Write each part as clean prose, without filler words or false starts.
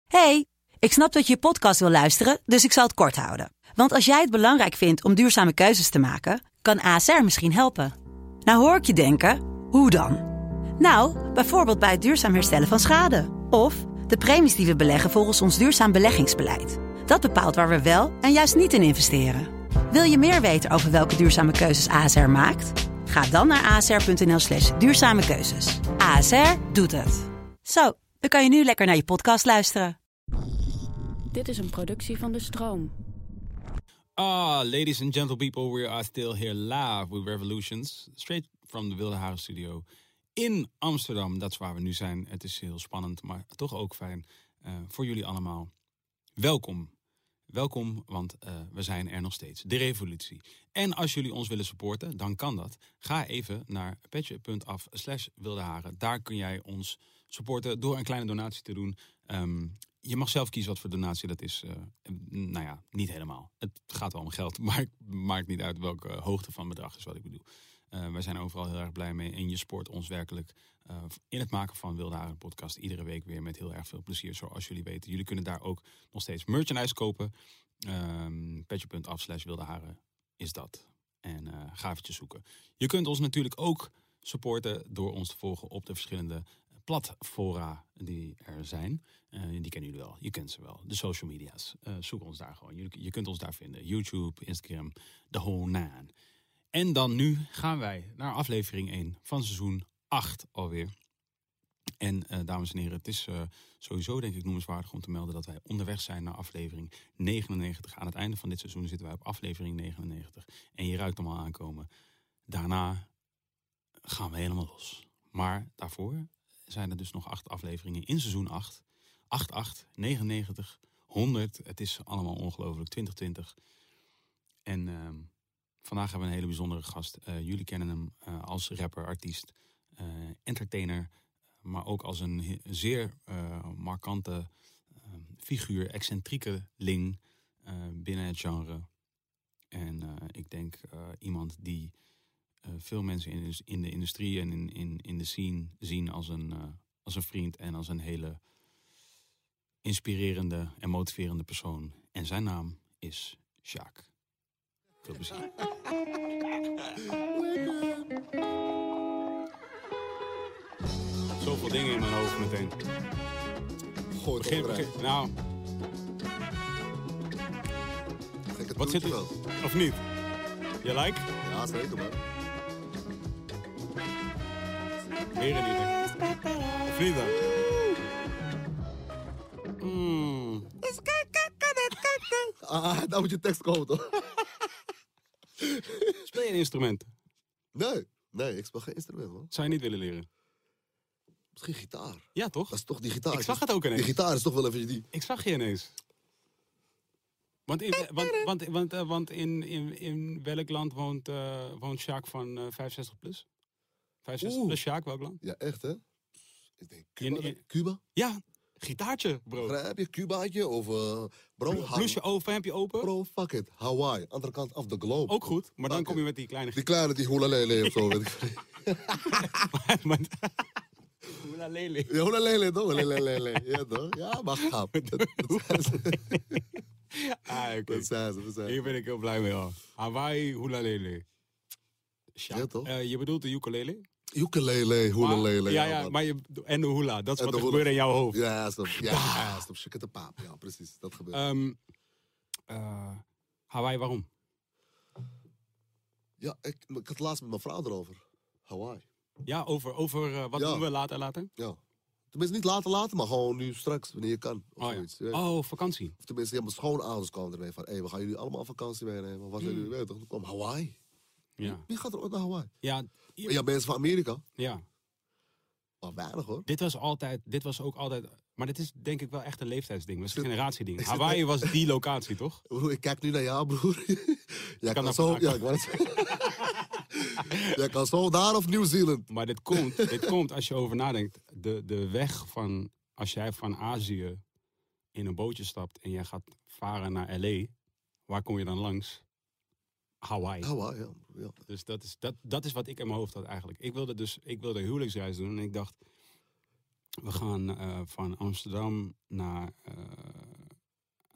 Hey, ik snap dat je je podcast wil luisteren, dus ik zal het kort houden. Want als jij het belangrijk vindt om duurzame keuzes te maken, kan ASR misschien helpen. Nou hoor ik je denken, hoe dan? Nou, bijvoorbeeld bij het duurzaam herstellen van schade. Of de premies die we beleggen volgens ons duurzaam beleggingsbeleid. Dat bepaalt waar we wel en juist niet in investeren. Wil je meer weten over welke duurzame keuzes ASR maakt? Ga dan naar asr.nl/duurzame keuzes. ASR doet het. Zo, dan kan je nu lekker naar je podcast luisteren. Dit is een productie van De Stroom. Ladies and gentle people, we are still here live with Revolutions. Straight from the Wilde Haren studio in Amsterdam. Dat is waar we nu zijn. Het is heel spannend, maar toch ook fijn voor jullie allemaal. Welkom. Welkom, want we zijn er nog steeds. De Revolutie. En als jullie ons willen supporten, dan kan dat. Ga even naar petje.af/wildeharen. Daar kun jij ons supporten door een kleine donatie te doen. Je mag zelf kiezen wat voor donatie dat is. Niet helemaal. Het gaat wel om geld, maar het maakt niet uit welke hoogte van bedrag is wat ik bedoel. Wij zijn overal heel erg blij mee en je support ons werkelijk in het maken van Wilde Haren podcast iedere week weer met heel erg veel plezier. Zoals jullie weten. Jullie kunnen daar ook nog steeds merchandise kopen. Petje.af/wildeharen is dat. En ga eventjes zoeken. Je kunt ons natuurlijk ook supporten door ons te volgen op de verschillende platfora die er zijn. Die kennen jullie wel. Je kent ze wel. De social media's. Zoek ons daar gewoon. Je kunt ons daar vinden. YouTube, Instagram, de whole nine. En dan nu gaan wij naar aflevering 1 van seizoen 8 alweer. En dames en heren, het is sowieso denk ik noemenswaardig om te melden dat wij onderweg zijn naar aflevering 99. Aan het einde van dit seizoen zitten wij op aflevering 99. En je ruikt hem al aankomen. Daarna gaan we helemaal los. Maar daarvoor zijn er dus nog 8 afleveringen in seizoen 8. 8, 99, 100. Het is allemaal ongelooflijk. 2020. En vandaag hebben we een hele bijzondere gast. Jullie kennen hem als rapper, artiest, entertainer. Maar ook als een zeer markante figuur, excentriekeling binnen het genre. En ik denk iemand die veel mensen in de industrie en in de scene zien als een vriend en als een hele inspirerende en motiverende persoon. En zijn naam is Sjaak. Veel plezier. Zoveel dingen in mijn hoofd meteen. Begin. Nou. Wat zit er? Wel. Of niet? Je like? Ja, zeker man. Weer een idee. Of niet dan? Daar moet je tekst komen toch? Speel je een instrument? Nee, ik speel geen instrument man. Zou je niet willen leren? Misschien gitaar. Ja, toch? Dat is toch die gitaar. Ik zag het ook ineens. Die gitaar is toch wel even die. Ik zag je ineens. Want in welk land woont Sjaak van 65 plus? 65 plus Sjaak, welk land? Ja, echt hè? Ik denk Cuba. Cuba? Ja, gitaartje, bro. Heb je Cubaatje of bro? Blouseje open, heb je open? Bro, fuck it. Hawaii, andere kant of the globe. Ook goed, maar dan kom je met die kleine... Die kleine, die hula lele of zo. Weet ik. Hula lele. Ja, hula lele toch? Lele. Ja toch? Ja, maar gaaf. Oké. Dat zijn ze. Hier ben ik heel blij mee al. Hawaii, hula lele. Ja toch? Je bedoelt de ukulele? Ukulele, hula lele. Ja, maar en de hula. Dat is wat er gebeurt in jouw hoofd. Ja, stop. Ja, stop. Shit de paap. Ja, precies. Dat gebeurt. Hawaii, waarom? Ja, ik had het laatst met mijn vrouw erover. Hawaii. Ja, over wat doen we later? Ja. Tenminste, niet later, maar gewoon nu straks, wanneer je kan. Of zoiets. Vakantie. Of tenminste, ja, mijn schoonouders komen ermee van... we gaan jullie allemaal vakantie meenemen. Wat zijn jullie weten? Dan kwam Hawaii. Ja. Wie gaat er ooit naar Hawaii? Ja. Ja, mensen van Amerika. Ja. Maar weinig hoor. Dit was ook altijd... Maar dit is denk ik wel echt een leeftijdsding. Dat is een generatieding. Hawaii was die locatie, toch? Broer, ik kijk nu naar jou, broer. Jij kan zo... Ja, ik wou het zeggen. Jij kan zo daar of Nieuw-Zeeland. Maar dit komt als je over nadenkt. De weg van... Als jij van Azië in een bootje stapt en jij gaat varen naar L.A. Waar kom je dan langs? Hawaii. Hawaii, ja. Dus dat is wat ik in mijn hoofd had eigenlijk. Ik wilde huwelijksreis doen en ik dacht... We gaan van Amsterdam naar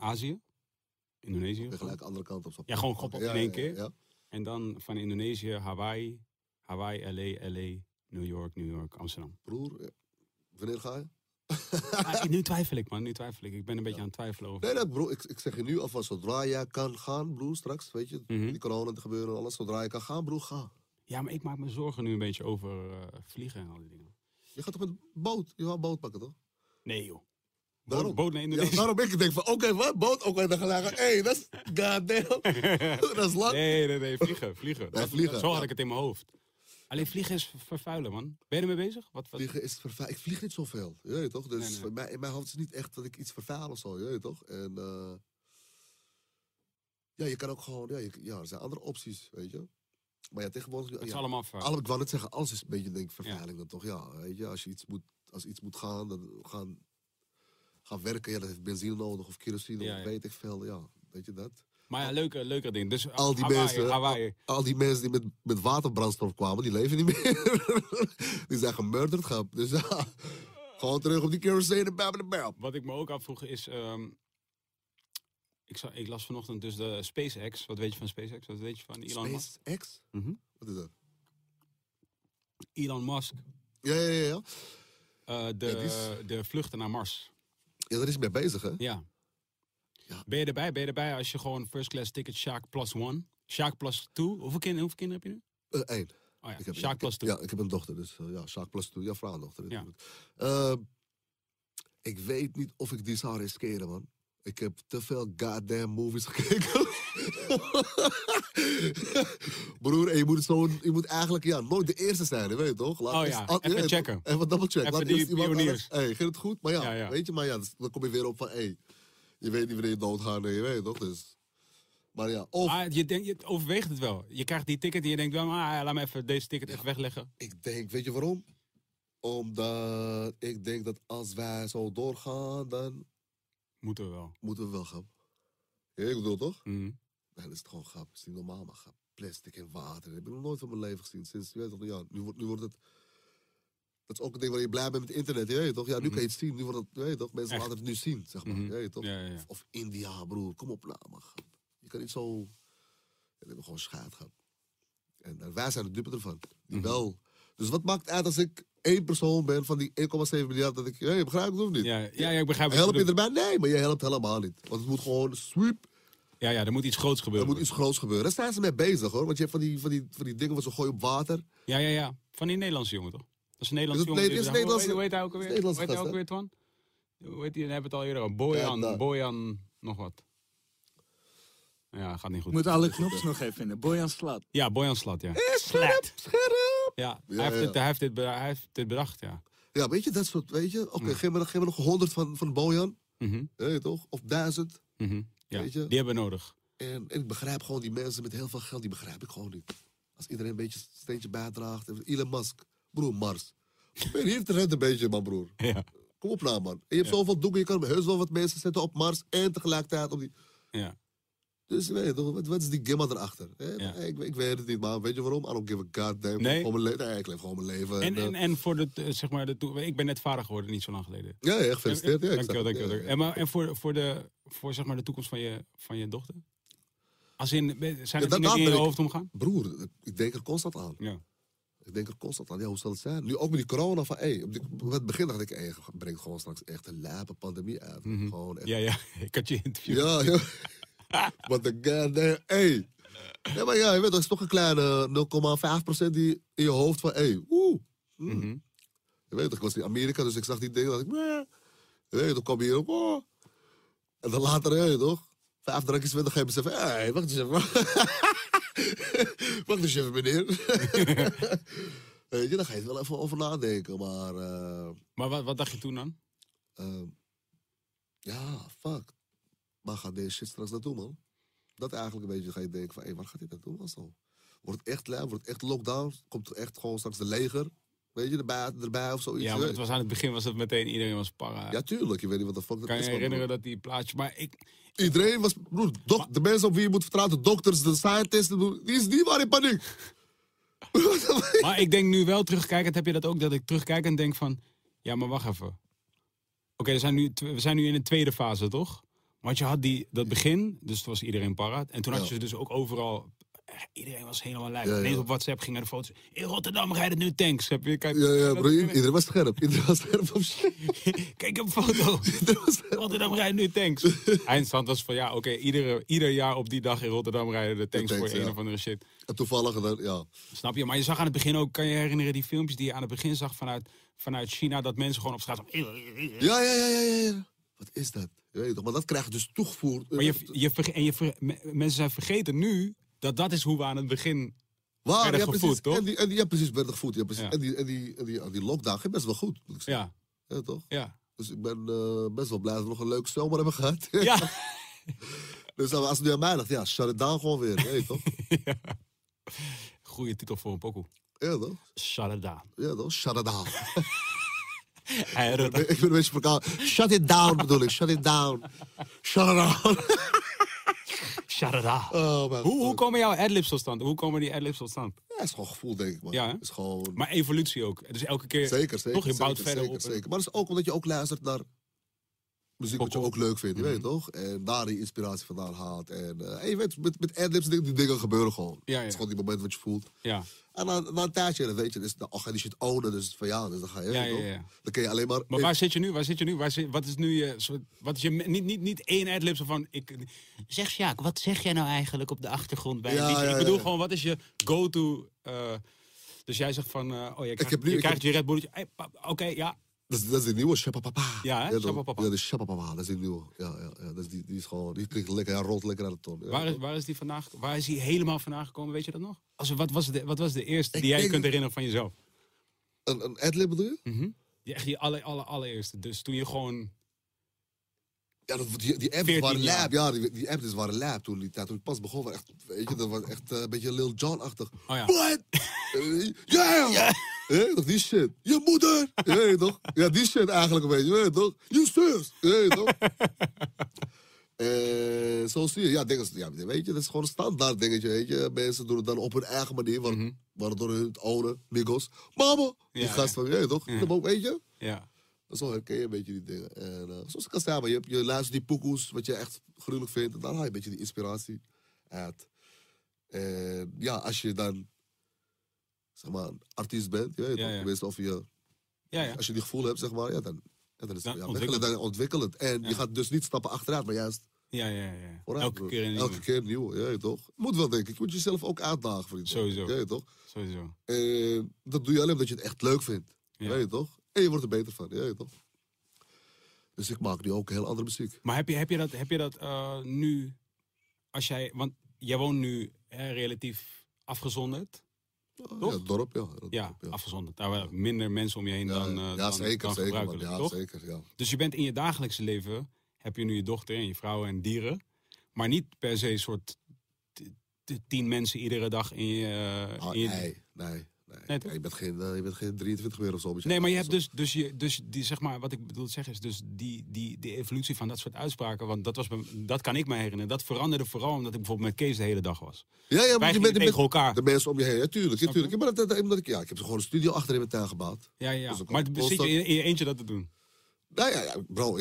Azië. Indonesië. En gelijk de andere kant op. Ja, gewoon op in één keer. Ja. En dan van Indonesië, Hawaii, LA, New York, Amsterdam. Broer, wanneer ga je? Nu twijfel ik, man. Ik ben een beetje aan het twijfelen over. Nee, broer, ik zeg je nu alvast, zodra jij kan gaan, broer, straks, weet je, die corona te gebeuren en alles, zodra je kan gaan, broer, ga. Ja, maar ik maak me zorgen nu een beetje over vliegen en al die dingen. Je gaat toch met een boot? Je gaat een boot pakken, toch? Nee, joh. Daarom. Boot naar Indonesië. Ja, daarom ik denk van, oké, wat? Boot? Oké, dan gelijk, hé, dat is goddamn. Dat is lang. Nee, vliegen. Ja, vliegen. Zo had ik het in mijn hoofd. Alleen vliegen is vervuilen, man. Ben je ermee bezig? Wat? Vliegen is vervuilen. Ik vlieg niet zoveel, je weet toch? Dus Nee. in mijn hoofd is het niet echt dat ik iets vervuil of zo, je weet toch? En ja, je kan ook gewoon, er zijn andere opties, weet je? Maar ja, tegenwoordig... Het is allemaal vervuilen. Ik wou net zeggen, alles is een beetje, denk ik, vervuiling dan toch? Ja, weet je, als iets moet gaan, dan gaan werken, ja, dat heeft benzine nodig of kerosine, of weet ik veel, ja, weet je dat? Maar ja, leuke ding. Dus Al die Hawaii. Al die mensen die met waterbrandstof kwamen, die leven niet meer. Die zijn gemurderd, grap. Dus ja, gewoon terug op die kerosine en bam. Wat ik me ook afvroeg is... Ik las vanochtend dus de SpaceX. Wat weet je van SpaceX? Wat weet je van Elon Musk? SpaceX? Wat is dat? Elon Musk. Ja. De vluchten naar Mars. Ja, daar is hij mee bezig, hè? Ja. Ja. Ben je erbij als je gewoon first class ticket Shark plus one? Shark plus two? Hoeveel kinderen heb je nu? 1. Oh ja, Shark plus two. Ja, ik heb een dochter, dus Shark plus 2. Ja, vrouw en dochter natuurlijk. Ik weet niet of ik die zou riskeren, man. Ik heb te veel goddamn movies gekeken. Broer, je moet eigenlijk nooit de eerste zijn, weet je toch? Even checken. Even double check. Even die pioniers. Ging het goed? Maar ja, weet je, dan kom je weer op van, je weet niet wanneer je doodgaat, nee, je weet toch? Dus, maar ja, je overweegt het wel. Je krijgt die ticket en je denkt wel, laat me even deze ticket even wegleggen. Ik denk, weet je waarom? Omdat ik denk dat als wij zo doorgaan, dan... Moeten we wel gaan. Ja, ik bedoel toch? Mm. Nee, dat is het gewoon grap. Het is niet normaal, maar grap. Plastic en water. Dat heb ik nog nooit van mijn leven gezien. Sinds, je weet toch, nu wordt het... Dat is ook een ding waar je blij bent met het internet, je weet toch? Ja, nu kan je het zien. Nu wordt het, je weet toch? Mensen laten het nu zien, zeg maar. Je weet toch? Ja. Of India, broer. Kom op, man. Grap. Je kan niet zo... Ja, dat hebben gewoon schaad gehad. En wij zijn de dupe ervan. Die wel... Dus wat maakt uit als ik 1 persoon ben van die 1,7 miljard dat ik... je begrijpt het of niet? Ja, ik begrijp het. Help je erbij? Nee, maar je helpt helemaal niet. Want het moet gewoon sweep. Ja, er moet iets groots gebeuren. Er moet iets groots gebeuren. Daar zijn ze mee bezig, hoor. Want je hebt van die dingen wat ze gooien op water. Ja. Van die Nederlandse jongen, toch? Dat is een Nederlandse jongen. Nee, hoe heet hij ook alweer? Hoe heet hij ook weer, Twan? Hoe heet hij? Dan hebben we het al eerder over. Bojan, nog wat. Ja, gaat niet goed. Moet alle knops nog even vinden. Bojan Slat. Ja, Bojan Slat, ja. Scherp! Ja, hij heeft dit bedacht, ja. Ja, weet je, dat soort, weet je. Oké, geef me nog 100 van Bojan. Weet je toch? Of 1000. Ja, weet je? Die hebben we nodig. En ik begrijp gewoon die mensen met heel veel geld, die begrijp ik gewoon niet. Als iedereen een beetje een steentje bijdraagt. Elon Musk. Broer, Mars. Ben hier te redden een beetje, man, broer. Ja. Kom op nou, man. En je hebt zoveel doeken, je kan heus wel wat mensen zetten op Mars en tegelijkertijd op die... Ja. Dus weet je toch, wat is die gimma erachter? Ja. Ik weet het niet, maar weet je waarom? I don't give a goddamn. Nee? Ik leef gewoon mijn leven. En voor ik ben net vader geworden, niet zo lang geleden. Ja, gefeliciteerd. Dankjewel. En voor zeg maar de toekomst van je dochter? Als in, zijn er dingen die in je hoofd omgaan? Broer, ik denk er constant aan. Ja. Ik denk er constant aan. Ja, hoe zal het zijn? Nu ook met die corona van, op het begin dacht ik, brengt gewoon straks echt een lijpe pandemie uit. Gewoon echt. Ja, ik had je interview. Ja. Wat een goddamn, Ja, maar ja, je weet, dat is toch een kleine 0,5% die in je hoofd van, Je weet toch, ik was in Amerika, dus ik zag die dingen, dat ik, je weet, dan kom je hier op, En dan later, je weet toch, 5 drankjes verder ga je beseffen, wacht eens even. Wacht eens even, meneer. Weet je, dan ga je er wel even over nadenken, maar... Maar wat dacht je toen dan? Ja, fuck. Maar gaat deze shit straks naartoe, man? Dat eigenlijk een beetje ga je denken van, waar gaat dit naartoe, man? Zo? Wordt het echt lijp? Wordt het echt lockdown? Komt er echt gewoon straks de leger? Weet je, erbij of zoiets? Ja, maar het was aan het begin was het meteen, iedereen was para. Ja, tuurlijk. Je weet niet wat de fuck dat is. Kan je herinneren dat die plaatje... Maar iedereen was... Broer, de mensen op wie je moet vertrouwen, de dokters, de scientisten, die waren in paniek. Maar ik denk nu wel terugkijkend, heb je dat ook, dat ik terugkijk en denk van... Ja, maar wacht even. Oké, we zijn nu in een tweede fase, toch? Want je had dat begin, dus het was iedereen paraat. En toen had je dus ook overal... Iedereen was helemaal lijp. Ja, ja. Ineens op WhatsApp gingen de foto's. In Rotterdam rijden nu tanks. Heb je, kijk, Ja, bro, iedereen was scherp. Iedereen was scherp op shit. kijk een foto. Rotterdam rijden nu tanks. Eindstand was van oké, ieder jaar op die dag in Rotterdam rijden de tanks voor een of andere shit. En toevallig dan, ja. Snap je? Maar je zag aan het begin ook, kan je herinneren, die filmpjes die je aan het begin zag vanuit China, dat mensen gewoon op straat... Ja. Wat is dat? Je weet toch, maar dat krijg je dus toegevoerd. Maar mensen zijn vergeten nu dat is hoe we aan het begin werden gevoed, precies. toch? Ja, precies, werden gevoed. Ja, precies. Ja. En die lockdown ging best wel goed, moet ik zeggen. Ja. Ja, toch? Ja. Dus ik ben best wel blij dat we nog een leuke zomer hebben gehad. Ja. Dus als het nu aan mij ligt, shut it down gewoon weer. Weet je toch? Ja. Goeie titel voor een pokoe. Ja, toch? Shut it down. Ja, toch? Shut it down. Ik ben een beetje verkouden. Shut it down bedoel ik. Shut it down. Shut it down. Shut it down. Oh, hoe komen jouw adlibs tot stand? Hoe komen die adlibs tot stand? Ja, het is gewoon gevoel, denk ik, man. Ja, is gewoon... Maar evolutie ook. Dus elke keer... Zeker. Toch, je bouwt verder op. Zeker. Maar het is ook omdat je ook luistert naar muziek wat je ook leuk vindt, je weet toch? En daar die inspiratie vandaan haalt. En je weet, met adlibs die dingen gebeuren gewoon. Ja. Het is gewoon die moment wat je voelt. Ja. En na een tijdje, dan weet je, dus, dan ga je die shit ownen, dus van dus dan ga je, toch? Dan kun je alleen maar... Maar waar zit je nu? Wat is nu je... Wat is je niet één adlib van... Zeg Sjaak, wat zeg jij nou eigenlijk op de achtergrond bij een liedje? Ik bedoel gewoon, wat is je go-to... dus jij zegt van... je krijgt je Red Bulletje. Hey, oké, ja. Dat is die nieuwe Shabapapa. Ja, hè? Shabapapa. Ja, de Shabapapa, dat is die nieuwe. Ja. Dat is die is gewoon, die klinkt lekker, rolt lekker aan de ton. Ja. Waar is die vandaag? Waar is die helemaal vandaan gekomen? Weet je dat nog? Wat was de eerste die jij kunt herinneren van jezelf? Een adlib bedoel je? Mm-hmm. Die allereerste. Dus toen je gewoon... Ja, die apps waren lab. Ja, die apps waren lab toen die tijd. Toen ik pas begon, was echt, weet je, dat was echt een beetje Lil Jon-achtig. Oh ja. What? Yeah! Toch, die shit. Je moeder! Je toch? Ja, die shit eigenlijk een beetje, weet je toch? Je zus! Je toch? Zo zie je. Ja, weet je, dat is gewoon een standaard dingetje, weet je. Mensen doen het dan op hun eigen manier, waardoor hun het ownen, migos. Mama! Die gast van, je toch? Dat ook, weet je? Ja. Zo herken je een beetje die dingen. En zoals ik al zei, maar je luistert die poekoes, wat je echt gruwelijk vindt. En dan haal je een beetje die inspiratie uit. En ja, als je dan, zeg maar, een artiest bent, je weet toch? Tenminste, of je, als je die gevoel hebt, zeg maar, dan is het ontwikkelend. En je gaat dus niet stappen achteruit, maar juist... Ja. Elke keer nieuw, je weet toch? Moet wel, denk ik. Je moet jezelf ook uitdagen, vriend. Sowieso. Je weet toch? Sowieso. Dat doe je alleen omdat je het echt leuk vindt. Je weet toch? En je wordt er beter van, ja, toch? Dus ik maak nu ook heel andere muziek. Maar heb je dat nu, als jij, want jij woont nu relatief afgezonderd, toch? Ja, het dorp, ja. Afgezonderd. Daar waren minder mensen om je heen dan zeker, gebruikelijk, ja, toch? Zeker, ja. Dus je bent in je dagelijkse leven, heb je nu je dochter en je vrouw en dieren, maar niet per se een soort 10 mensen iedere dag in je... Nee, je bent geen 23 meer of zo. Nee, maar je hebt dus die, zeg maar, wat ik bedoel te zeggen is dus die evolutie van dat soort uitspraken, want dat kan ik me herinneren. Dat veranderde vooral omdat ik bijvoorbeeld met Kees de hele dag was. Ja, maar je bent tegen elkaar. De mensen om je heen, tuurlijk. Ik heb gewoon een studio achter in mijn tuin gebouwd. Ja. Dus maar zit je in je eentje dat te doen? Nou ja, bro,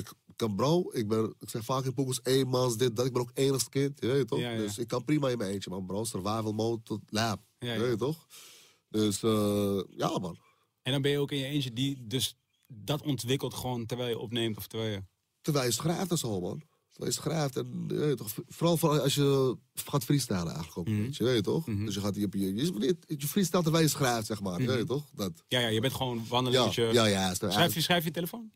ik zeg vaak in poekels, mans dit, dat. Ik ben ook enigst kind, je weet toch? Ja. Dus ik kan prima in mijn eentje, man, bro. Survival mode tot lab, ja. Je weet toch? Dus, ja, man. En dan ben je ook in je eentje die dus dat ontwikkelt gewoon terwijl je opneemt of terwijl je schrijft en zo, man. Terwijl je schrijft en, je weet toch, vooral als je gaat freestylen eigenlijk ook, je weet toch? Dus je freestylt terwijl je schrijft, zeg maar, je weet toch? Dat. Ja, je bent gewoon wandelingetje. Ja. Schrijf je telefoon?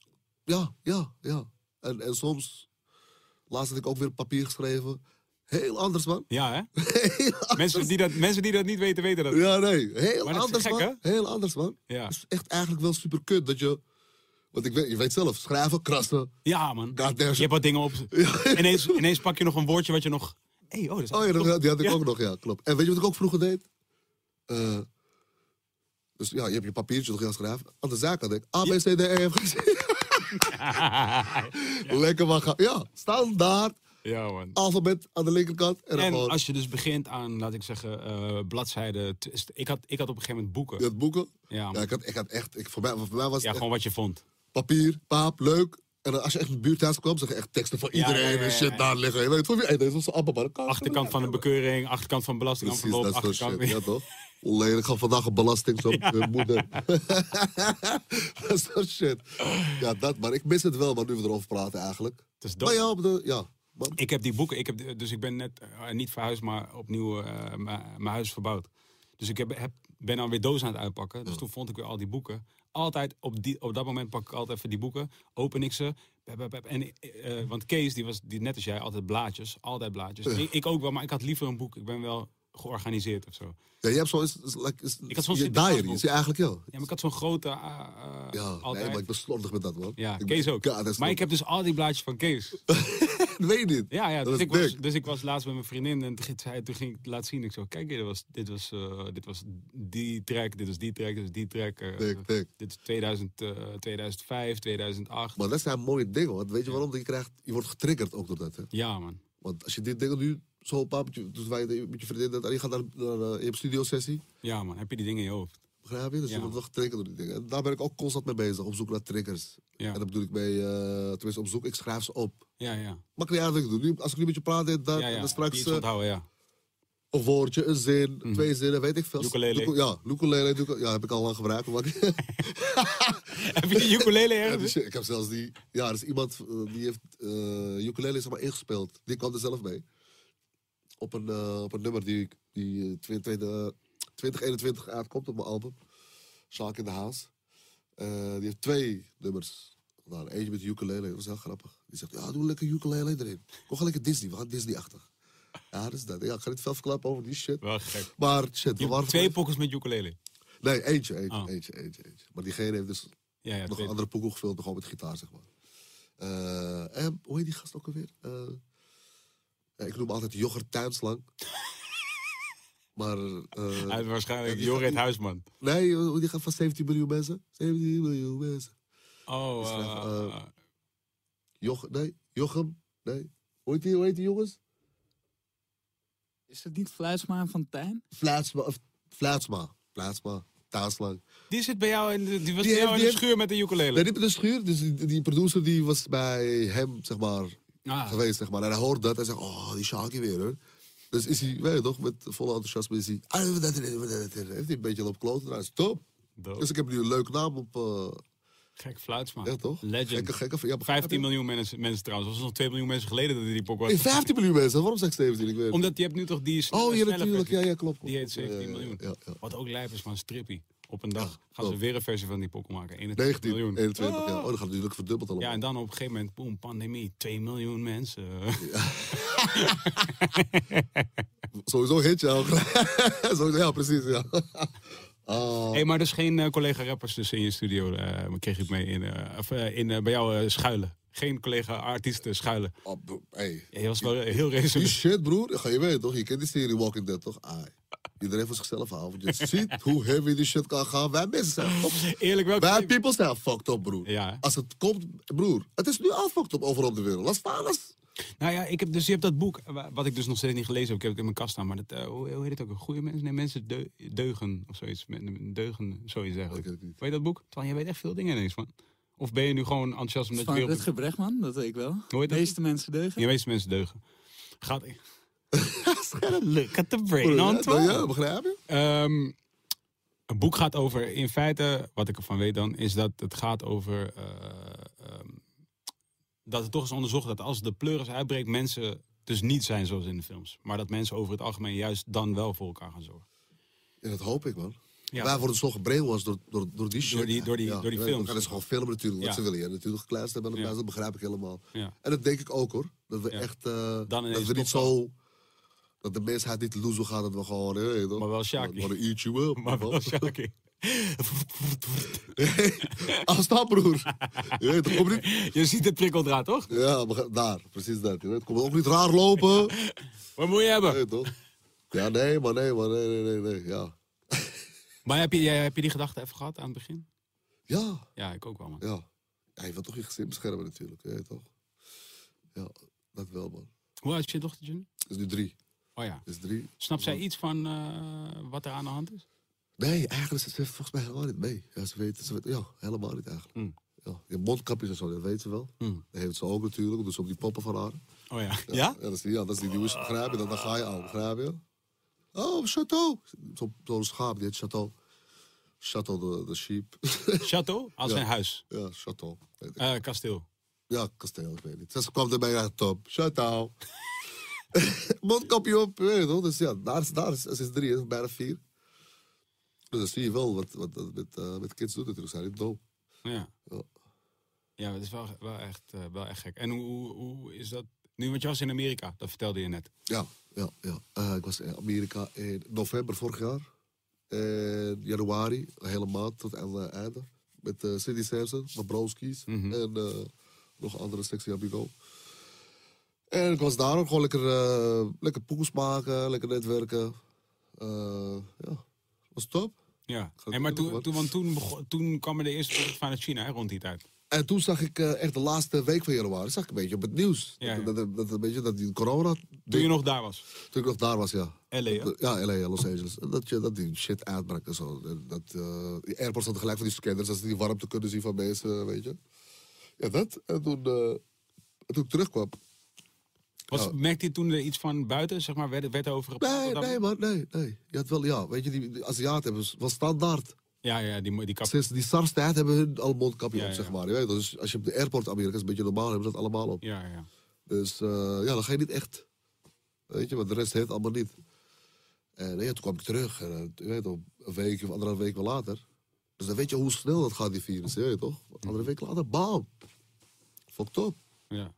Ja. En soms, laatst had ik ook weer op papier geschreven. Heel anders, man. Ja, hè? Mensen die dat niet weten dat. Ja, nee. Heel maar anders, gek, man. Hè? Heel anders, man. Ja. Het is echt eigenlijk wel super kut dat je... Want je weet zelf, schrijven, krassen. Ja, man. Je hebt wat dingen op. Ja. Ineens pak je nog een woordje wat je nog... die had ik ook nog, ja, klopt. En weet je wat ik ook vroeger deed? Dus ja, je hebt je papiertje nog heel schrijven. Aan de zaak had ik A, B, C, D, E, F, G, Lekker maar gaan. Ja, standaard. Ja, man. Alfabet aan de linkerkant. En als je dus begint aan, laat ik zeggen, bladzijden... Ik had op een gegeven moment boeken. Je had boeken? Ja, ik had echt... Voor mij was het gewoon wat je vond. Papier, paap, leuk. En als je echt in de buurt thuis kwam, zag je echt teksten van iedereen en shit daar liggen. Je weet van wie, deze was een appelbar. Achterkant van een bekeuring, achterkant van belastingenvelop, Precies, dat soort achterkant... shit, ja toch? Alleen, ik ga vandaag een belasting op de moeder. Dat soort shit. Ja, dat, maar ik mis het wel, maar nu we erover praten eigenlijk. Het is Maar dope. ja, man. Ik heb die boeken, dus ik ben net niet verhuisd, maar opnieuw mijn huis verbouwd. Dus ik ben alweer doos aan het uitpakken. Dus toen vond ik weer al die boeken. Altijd op dat moment pak ik altijd even die boeken. Open ik ze. Want Kees, die net als jij, altijd blaadjes. Altijd blaadjes. Ik ook wel, maar ik had liever een boek. Ik ben wel georganiseerd of zo. Ja, je hebt zo'n... Ik had zo'n je diary, is je eigenlijk jou. Ja, maar ik had zo'n grote... Ja, altijd. nee, maar ik ben slordig met dat, man. Ja, Kees ook. Maar ik heb dus al die blaadjes van Kees. Dat weet je niet. Ja, Dat dus ik was laatst met mijn vriendin en toen ging ik het laten zien. Ik zo, kijk, dit was die track, dit was die track, dit was die track. Dik. Dit is 2005, 2008. Maar dat zijn mooie dingen, want weet je waarom? Je wordt getriggerd ook door dat, hè? Ja, man. Want als je dit dingen nu zo dus wij met je vriendin, en je gaat naar je studiosessie, Ja, man. Heb je die dingen in je hoofd? begrijp je? Dus je Ja. wordt wel getriggerd door die dingen. En daar ben ik ook constant mee bezig, op zoek naar triggers. Ja. En dat bedoel ik mee, tenminste op zoek, ik schrijf ze op. Ja. Maakt niet uit wat ik doe. Als ik nu met je praat, en dan straks Iets onthouden, ja. een woordje, een zin, 2 zinnen, weet ik veel. Ukulele. Ja, ukulele. Ja, heb ik al lang gebruikt. Maar Heb je die ukulele ergens? ik heb zelfs die... Ja, er is iemand die heeft ukulele zeg maar ingespeeld. Die kwam er zelf mee. Op een nummer die 2021 uitkomt op mijn album. Sjaak in de Haas. Die heeft 2 nummers gedaan. Eentje met de ukulele, dat was heel grappig. Die zegt, ja, doe lekker ukulele erin. Kom gewoon lekker Disney, we gaan Disney-achtig. Ja, dat is dat. Ja, ik ga niet veel verklappen over die shit. Wel gek. Maar shit, Je hebt 2 pokkels met ukulele. Nee, eentje. Oh. Maar diegene heeft dus Ja, nog een andere pokoe gevuld, gewoon met gitaar, zeg maar. En hoe heet die gast ook alweer? Ik noem hem altijd Jogger Tuinslang. Maar... Hij is waarschijnlijk die Jorrit gaat- Huisman. Nee, die gaat van 17 miljoen mensen. 17 miljoen mensen. Oh, Jochem? Nee. Hoe heet die jongens? Is het niet Fluitsma en Fontijn? Fluitsma. Tuinslang. die zit bij jou die was Die bij heeft- jou in die de heeft- schuur met de ukulele. Nee, niet in de schuur. Dus die producer die was bij hem, zeg maar, geweest, zeg maar. En hij hoort dat en zegt, oh, die Shaki weer, hoor. Dus is hij, weet je toch, met volle enthousiasme is hij... Heeft hij een beetje lopen kloten. Nou, is top. Dope. Dus ik heb nu een leuke naam op... Gek Fluitsma. ja, toch? Legend. Gekke, ja, 15 miljoen mensen trouwens. Dat was nog 2 miljoen mensen geleden dat hij die pok was. 15 miljoen mensen, waarom zeg ik 17? Ik weet het. Omdat je hebt nu toch die Oh, ja, snelle natuurlijk. versie. Ja, klopt. Die heet 17 miljoen. Ja. Wat ook lijp is van Strippy. Op een dag gaan ze klopt. weer een versie van die pokkel maken. 21 19, miljoen. 21, ja. Oh, dan gaat het natuurlijk verdubbeld allemaal. Ja, en dan op een gegeven moment, boem, pandemie. 2 miljoen mensen. Sowieso een hitje ook. Sowieso, ja, precies, ja. Hey, maar dus geen collega-rappers dus in je studio kreeg ik mee bij jou schuilen. Geen collega-artiesten schuilen. Hey. Ja, je was wel heel Die resoluut. shit, broer. Ga je weten, toch? Je kent die serie Walking Dead, toch? Iedereen voor zichzelf houden. Want je ziet hoe heavy die shit kan gaan. Wij mensen zijn fucked up. Eerlijk wel. Wij people zijn fucked up, broer. Ja. Als het komt, broer. Het is nu al fucked up overal op de wereld. Laat staan als... Nou ja, je hebt dat boek, wat ik dus nog steeds niet gelezen heb. Ik heb het in mijn kast staan. Maar dat, hoe heet het ook? Goede mensen? Nee, mensen deugen of zoiets. Deugen, zoiets eigenlijk. weet ik niet. Weet je dat boek? Terwijl jij weet echt veel dingen ineens, man. Of ben je nu gewoon enthousiast omdat je Van weer op... Rutger Bregman, dat weet ik wel. Hoe heet De dat? meeste mensen deugen. De meeste mensen deugen. Gaat... Look at the brain, Broer, Antoine. ja, begrijp je? Een boek gaat over, in feite, wat ik ervan weet dan, is dat het gaat over... dat het toch is onderzocht dat als de pleuris uitbreekt, mensen dus niet zijn zoals in de films. Maar dat mensen over het algemeen juist dan wel voor elkaar gaan zorgen. Ja, dat hoop ik, man. Ja. Wij worden zo gebrainwashed door die shit. Door die films. Dan gaan ze gewoon filmen natuurlijk. Wat Ja. ze willen. Ja, natuurlijk gekluisterd hebben. Ja. Ja. Dat begrijp ik helemaal. Ja. En dat denk ik ook, hoor. Dat we Ja. echt... Dan dat ineens we niet toch zo... Dat de mensheid niet loezo gaat. Dat we gewoon... Maar wel Shaki. We eat you up. Maar wel Shaki. Afstand, broer. Je weet, kom niet... Je ziet het prikkeldraad, toch? Ja, daar. Precies dat. Je weet, kom ook niet raar lopen. Wat moet je hebben? Nee, toch? Ja, nee, maar nee. Ja. Maar heb je die gedachte even gehad aan het begin? Ja. Ja, ik ook wel, man. Ja. Ja, je wilt toch je gezin beschermen natuurlijk. Ja, toch? Ja, dat wel, man. Hoe oud is je dochtertje nu? Het is nu 3. Oh ja. Het is 3. Snapt zij iets van wat er aan de hand is? Nee, eigenlijk ze volgens mij helemaal niet mee. Ja, ze weet ja, helemaal niet eigenlijk. Hmm. Ja, Ja, je hebt mondkapjes en zo, dat weet ze wel. Dat heeft ze ook natuurlijk, dus op die poppen van haar. Oh ja. Ja, dat is die nieuwe, begrijp je? Dan ga je al, begrijp je? Oh, Chateau. Zo'n schaap, die heet Chateau. Chateau, de sheep. Chateau? Als een huis. Ja, Chateau. Kasteel. Ja, kasteel, ik weet niet. Ze kwam erbij uit top. Chateau. Mondkapje op, weet je toch? Dus ja, daar is 3, bijna 4. Dus dan zie je wel wat met kids doet natuurlijk. Zijn niet doof. Ja. Ja, dat is wel echt gek. En hoe is dat nu? Want je was in Amerika, dat vertelde je net. Ja. Ik was in Amerika in november vorig jaar. In januari, een hele maand tot aan het einde. Met Cindy Sampson, mijn broskies. En nog een andere sexy amigo. En ik was daar ook gewoon lekker poes maken, lekker netwerken. Ja, was top. Ja, maar toen kwam er de eerste bericht vanuit China, hè, rond die tijd. En toen zag ik echt de laatste week van januari, zag ik een beetje op het nieuws. Ja. Dat die corona... Toen je nog daar was? Toen ik nog daar was, ja. LA, hè? Ja, LA, Los Angeles. Dat die shit uitbrak en zo. Die airports hadden gelijk van die scanners, dat ze die warmte kunnen zien van mensen, weet je. Ja, dat. En toen ik terugkwam... Merkte je toen er iets van buiten, zeg maar, werd over gepraat? Nee, man, nee. Je had wel, ja, weet je, die Aziaten hebben wel standaard. Ja, die kap. Sinds die SARS-tijd hebben hun al mondkapje op, zeg maar. Je weet, dus als je op de airport Amerika is een beetje normaal, hebben ze dat allemaal op. Ja. Dus dan ga je niet echt. Weet je, maar de rest heeft allemaal niet. En toen kwam ik terug. En je weet, een week of 1,5 week later. Dus dan weet je hoe snel dat gaat, die virus. Je weet toch? 1,5 week later, bam. Vond ik top. Ja.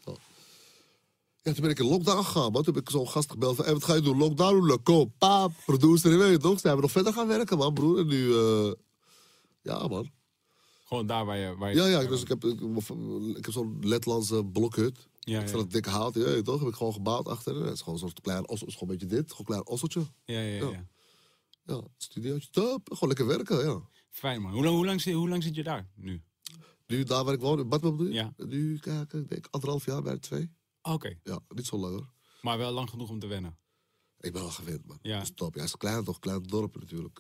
Ja, toen ben ik in lockdown gegaan, man. Toen heb ik zo'n gast gebeld van, wat ga je doen? Lockdown, kom, paap, producer, je weet toch? Ze hebben nog verder gaan werken, man, broer. En nu, ja, man. Gewoon daar waar je... Ja, dus ik heb zo'n Letlandse blokhut. Extra dat dikke hout, je weet toch? Heb ik gewoon gebouwd achter. Het is gewoon zo'n klein ossel, is gewoon een beetje dit. Gewoon een klein osseltje. Ja. Ja, studiootje, top. Gewoon lekker werken, ja. Fijn, man. Hoe lang zit je daar, nu? Nu, daar waar ik woon, in Badman bedoel je? Ja. Nu, kijk, ik denk 1,5 jaar, bijna 2. Oké. Ja, niet zo lang, hoor. Maar wel lang genoeg om te wennen. Ik ben wel gewend, man. Ja. Dat is top. Ja, het is klein, toch? Klein dorp natuurlijk.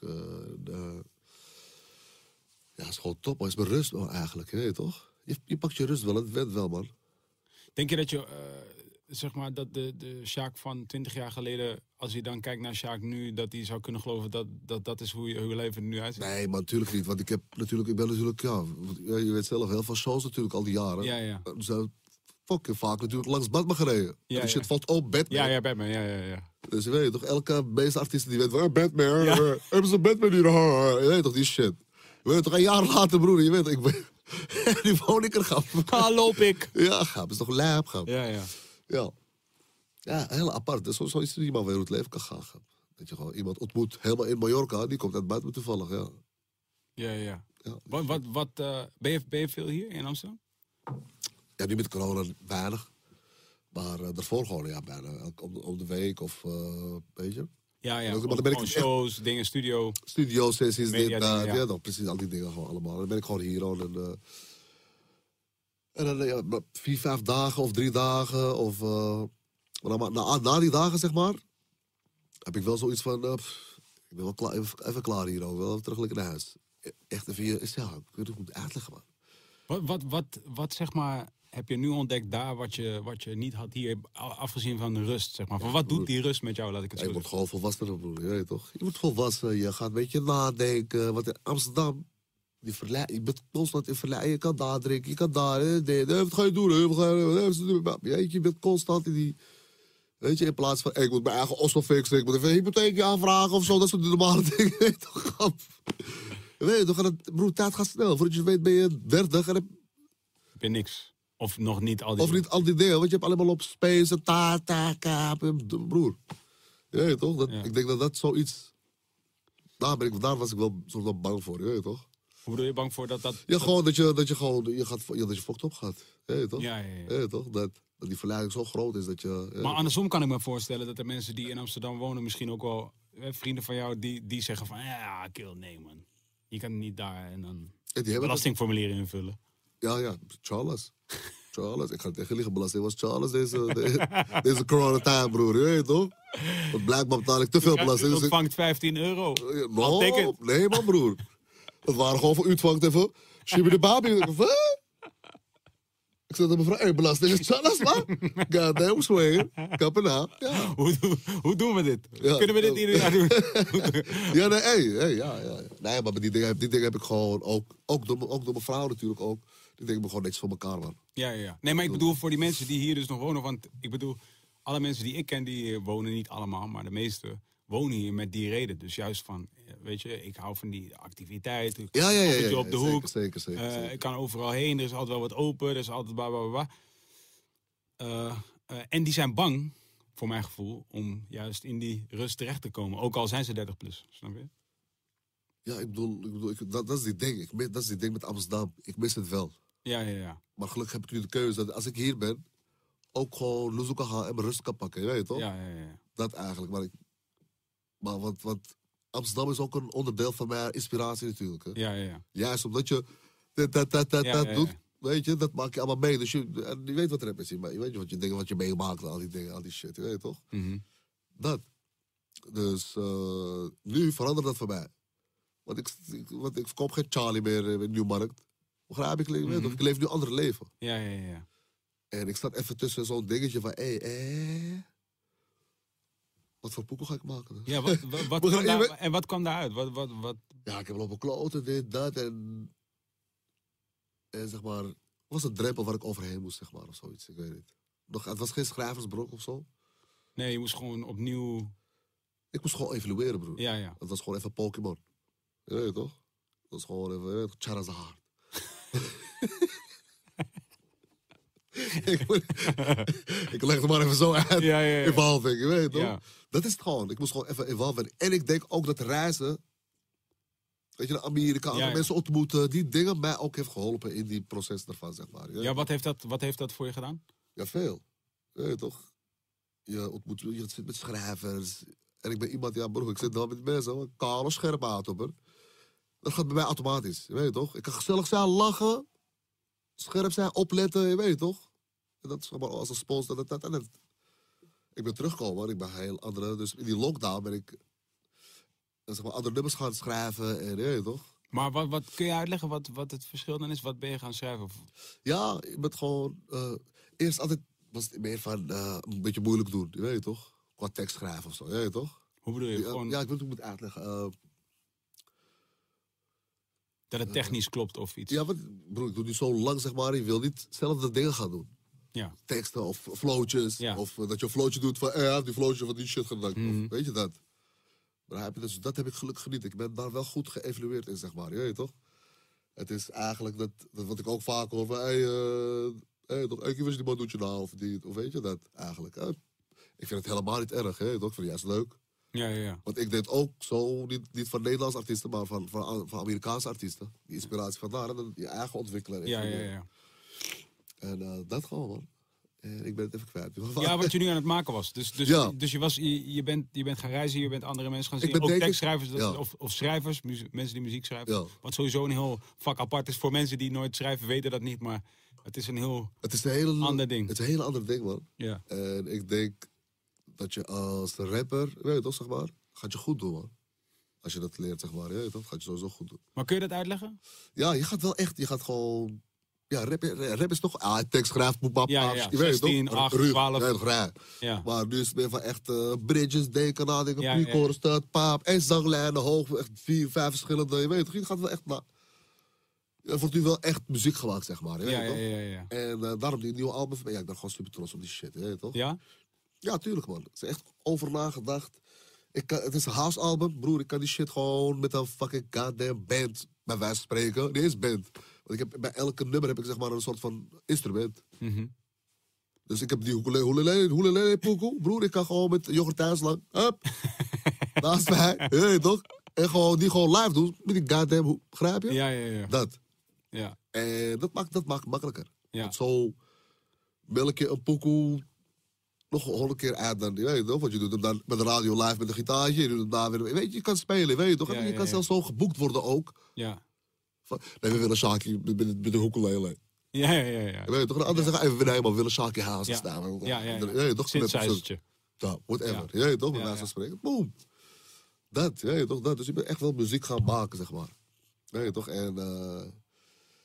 Ja, het is gewoon top, man. Het is mijn rust, man, eigenlijk. Je weet toch? Je pakt je rust wel, het went wel, man. Denk je dat je, zeg maar, dat de Sjaak van 20 jaar geleden, als je dan kijkt naar Sjaak nu, dat hij zou kunnen geloven dat is hoe je leven er nu uitziet? Nee, maar natuurlijk niet. Want ik ben natuurlijk, ja, je weet zelf, heel veel shows natuurlijk al die jaren. Ja. Dus fucking vaak natuurlijk langs Batman gereden. Ja, en shit valt op Batman. Ja, Batman, ja. Dus je weet toch, elke meeste artiesten die weten, Batman, hebben ze Batman hier? Je weet toch, die shit. Je weet toch, een jaar later, broer, je weet toch, nu woon ik er, grap. Loop ik. Ja, grap, is toch lijp, grap. Ja. Ja, heel apart. Dus zo is er iemand weer hoe het leven kan gaan. Dat je gewoon iemand ontmoet, helemaal in Mallorca, die komt uit Batman toevallig, ja. Ja. Wat ben je veel hier in Amsterdam? Ja, nu met corona weinig. Maar daarvoor gewoon, ja, bijna om de week of, weet je. Ja. Maar dan ben ik shows, dingen, studio-sessies, media, dit, dat. ja. Ja, precies, al die dingen gewoon allemaal. Dan ben ik gewoon hier al. En dan 4, 5 dagen of 3 dagen. Of, na die dagen, zeg maar, heb ik wel zoiets van, ik ben wel klaar, even klaar hier ook. Wel terug lekker naar huis. Echt even, ja, ik weet het goed uitleggen, man. Wat zeg maar, heb je nu ontdekt daar wat je niet had hier, afgezien van de rust, zeg maar? Van wat doet die rust met jou, laat ik het zo zeggen? Je wordt gewoon volwassen, broer, je weet toch? Je wordt volwassen, je gaat een beetje nadenken. Want in Amsterdam, je bent constant in verleiding. Je kan daar drinken, je kan daar, wat ga je doen? Je bent constant in die... Weet je, in plaats van, ik moet mijn eigen ossel fixen, ik moet even een hypotheekje aanvragen of zo, dat soort normale dingen. Weet je toch? Weet je toch, broer, tijd gaat snel. Voordat je weet ben je 30 en heb je niks. Of nog niet al die... Of niet al die dingen, want je hebt allemaal op space, broer. Je weet toch? Ik denk dat zoiets... Daar was ik wel soort van bang voor, je weet toch? Hoe bedoel je bang voor dat... Ja, gewoon dat je fokt op gaat. Je weet toch? Ja. Je weet toch? Dat die verleiding zo groot is dat je... Maar andersom kan ik me voorstellen dat er mensen die in Amsterdam wonen, misschien ook wel vrienden van jou, die zeggen van, ja, kill, nee man. Je kan niet daar en dan belastingformulieren invullen. Ja, Charles. Ik ga tegen liggen, belasting was Charles deze coronatime, broer, je weet toch? Want blijkbaar betaal ik te veel belasting. Je ontvangt €15. Nee man, broer. Het waren gewoon voor u ontvangt even. Shibi de Babi. Ik zei tegen mevrouw, belasting is chalas, man. God damn, swing. Kappen na. Ja. Hoe doen we dit? Ja. Kunnen we dit ieder jaar doen? Ja, nee, ja. Nee, maar die dingen heb ik gewoon ook door mijn vrouw natuurlijk ook. Die dingen hebben gewoon netjes voor elkaar, man. Ja. Nee, maar ik bedoel voor die mensen die hier dus nog wonen. Want ik bedoel, alle mensen die ik ken, die wonen niet allemaal. Maar de meeste wonen hier met die reden. Dus juist van, weet je, ik hou van die activiteit. Ja. Op de hoek. Zeker. Ik kan overal heen. Er is altijd wel wat open. Er is altijd bla. En die zijn bang, voor mijn gevoel, om juist in die rust terecht te komen. Ook al zijn ze 30 plus, snap je? Ja, ik bedoel dat is die ding. Dat is die ding met Amsterdam. Ik mis het wel. Ja. Maar gelukkig heb ik nu de keuze dat als ik hier ben, ook gewoon loes kan gaan en mijn rust kan pakken. Je weet toch? Ja. Dat eigenlijk. Maar want Amsterdam is ook een onderdeel van mijn inspiratie natuurlijk. Hè? Ja. Juist omdat je dat doet, weet je, dat maak je allemaal mee. Dus je weet wat rap is. Maar je weet wat je meemaakt, al die dingen, al die shit, je weet toch? Mm-hmm. Dat. Dus nu verandert dat voor mij. Want ik verkoop geen Charlie meer in Nieuwmarkt. Begrijp ik? Weet toch? Ik leef nu een ander leven. Ja. En ik sta even tussen zo'n dingetje van, wat voor poekel ga ik maken? Ja, wat kwam daaruit? Wat? Ja, ik heb lopen kloten, dit, dat. En zeg maar, het was een drempel waar ik overheen moest, zeg maar, of zoiets. Ik weet niet. Het was geen schrijversbrok of zo. Nee, je moest gewoon opnieuw... Ik moest gewoon evalueren, broer. Ja. Het was gewoon even Pokémon. Je weet toch? Het was gewoon even, Charizard. ik leg het maar even zo uit. Ja. Evolving, je weet toch? Ja. Dat is het gewoon. Ik moest gewoon even evolven. En ik denk ook dat reizen, weet je, naar Amerika, andere mensen ontmoeten, die dingen mij ook heeft geholpen in die proces ervan, zeg maar. Ja, wat heeft dat voor je gedaan? Ja, veel. Je weet toch? Je zit met schrijvers. En ik ben iemand, ik zit dan met mensen, kale, scherp uit op. Dat gaat bij mij automatisch, je weet toch? Ik kan gezellig zijn, lachen, scherp zijn, opletten, je weet toch? En dat is gewoon als een spons. Ik ben teruggekomen, ik ben heel andere. Dus in die lockdown ben ik zeg maar, andere nummers gaan schrijven en je weet toch? Maar wat kun je uitleggen wat het verschil dan is? Wat ben je gaan schrijven? Ja, ik ben gewoon... eerst altijd was het meer van een beetje moeilijk doen, je weet toch? Qua tekst schrijven of zo, je weet toch? Hoe bedoel je? Gewoon... Ja, ik weet hoe ik moet uitleggen. Dat het technisch klopt of iets? Ja, broer, ik doe nu zo lang, zeg maar. Je wil niet zelf de dingen gaan doen. Ja. Teksten of flowtjes. Ja. Of dat je een flowtje doet van, die flowtje van die shit gedaan. Of, weet je dat? Dus dat heb ik gelukkig niet. Ik ben daar wel goed geëvalueerd in, zeg maar. Je weet toch? Het is eigenlijk dat wat ik ook vaak hoor van, toch, ik wist die man doet je nou, of weet je dat eigenlijk. Ik vind het helemaal niet erg, hè, toch? Ik vind het juist leuk. Ja. Want ik deed ook zo, niet van Nederlandse artiesten, maar van Amerikaanse artiesten. Die inspiratie vandaar en dan je eigen ontwikkelen. Ja. En dat gewoon, man. En ik ben het even kwijt. Ja, wat je nu aan het maken was. Dus je bent gaan reizen, je bent andere mensen gaan zien. Ook tekstschrijvers of schrijvers, mensen die muziek schrijven. Ja. Wat sowieso een heel vak apart is voor mensen die nooit schrijven, weten dat niet. Maar het is een heel ander ding. Het is een heel ander ding, man. Ja. En ik denk dat je als rapper, weet je toch, zeg maar, gaat je goed doen, man. Als je dat leert, zeg maar, weet je toch, gaat je sowieso goed doen. Maar kun je dat uitleggen? Ja, je gaat gewoon... Ja, rap is toch... tekst schrijft, poepap, ja. Je weet 16, toch? 8, 12. Ja. Maar nu is het meer van echt bridges, denken, nadenken, pre-chorus, paap, en zanglijnen, hoog, echt 4, 5 verschillende, je weet toch? Je gaat wel echt naar... Er wordt nu wel echt muziek gemaakt, zeg maar, je weet toch? Ja. En daarom die nieuwe album van mij, ik ben gewoon super trots op die shit, je weet toch? Ja? Ja, tuurlijk, man. Het is echt over nagedacht. Het is een house album, broer. Ik kan die shit gewoon met een fucking goddamn band, bij wijze van spreken. Nee, is band. Want bij elke nummer heb ik zeg maar een soort van instrument. Mm-hmm. Dus ik heb die hoelelele poekoe. Broer, ik kan gewoon met Jogger Thuislang. Hup. Naast mij. Je toch? En gewoon die gewoon live doen. Met die goddamn, begrijp je? Ja. Dat. Ja. En dat maakt makkelijker. Ja. Want zo melk je een poekoe nog 100 keer uit dan, je weet toch? Want je doet hem dan met de radio live met een gitaartje. Je doet hem daar weer, weet je kan spelen, weet je toch? En je kan zelfs zo geboekt worden ook. Ja. Nee, we willen Shaki met de hoekelele. Ja. Je weet toch? De anderen zeggen, we willen helemaal Shaki Hazen staan. Ja. Toch? Synthesizertje. Ja, whatever. Je weet toch? Met wijze van spreken. Boom. Dat, je weet toch? Dat. Dus je bent echt wel muziek gaan maken, zeg maar. Weet je toch? En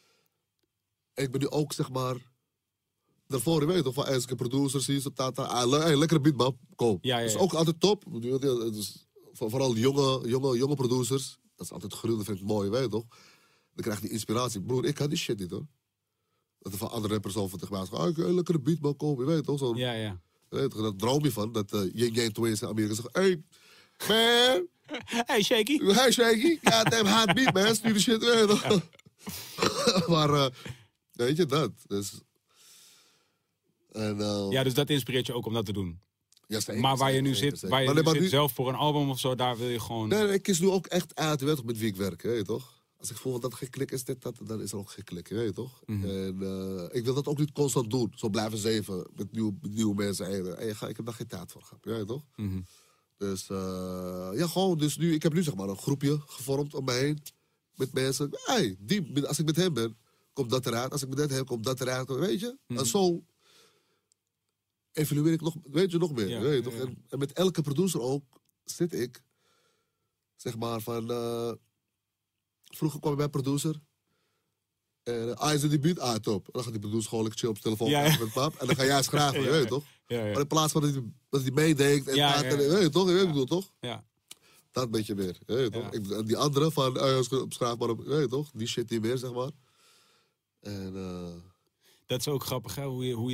ik ben nu ook, zeg maar... Daarvoor, je weet toch, van elke producers zie je, hey, lekkere beat, man, kom. Ja. Dat is ook altijd top. Dus, vooral jonge producers, dat is altijd gruwelijk, vind ik mooi, weet je toch? Dan krijg je die inspiratie. Broer, ik kan die shit niet, hoor. Dat er van andere rappers over tegen mij zeggen, hey, lekkere beat, man, kom, je weet toch? Zo, Ja. Weet toch, dat droom je van, dat Ying Yang Twins in Amerika zeggen, hey, man... Hey, Shaky. Hey, Shaky, goddamn hot beat, man, stuur die shit, weet je toch? Maar, weet je, dat, dus... En, Ja, dus dat inspireert je ook om dat te doen. ja, zeker, Maar waar je nu zeker, zit, zeker. waar je Maar nu nu- zit zelf voor een album of zo, daar wil je gewoon... Nee, ik kies nu ook echt uit, weet toch, met wie ik werk, weet je toch? Als ik voel dat geen klik is, dan is er ook geen klik, weet je toch? En ik wil dat ook niet constant doen. Zo blijven zeven met nieuwe mensen. Ik heb daar geen tijd voor gehad, weet je toch? Dus, ja, gewoon, dus nu, ik heb nu zeg maar een groepje gevormd om me heen. Met mensen, hey, als ik met hem ben, komt dat eruit. Als ik met hem heb, komt dat eruit, weet je? En zo evalueer ik nog meer, Ja, weet je toch? ja. En met elke producer ook zit ik, zeg maar, van... vroeger kwam ik bij een producer. En is die beat? Top. En dan gaat die producer gewoon lekker chill op zijn telefoon Ja. met pap. En dan ga jij schrijven, Ja, weet je toch? Ja. Maar in plaats van dat hij meedenkt en Ja, praat, ja. weet je toch? Je weet wat ik bedoel, toch? Ja. Dat een beetje meer, weet je toch? Ja. Die andere van, schrijf maar op, weet je toch? Die shit niet meer, zeg maar. En, Dat is ook grappig, hè?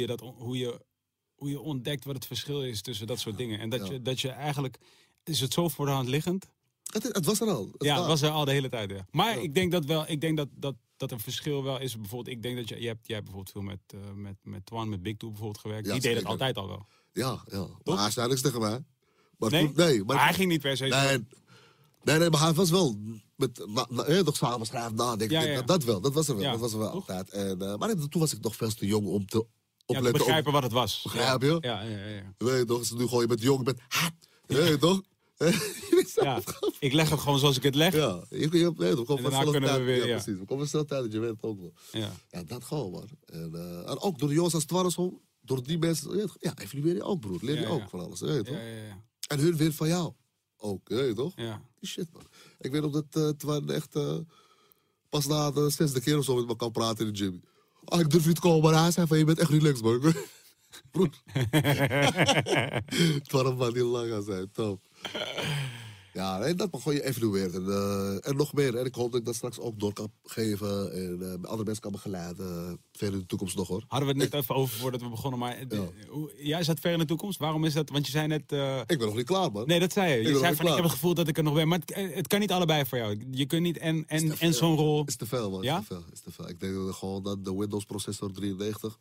Hoe je ontdekt wat het verschil is tussen dat soort dingen. En dat je eigenlijk... Is het zo voor de hand liggend? het was er al. Het was er al de hele tijd, ja. Maar ik denk dat wel... Ik denk dat een verschil wel is. Bijvoorbeeld, ik denk dat jij hebt bijvoorbeeld veel met Twan, met Big Two bijvoorbeeld gewerkt. Ja, Die deed het zeker. altijd al wel. Ja. Maar hij zei niks tegen mij. Maar Nee? toen, nee, Maar hij ging niet per se... Nee, maar hij was wel met toch samen schrijven, nadenken. Ja. Dat wel, dat was er wel. Ja, dat was er wel toch? altijd. En, maar toen was ik nog veel te jong om te te opletten. begrijpen wat het was. Begrijp je? Ja. Weet je toch, dus nu gooi je met jong, je bent... Weet je toch? Je weet zelf Ja. gewoon. Ik leg het gewoon zoals ik het leg. Ja, weet je, we komen En daarna van kunnen we tijd. weer, Ja, ja. precies. We komen snel tijd, dat je weet het ook wel. Ja. Ja, dat gewoon, man. En ook door de jongens als Twan en zo, door die mensen, weet je toch? Ja, evalueer je ook, broer. Leer je Ja, ook ja. van alles, weet je toch? Ja. En hun weer van jou. Ook, weet je toch? Ja. Die shit, man. Ik weet nog dat Twan echt pas na de 6e keer of zo met me kan praten in de gym. Ik durf niet te komen, maar hij zei van, je bent echt relaxed, man. Broer. Twan, man, die lang aan zijn, top. Ja, nee, dat mag gewoon je evalueert. En nog meer. En ik hoop dat ik dat straks ook door kan geven. En andere mensen kan begeleiden. Verder in de toekomst nog, hoor. Hadden we het net even over voordat we begonnen. Maar ja, is dat ver in de toekomst? Waarom is dat? Want je zei net... Ik ben nog niet klaar, man. Nee, dat zei je. ben Je nog zei niet van, ik klaar. heb het gevoel dat ik er nog ben. Maar het kan niet allebei voor jou. Je kunt niet en zo'n rol... Is te veel, man. Ja? Is te veel. Ik denk dat gewoon dat de Windows processor 93...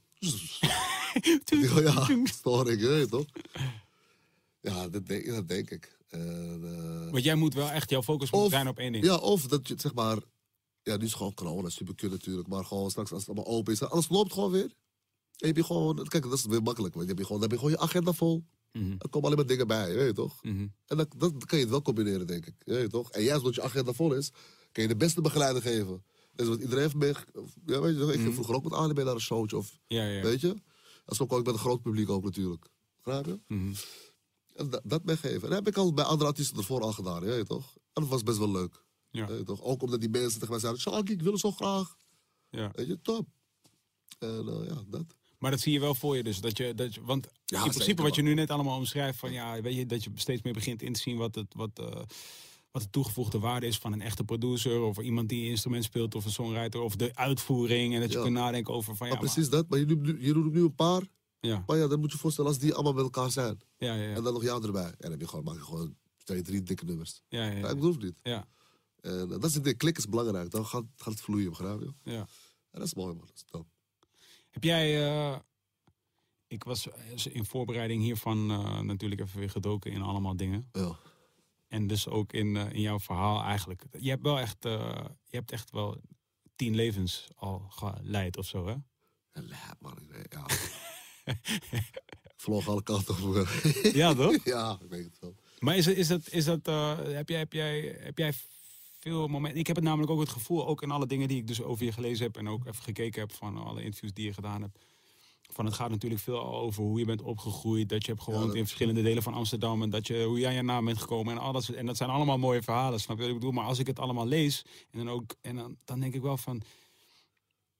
storing, weet je toch? Ja, dat denk ik. Want jij moet wel echt, jouw focus moet zijn op één ding. Ja, of dat je, zeg maar... Ja, nu is gewoon corona, superkut natuurlijk. Maar gewoon straks, als het allemaal open is... Alles loopt gewoon weer. En heb je gewoon... Kijk, dat is weer makkelijk. Want dan heb je gewoon je agenda vol. Er komen alleen maar dingen bij, weet je toch? En dat kan je het wel combineren, denk ik. Weet je toch? En juist omdat je agenda vol is... Kan je de beste begeleider geven. Dat is wat iedereen heeft mee... Ja, weet je toch? Ik ging vroeger ook met Ali mee naar een showtje. Of, Ja. weet je? En zo kwam ik met een groot publiek ook natuurlijk. Begrijp je? En dat meegeven. En dat heb ik al bij andere artiesten ervoor al gedaan, weet je toch? En dat was best wel leuk. Ja. Weet je toch? Ook omdat die mensen tegen mij zeiden... Shaki, ik wil het zo graag. Ja. Weet je, top. En ja, dat. Maar dat zie je wel voor je dus. Want Ja, in principe zeker wat je wel. nu net allemaal omschrijft... Van, ja, weet je, dat je steeds meer begint in te zien wat de toegevoegde waarde is van een echte producer... of iemand die een instrument speelt of een songwriter... of de uitvoering en dat je Ja. kunt nadenken over van... Ja, Maar precies dat. Maar je doet nu een paar. Ja. Maar ja, dan moet je je voorstellen als die allemaal met elkaar zijn. Ja. En dan nog jou erbij. En dan maak je gewoon 2, 3 dikke nummers. Ja. Ja, ik bedoel het niet. Ja. En dat is het ding. Klik is belangrijk. Dan gaat het vloeien, begrijp je? Ja. En dat is mooi, man. Dat is top. Heb jij... ik was in voorbereiding hiervan natuurlijk even weer gedoken in allemaal dingen. Ja. En dus ook in jouw verhaal eigenlijk. Je hebt wel echt, je hebt echt wel 10 levens al geleid of zo, hè? Ja, laat, man. Ja. Ik vloog alle kanten op. Ja, toch? Ja, ik weet het wel. Maar heb jij veel momenten... Ik heb het namelijk ook het gevoel, ook in alle dingen die ik dus over je gelezen heb... en ook even gekeken heb van alle interviews die je gedaan hebt... van het gaat natuurlijk veel over hoe je bent opgegroeid... dat je hebt gewoond in verschillende delen van Amsterdam... en hoe jij aan je naam bent gekomen en alles. En dat zijn allemaal mooie verhalen, snap je wat ik bedoel? Maar als ik het allemaal lees, dan denk ik wel van...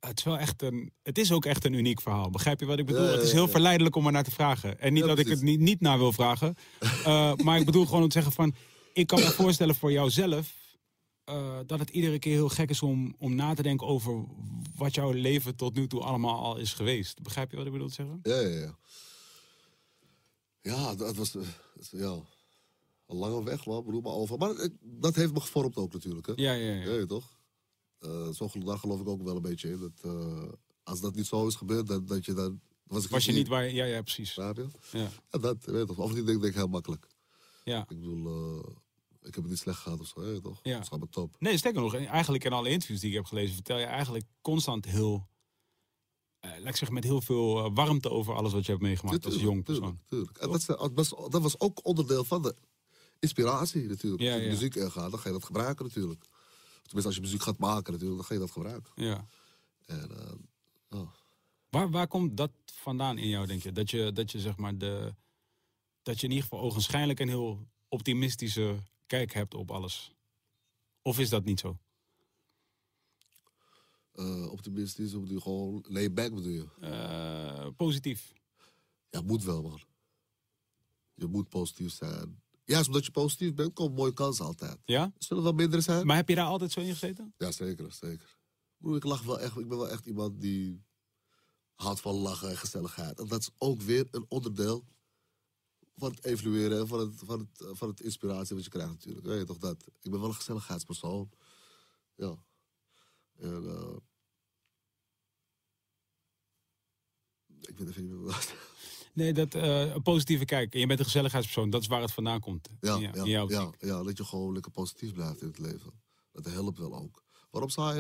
Het is ook echt een uniek verhaal. Begrijp je wat ik bedoel? Ja. Het is heel verleidelijk om er naar te vragen. En niet dat ik precies. het niet naar wil vragen. Maar ik bedoel gewoon om te zeggen van... Ik kan me voorstellen voor jouzelf... dat het iedere keer heel gek is om na te denken over... wat jouw leven tot nu toe allemaal al is geweest. Begrijp je wat ik bedoel te zeggen? Ja. Ja, dat was een lange weg, man, broer, maar over. Maar dat heeft me gevormd ook natuurlijk, hè? Ja. Ja, toch? Daar geloof ik ook wel een beetje in. Dat, als dat niet zo is gebeurd, dat je dan... Was je niet waar... Ja, precies. Snap je? Ja. Ja, dat, weet je toch? Of niet, denk ik heel makkelijk. Ja. Ik bedoel, ik heb het niet slecht gehad of zo, hè, toch? Ja. Het is gewoon top. Nee, sterker nog, eigenlijk in alle interviews die ik heb gelezen... vertel je eigenlijk constant heel... laat ik zeggen, met heel veel warmte over alles wat je hebt meegemaakt als jong persoon. Tuurlijk. En dat was ook onderdeel van de inspiratie natuurlijk. Ja, als je ja. muziek ingaat, dan ga je dat gebruiken natuurlijk. Tenminste, als je muziek gaat maken natuurlijk, dan ga je dat gebruiken. Ja. En, Waar komt dat vandaan in jou, denk je? Dat je zeg maar dat je in ieder geval ogenschijnlijk een heel optimistische kijk hebt op alles. Of is dat niet zo? optimistisch, of bedoel je gewoon lay back bedoel je? Positief. Ja, moet wel, man. Je moet positief zijn. Juist omdat je positief bent, komen mooie kansen altijd. Ja? Zullen er wel minder zijn? Maar heb je daar altijd zo in gezeten? Ja, zeker. Broer, ik lach wel echt. Ik ben wel echt iemand die houdt van lachen en gezelligheid. En dat is ook weer een onderdeel van het evalueren en van het inspiratie wat je krijgt natuurlijk. Weet je toch dat? Ik ben wel een gezelligheidspersoon. Ja. En, ik weet even niet meer wat. Nee, een positieve kijk. En je bent een gezelligheidspersoon. Dat is waar het vandaan komt. In jouw optiek. Ja, dat je gewoon lekker positief blijft in het leven. Dat helpt wel ook. Waarom zou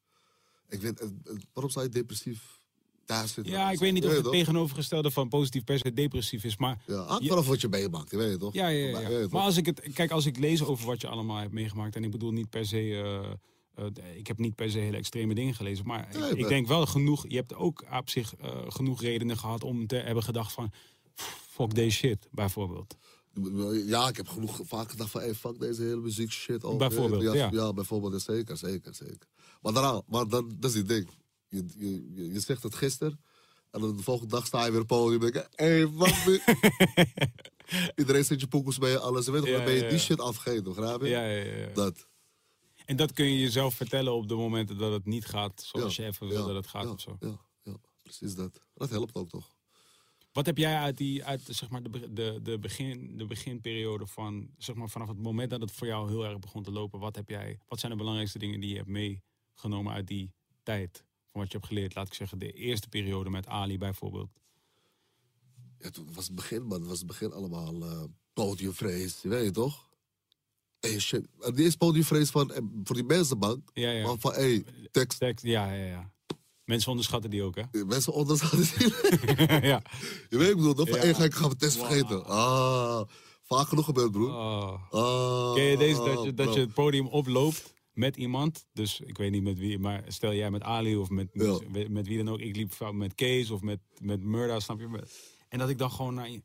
je depressief thuis zitten? Ja, ik weet niet of het tegenovergestelde van positief per se depressief is, maar... Ja, hangt vanaf wat je meemaakt, weet je toch? Ja. Maar als ik lees over wat je allemaal hebt meegemaakt, en ik bedoel niet per se... ik heb niet per se hele extreme dingen gelezen, maar ik denk wel genoeg... Je hebt ook op zich genoeg redenen gehad om te hebben gedacht van... Fuck deze shit, bijvoorbeeld. Ja, ik heb vaak gedacht van, hey, fuck deze hele muziek shit. Ook, bijvoorbeeld, ja, bijvoorbeeld, zeker. Maar dat is die ding. Je zegt het gisteren, en dan de volgende dag sta je weer op het podium en denk je, hey, fuck me. Iedereen zet je poekels bij je, alles. Dan ben je die shit afgegeten, begrijp je? Ja. Dat. En dat kun je jezelf vertellen op de momenten dat het niet gaat zoals je even wil dat het gaat of zo. Ja, precies dat. Dat helpt ook toch. Wat heb jij uit zeg maar de beginperiode van, zeg maar vanaf het moment dat het voor jou heel erg begon te lopen, wat zijn de belangrijkste dingen die je hebt meegenomen uit die tijd? Van wat je hebt geleerd, laat ik zeggen, de eerste periode met Ali bijvoorbeeld. Ja, toen was het begin, man. Het was het begin allemaal podiumvrees, weet je toch? Hey, shit. Die eerste podiumvrees voor die mensenbank. Ja. Maar van, hey, tekst. Ja. Mensen onderschatten die ook, hè? Mensen onderschatten die. Ja. Je weet, ik bedoel, dat van, hey, ik ga mijn test vergeten. Vaak genoeg gebeurd, broer. Ken je deze, dat je het podium oploopt met iemand? Dus ik weet niet met wie, maar stel jij met Ali of met wie dan ook. Ik liep met Kees of met Murda, snap je? En dat ik dan gewoon naar je...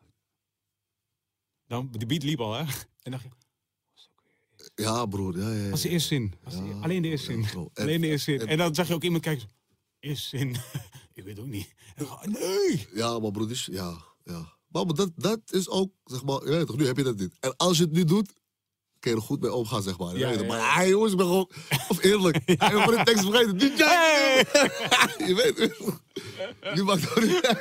De beat liep al, hè? En dacht je... Ja, broer. Ja. Als de eerste zin. Alleen de eerste zin. Alleen de eerste zin. En dan zag je ook iemand kijken. Eerste zin. Ik weet ook niet. Nee! Ja, maar broer, ja. Maar dat is ook, zeg maar, je weet toch, nu heb je dat niet. En als je het nu doet, kun je er goed mee omgaan, zeg maar. Ja. Maar jongens, ik ben gewoon, of eerlijk, ik ben voor de tekst vergeten. DJ! Hey! Je weet, nu maakt het ook niet.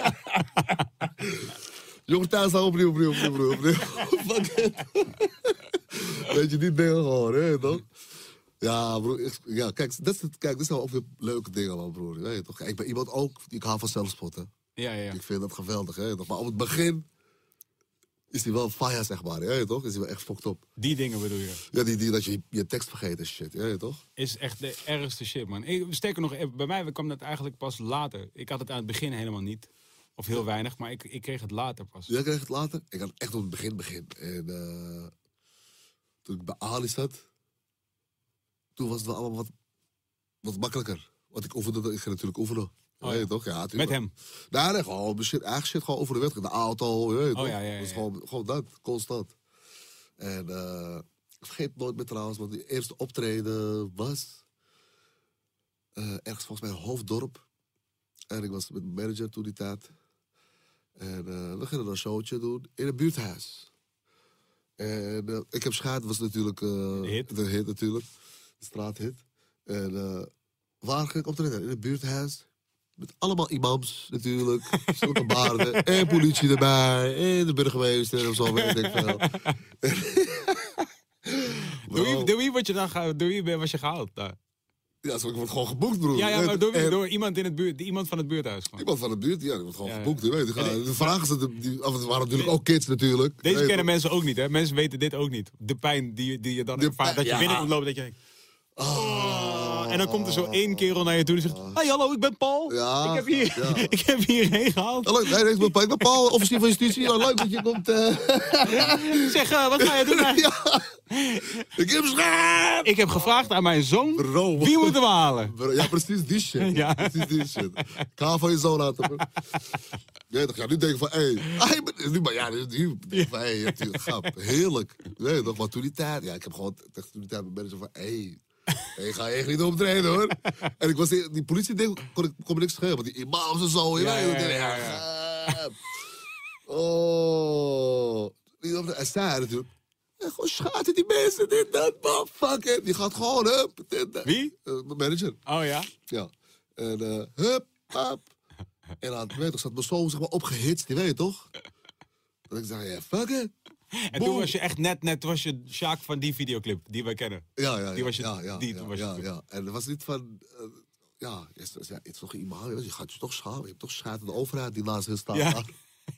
Jongens, thuis staan opnieuw. Fuck it. Weet je, die dingen gewoon, hè, toch? Ja, broer. Ja, kijk, dit zijn ook weer leuke dingen, man, broer. Weet je, toch? Kijk, ik ben iemand ook, ik hou van zelfspotten. Ja. Ik vind dat geweldig, hè. Maar op het begin is die wel fire, zeg maar. Hè, toch? Is die wel echt fucked op. Die dingen bedoel je? Ja, die dat je je tekst vergeet en shit, hè, toch? Is echt de ergste shit, man. Sterker nog, bij mij kwam dat eigenlijk pas later. Ik had het aan het begin helemaal niet. Of heel weinig, maar ik kreeg het later pas. Jij kreeg het later? Ik had het echt op het begin. En toen ik bij Ali zat, toen was het wel allemaal wat makkelijker. Want ik ging natuurlijk oefenen. Oh, weet je toch? Ja, met hem? Nee, gewoon eigen shit gewoon over de weg. De auto, weet je toch? Ja. Dus gewoon dat, constant. En ik vergeet nooit meer trouwens, want die eerste optreden was... ergens volgens mij Hoofddorp. En ik was met mijn manager toen die tijd. En we gingen een showtje doen in een buurthuis. En ik heb Schaat, was natuurlijk de hit natuurlijk. De straathit. En waar ging ik optreden? In een buurthuis. Met allemaal imams natuurlijk. Zulke baarden. En politie erbij. En de burgemeester of zo, weet ik veel. Door wie word je dan was je gehaald daar? Ja, zo, ik word gewoon geboekt, broer. Ja, maar door wie? Door iemand iemand van het buurthuis. Gewoon. Iemand van de buurt, ja, die wordt gewoon geboekt. Je weet, de vragen ze, het waren natuurlijk ook kids natuurlijk. Deze kennen mensen ook niet, hè? Mensen weten dit ook niet. De pijn die je dan ervaart. Dat je binnenkomt lopen, dat je denkt... En dan komt er zo één kerel naar je toe en zegt... Hey, hallo, ik ben Paul. Ja, ik heb hierheen gehaald. Hallo, nee, ik ben Paul, officier van justitie. Ja, leuk dat je komt. Zeg, wat ga je doen? Ja. Ik heb Schaap. Ik heb gevraagd aan mijn zoon, Bro. wie moet hem halen? Ja, precies die shit. Ja. Precies die shit. Ik ga van je zoon laten. Bro. Nee, toch, ja, nu denk ik van, nu denk ik van, natuurlijk, grap. Heerlijk. Nee, toch, maar toen die tijd, ja, ik heb gewoon tegen toen die tijd mijn manager van, ik ga echt niet optreden, hoor. En ik was die politie ding kon me niks schelen, want die imams en zo. Ja. Oh. En zij natuurlijk. En gewoon schaten die mensen, dit, dat, man, fuck it. Die gaat gewoon, hup. Wie? Mijn manager. Oh ja? Ja. En hup, hap. En dan, weet toch, zat me zo, zeg maar, opgehitst, die weet je toch? Dat ik zei, fuck it. En toen was je echt net was je Sjaak van die videoclip, die wij kennen. Ja. Die was je, Ja. En dat was niet van, het is toch iemand, je gaat je toch schamen. Je hebt toch schaat aan de overheid die naast hen staat. Ja.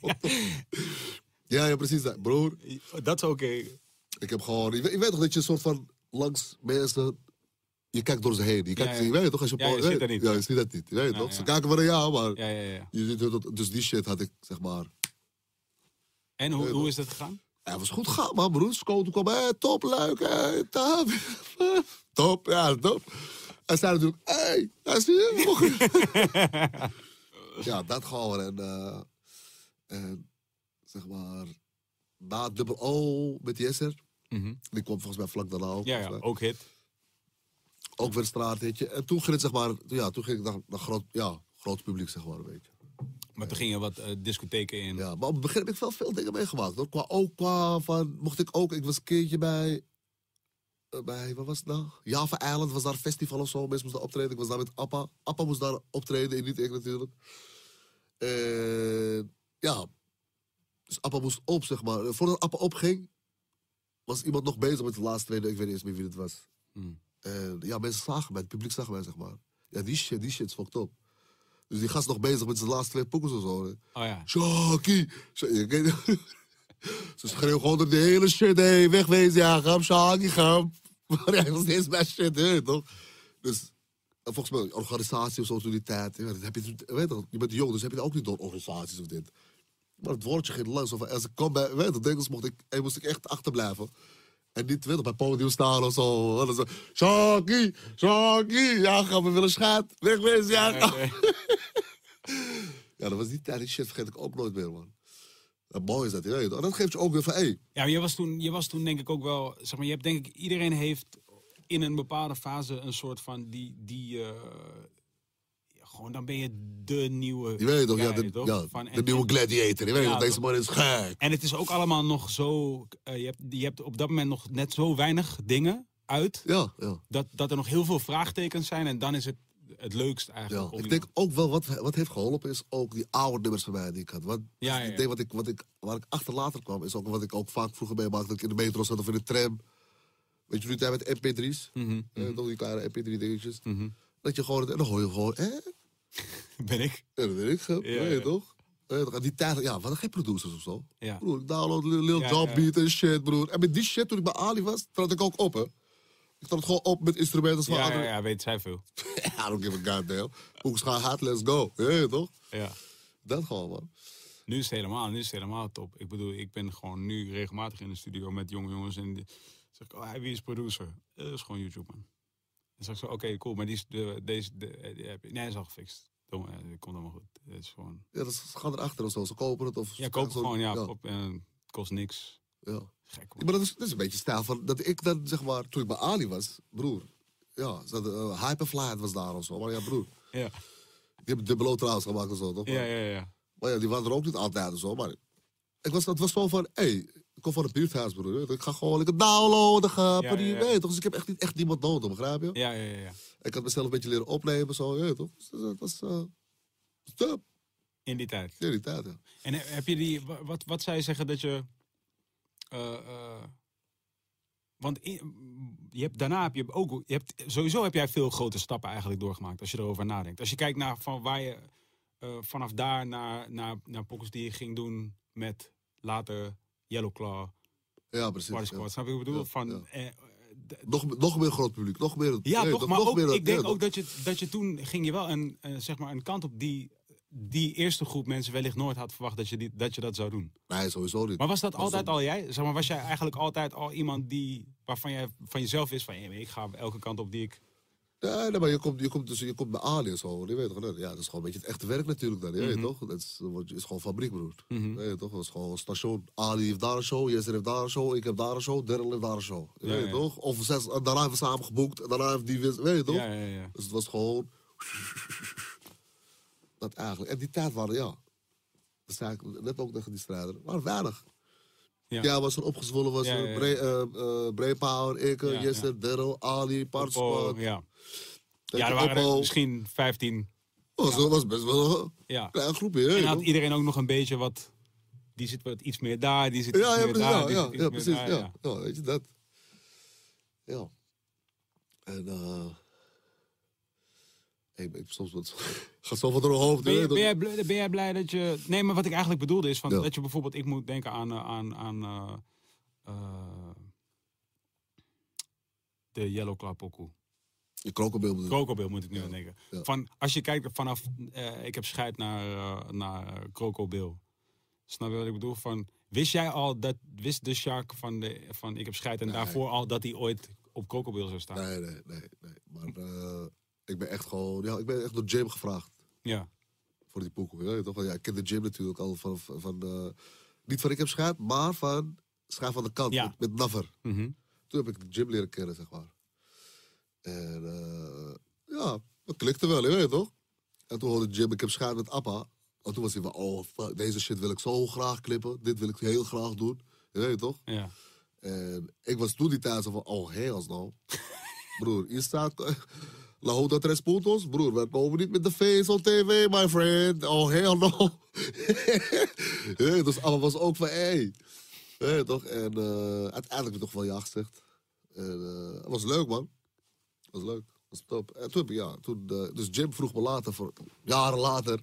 Ja, precies. Broer. Dat is oké. Ik heb gewoon, je weet toch dat je een soort van langs mensen, je kijkt door ze heen. Je weet toch, als je je ziet dat niet. Ja, je ziet dat niet. Je weet toch, ze kijken wel naar jou, maar Ja. je ziet dat, dus die shit had ik, zeg maar. En hoe is dat gegaan? Ja, het was goed gegaan, man, broer. Toen kwam, top, leuk, top. Top, ja, top. En zij natuurlijk, daar zie je. Ja, dat gewoon. En zeg maar, na Dubbel O met Jesser. Die kwam volgens mij vlak daarna ook. Ja, ook hit. Ook weer een straathitje. En toen ging het, zeg maar, toen ging ik naar groot publiek, zeg maar, een beetje. Maar toen gingen wat discotheken in. Ja, maar op het begin heb ik wel veel dingen meegemaakt, hoor. Ik was een keertje bij, wat was het nou? Java Island was daar een festival of zo. Mensen moesten daar optreden. Ik was daar met Appa. Appa moest daar optreden, en niet ik natuurlijk. Dus Appa moest op, zeg maar. Voordat Appa opging, was iemand nog bezig met de laatste tweede. Ik weet niet eens meer wie het was. Mensen zagen mij, het publiek zag mij, zeg maar. Ja, die shit is fucked up. Dus die gast nog bezig met zijn laatste 2 poekers of zo. Hè. Oh ja. Shaki! Ze schreeuwen gewoon door de hele shit, wegwezen, ja, grap, Shaki, grap. Maar hij was steeds mijn shit, toch? Dus, volgens mij, organisatie of zo toen die tijd, dat heb je bent jong, dus heb je ook niet door organisaties of dit. Maar het woordje ging langs, of als ik kwam bij, Engels moest ik echt achterblijven. En niet bij het podium staan of zo. Shaki, ja, gaan we willen schaat, wegwezen, ja. Ja, dat was die tijd, die shit vergeet ik ook nooit meer, man. Dat mooi is dat, je weet. En dat geeft je ook weer van, Ja, maar je was toen denk ik ook wel, zeg maar, je hebt denk ik, iedereen heeft in een bepaalde fase een soort van gewoon, dan ben je de nieuwe... Je weet toch, de nieuwe gladiator. Je weet toch, deze man is gek. En het is ook allemaal nog zo... je hebt op dat moment nog net zo weinig dingen uit... Ja. Dat er nog heel veel vraagtekens zijn. En dan is het leukst eigenlijk. Ja, ik denk ook wel, wat heeft geholpen is ook die oude nummers van mij die ik had. Waar ik achter later kwam, is ook wat ik ook vaak vroeger meemaakte. Dat ik in de metro zat of in de tram. Weet je, nu tijd met MP3's. Nog die kleine MP3 dingetjes. Dat je gewoon... En dan hoor je gewoon, Ben ik? Ja, dat weet ik. Weet je toch? Die tijd, we hadden geen producers of zo. Ja. Broer, ik download Lil Jon Beat en shit, broer. En met die shit, toen ik bij Ali was, trad ik ook op, hè. Ik trad gewoon op met instrumenten van anderen. Ja, weet zij veel. I don't give a goddamn. Hoeks gaan hard, let's go. Ja, toch? Ja. Dat gewoon, man. Nu is het helemaal top. Ik bedoel, ik ben gewoon nu regelmatig in de studio met jonge jongens. En zeg ik, wie is producer? Dat is gewoon YouTube, man. Dan zeg ik zo, oké, cool, maar deze is al gefixt. Dat komt allemaal goed. Het is gewoon... Ja, ze gaan erachter of zo. Ze kopen het of... Ja, kopen gewoon, op, en het kost niks. Ja. Gek, maar dat is een beetje stijl van... Dat ik dan, zeg maar, toen ik bij Ali was, broer... Ja, Hyperfly was daar of zo. Maar ja, broer. Ja. Die hebben dubbelo trouwens gemaakt en zo, toch? Ja. Maar ja, die waren er ook niet altijd en zo. Maar het was gewoon van, ik kom van een buurthuis, broer. Ik ga gewoon lekker downloaden, weet toch? Dus ik heb echt niemand nodig, begrijp je? Ja. Ik had mezelf een beetje leren opnemen, zo, weet je toch? Dus dat was top. In die tijd? In die tijd, ja. En heb je wat zou je zeggen dat je... want sowieso heb jij veel grote stappen eigenlijk doorgemaakt, als je erover nadenkt. Als je kijkt naar van waar je vanaf daar naar pokkels die je ging doen met later Yellow Claw, ja, precies. Party Squad, snap je wat ik bedoel? Ja. Nog meer groot publiek, nog meer... Ja, nee, toch, maar nog ook, meer, ik denk ook dat je toen ging je wel een kant op die eerste groep mensen wellicht nooit had verwacht dat je dat zou doen. Nee, sowieso niet. Maar was dat altijd al jij? Zeg maar, was jij eigenlijk altijd al iemand waarvan jij van jezelf wist van... ik ga elke kant op die ik... Nee, maar je komt bij Ali en zo. Je weet toch, ja, dat is gewoon een beetje het echte werk natuurlijk dan. Je weet toch? Dat is gewoon fabriek, broer. Weet je toch? Dat is gewoon een station. Ali heeft daar een show, Jesser heeft daar een show, ik heb daar een show, Daryl heeft daar een show. Je weet toch? Of daarna hebben we samen geboekt en daarna heeft die... Weet je toch? Ja. Dus het was gewoon... Dat eigenlijk. En die tijd waren, ja... Dat zei ik net ook tegen die strijder. Maar weinig. Ja, was er opgezwollen, was er Brainpower, ik, Jesser, Daryl, Ali, Party Squad. Ja, er waren er misschien 15. Dat was best wel een klein groepje. En had iedereen ook nog een beetje wat... Die zit wat iets meer daar, die zit iets meer daar. Ja, precies. Ja, weet je dat. Ja. En ik soms wat... Gaat zo van door mijn hoofd. Ben jij blij dat je... Nee, maar wat ik eigenlijk bedoelde is van dat je bijvoorbeeld... Ik moet denken aan de Yellow Claw pokoe. Je Krokodil moet ik nu aan denken. Ja. Van, als je kijkt vanaf... ik heb scheid naar Krokodil. Snap je wat ik bedoel? Van, wist de Shark van ik heb scheid en daarvoor al dat hij ooit op Krokodil zou staan? Nee. Maar ik ben echt gewoon... Ja, ik ben echt door Jim gevraagd. Ja. Voor die pokoe. Ja, toch? Ja, ik ken de Jim natuurlijk al van niet van ik heb scheid, maar van Schijf van de Kant met Naffer. Mm-hmm. Toen heb ik de Jim leren kennen, zeg maar. En dat klikte wel, je weet toch? En toen hoorde Jim, ik heb scheid met Appa. En toen was hij van, fuck, deze shit wil ik zo graag klippen. Dit wil ik heel graag doen. Je weet toch? Ja. En ik was toen die tijd zo van, als nou. Broer, hier staat... La Hoda Tres Puntos. Broer, we komen niet met de face on tv, my friend. Oh, hell no. Dus Appa was ook van, toch? En uiteindelijk heb ik toch wel ja gezegd. En het was leuk, man. Het was leuk. Dat was top. En toen dus Jim vroeg me later, jaren later.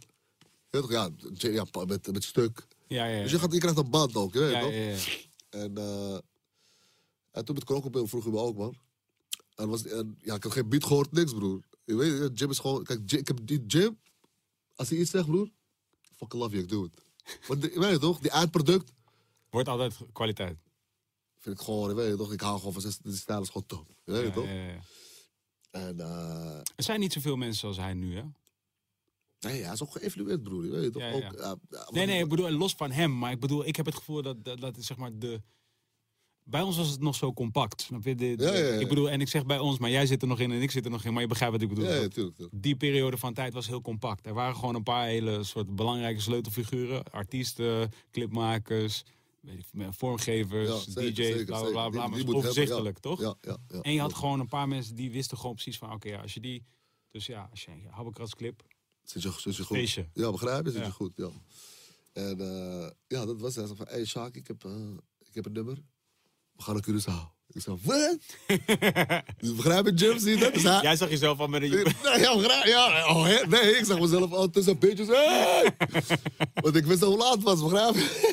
Met stuk. Ja. Dus je krijgt een band ook, je weet toch? Ja. En toen met Krokodil vroeg hij me ook, man. Ik had geen beat gehoord, niks, broer. Je weet, Jim is gewoon... Kijk, ik heb die Jim... Als hij iets zegt, broer... Fucking love you, ik doe het. Want je weet toch, die eindproduct... Wordt altijd kwaliteit. Vind ik gewoon, je weet toch, ik hou gewoon van die stijl is gewoon top. Je weet toch? Ja. En, er zijn niet zoveel mensen zoals hij nu, hè? Nee, hij is ook geëvalueerd, broer. Je weet toch? Ja. Nee, ik bedoel, los van hem. Maar ik heb het gevoel dat zeg maar bij ons was het nog zo compact. Snap je? Ik bedoel, en ik zeg bij ons, maar jij zit er nog in en ik zit er nog in. Maar je begrijpt wat ik bedoel. Ja, tuurlijk. Die periode van tijd was heel compact. Er waren gewoon een paar hele soort belangrijke sleutelfiguren. Artiesten, clipmakers, vormgevers, DJ's, bla bla bla. Maar overzichtelijk, toch? Ja. En je had gewoon een paar mensen die wisten gewoon precies van... als je die... Dus als je Habbekras clip... Zit je goed. Feestje. Ja, begrijp je? Zit je goed, ja. En dat was het. Van, Sjaak, ik heb een nummer. We gaan naar Curaçao. Ik zei, wat? Begrijp je, Jim? Zie je dat? Dus jij zag jezelf al met een... Nee, ik zag mezelf al tussen beetjes. Hey! Want ik wist hoe laat het was, begrijp je?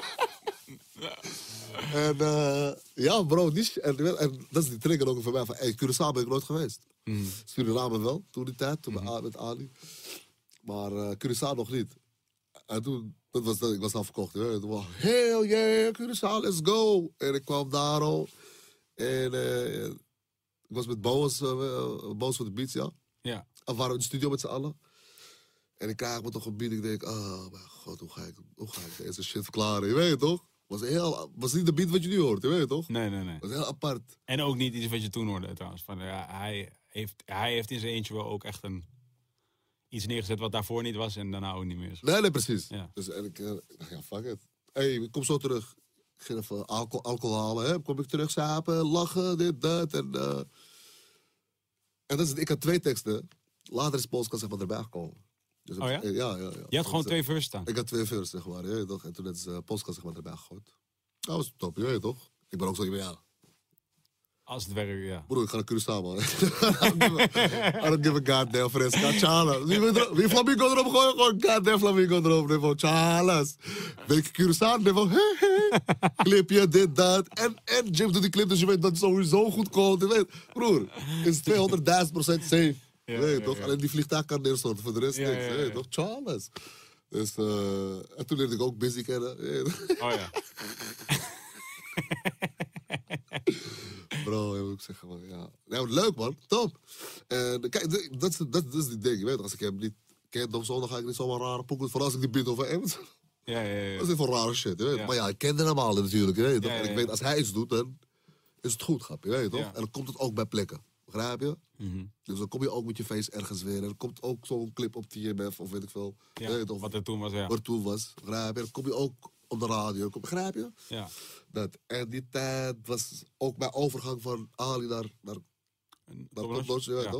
En bro, en dat is die trigger ook voor mij. Van, Curaçao ben ik nooit geweest. Suriname wel, toen die tijd, met Ali. Maar Curaçao nog niet. En toen, ik was al verkocht. Toen was hell yeah, Curaçao, let's go. En ik kwam daar al. En ik was met Boos voor de Beats, ja. Ja. En we waren in de studio met z'n allen. En ik krijg me toch een beat. Ik denk, oh mijn god, hoe ga ik deze shit verklaren? Je weet toch? Was niet de beat wat je nu hoort, je weet toch? Nee. Was heel apart. En ook niet iets wat je toen hoorde trouwens. Van, hij heeft in zijn eentje wel ook echt iets neergezet wat daarvoor niet was en daarna ook niet meer is. Nee, precies. Ja. Dus en ik dacht, ja, fuck it. Ik kom zo terug. Ik ging even alcohol halen. Hè. Kom ik terug, sapen, lachen, dit, dat. En dat is het. Ik had 2 teksten. Later is Polska zeg maar erbij gekomen. Dus Ja? Ja. Je had gewoon 2 verses staan? Ik had 2 verses, zeg maar. Ja, toch? En toen is Polska zeg maar erbij gegooid. Dat was top, ja, toch? Ik ben ook zo iemand, ja. Als het werkt, ja. Broer, ik ga naar Curaçao, man. I don't give a goddamn fresca. Charles. Wie flamingo erop gooien? Gewoon goddamn flamingo erop. Nevo, Charles. Ben ik Curaçao? Nevo, hey. Clipje, dit, dat. En Jim doet die clip, dus je weet dat het sowieso goed komt. Je weet, broer, is 200.000% safe. Ja, weet ja, toch? ja. Alleen die vliegtuig kan neerstorten, voor de rest Ja, niks. ja, ja. Weet toch? Charles. Dus, en toen leerde ik ook Busy kennen. Oh ja. Bro, ja, moet ik zeggen, man. Ja. Nou, leuk, man. Top. En kijk, dat is die ding. Je weet, als ik hem niet ken of zo, dan ga ik niet zomaar rare poeken. Vooral als ik die beat over hem. Ja. Dat is even rare shit, je weet. Ja. Maar ja, ik kende hem al natuurlijk, je weet toch? Ja, En ik ja. weet, als hij iets doet, dan is het goed, grap, je weet toch? Ja. En dan komt het ook bij plekken. Begrijp je? Mhm. Dus dan kom je ook met je face ergens weer. En dan komt ook zo'n clip op TMF of weet ik veel. Ja, Je weet toch? wat er toen was, ja. Waar toen was. Begrijp je? Dan kom je ook op de radio. Begrijp je? Ja. Dat. En die tijd was ook bij overgang van Ali naar Topnotch, je weet Ja. toch?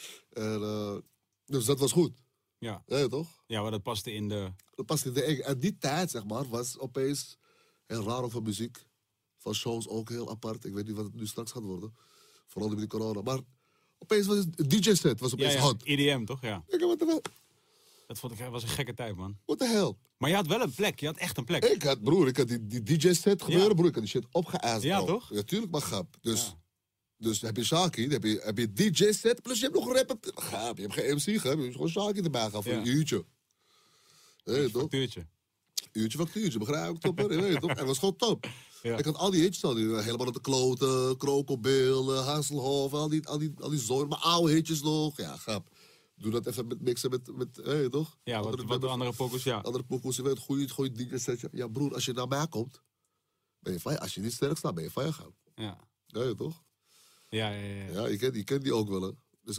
En, dus dat was goed. Ja. Je weet toch? Ja, maar dat paste in de... Dat past in de eng. En die tijd, zeg maar, was opeens heel raar van muziek. Van shows ook heel apart. Ik weet niet wat het nu straks gaat worden. Vooral met die corona. Maar opeens was het DJ-set was opeens hot. EDM, toch? Ja. Ik dacht, Dat vond ik was een gekke tijd, man. what the hell? Maar je had wel een plek. Je had echt een plek. Ik had die DJ-set gebeuren, Ja. broer. Ik had die shit opgeëist. Ja, bro. toch? Ja, tuurlijk, maar grap. Dus, Ja. dus heb je Shaki, dan heb je DJ-set, plus je hebt nog rappen. Gaap, je hebt geen MC gehad, je hebt gewoon Shaki erbij gaan voor Ja. een uurtje. Weet je toch? Factuurtje. Uurtje factuurtje, begrijp ik topper? Je weet toch? En het was gewoon top. Ja. Ik had al die hitjes al, helemaal op de kloten, Krokodil, Hasselhoff, al die zooi, maar oude hitjes nog. Ja, grap. Doe dat even met mixen met weet je toch? Ja, wat de andere pokus, ja. Andere pokoes, je weet, goeie DJ-setje. Ja, broer, als je naar mij komt, ben je van, als je niet sterk staat, ben je van je gaan. Ja. Ja, je toch? Ja. Ja, je kent die ook wel, hè. Dus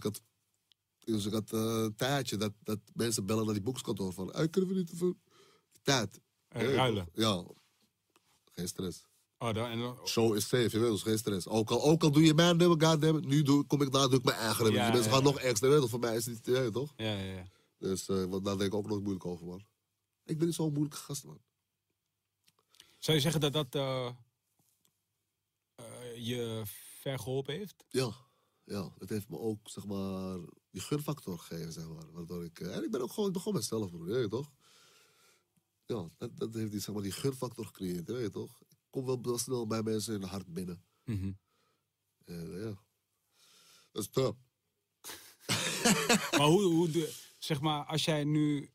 ik had een tijdje dat mensen bellen naar die boekskantoor van, kunnen we niet even... Tijd. Ja, Ruilen. toch? Ja. Geen stress. Oh, en dan... Show is safe, je weet, dus geen stress. Ook al doe je mijn nummer, goddammit, nu kom ik daar, doe ik mijn eigen nummer. Ja, Die mensen ja, gaan nog extra, weet je, voor mij is het niet, ja, toch? Ja. Dus want daar denk ik ook nooit moeilijk over, man. Ik ben niet zo'n moeilijke gast, man. Zou je zeggen dat dat je ver geholpen heeft? Ja, dat heeft me ook, zeg maar, die gunfactor gegeven, zeg maar. Waardoor en ik ben gewoon mezelf, broer, weet je toch? Ja, dat heeft die, zeg maar, die gunfactor gecreëerd, weet je toch? Ik kom wel snel bij mensen in het hart binnen. Mhm. Ja. Dat is top. Maar zeg maar, als jij nu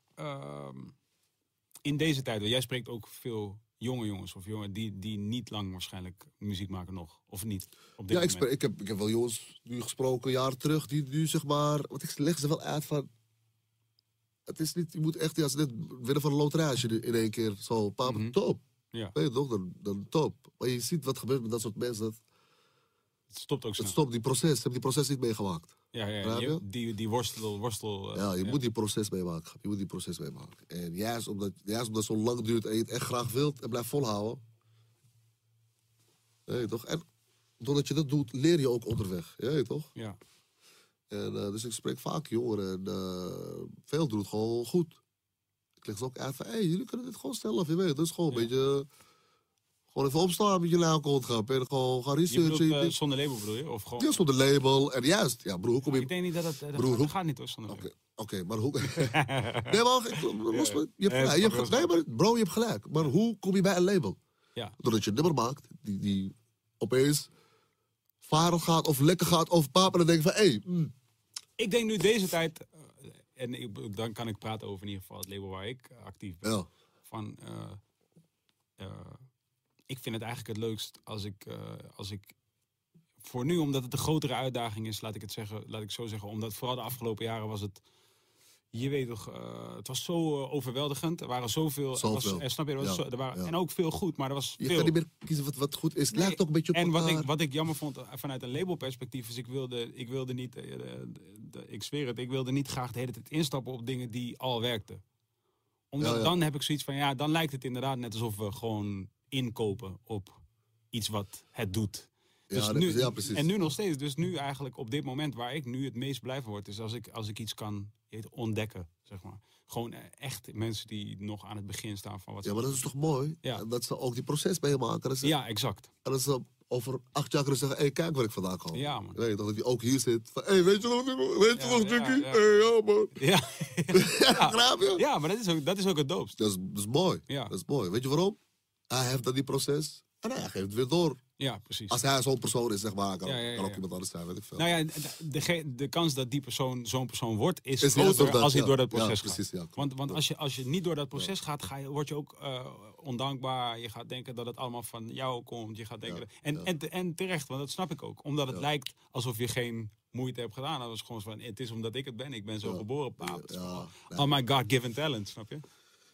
in deze tijd, want jij spreekt ook veel jonge jongens of jongen die niet lang waarschijnlijk muziek maken nog, of niet? Op dit Ja, moment. ik heb wel jongens nu gesproken, jaren terug, die nu zeg maar, want ik leg ze wel uit van, het is niet, je moet echt, ja, als net winnen van een loterij, als je in één keer zo, papa, Mhm. top. Ja, Weet je toch, dan top. Maar je ziet wat gebeurt met dat soort mensen, het stopt ook het snel. stopt, ze hebben die proces niet meegemaakt. Ja, Begrijp je? die worstel. Ja, je moet die proces meemaken. Je moet die proces meemaken. En juist omdat het zo lang duurt en je het echt graag wilt en blijft volhouden. Weet je toch? En doordat je dat doet, leer je ook onderweg. Weet je toch? Ja. En, dus ik spreek vaak jongeren en veel doen het gewoon goed. Ik leg ze ook uit van, jullie kunnen dit gewoon zelf, je weet. Dus gewoon een beetje, gewoon even opstaan met je luikond gaan. En gewoon gaan Je researchen. bedoelt zonder label bedoel je? Of gewoon... Ja, zonder label. En juist, ja broer, hoe kom je... Ik denk niet dat het Broer, dat gaat niet hoor, zonder label. Oké, maar hoe... nee, maar los me. Je hebt gelijk. Nee, maar bro, je hebt gelijk. Maar hoe kom je bij een label? Ja. Doordat je een nummer maakt die opeens varen gaat of lekker gaat of papa en dan denk je van, Ik denk nu deze tijd, dan kan ik praten over in ieder geval het label waar ik actief ben. Ja. Van, ik vind het eigenlijk het leukst als ik voor nu, omdat het een grotere uitdaging is, laat ik zo zeggen, omdat vooral de afgelopen jaren was het je weet toch, het was zo overweldigend. Er waren zoveel. Snap je? En ook veel goed, maar er was Je veel. kan niet meer kiezen wat goed is. Het lijkt toch een beetje op En elkaar. wat ik jammer vond vanuit een labelperspectief is, ik wilde niet, ik zweer het, ik wilde niet graag de hele tijd instappen op dingen die al werkten. Omdat dan heb ik zoiets van, dan lijkt het inderdaad net alsof we gewoon inkopen op iets wat het doet. Dus precies. En nu nog steeds. Dus nu eigenlijk op dit moment waar ik nu het meest blij van word, is als ik iets kan ontdekken, zeg maar. Gewoon echt mensen die nog aan het begin staan van wat. Ja, maar dat is toch mooi? Ja. Dat ze ook die proces meemaken. Ja, exact. En dat ze over 8 jaar kunnen zeggen, hey, kijk waar ik vandaan kom. Ja, man. Weet je, dat hij ook hier zit. Van, hey, weet je nog, Junkie? Ja. Hey, ja, man. Ja. Graaf je? Ja, maar dat is ook het doopst. Dat is mooi. Ja. Dat is mooi. Weet je waarom? Hij heeft dan die proces en hij geeft het weer door. Ja, precies. Als hij zo'n persoon is, zeg maar, kan ook ja. iemand anders zijn, weet ik veel. Nou ja, de kans dat die persoon zo'n persoon wordt, is heel groter groot, als hij ja. door dat proces Ja, precies, gaat. ja. Want als je niet door dat proces gaat, word je ook ondankbaar. Je gaat denken dat het allemaal van jou komt. Je gaat denken, en terecht, want dat snap ik ook. Omdat het lijkt alsof je geen moeite hebt gedaan. Dat was gewoon van, het is omdat ik het ben. Ik ben zo geboren, paap. Oh my God-given talent, snap je?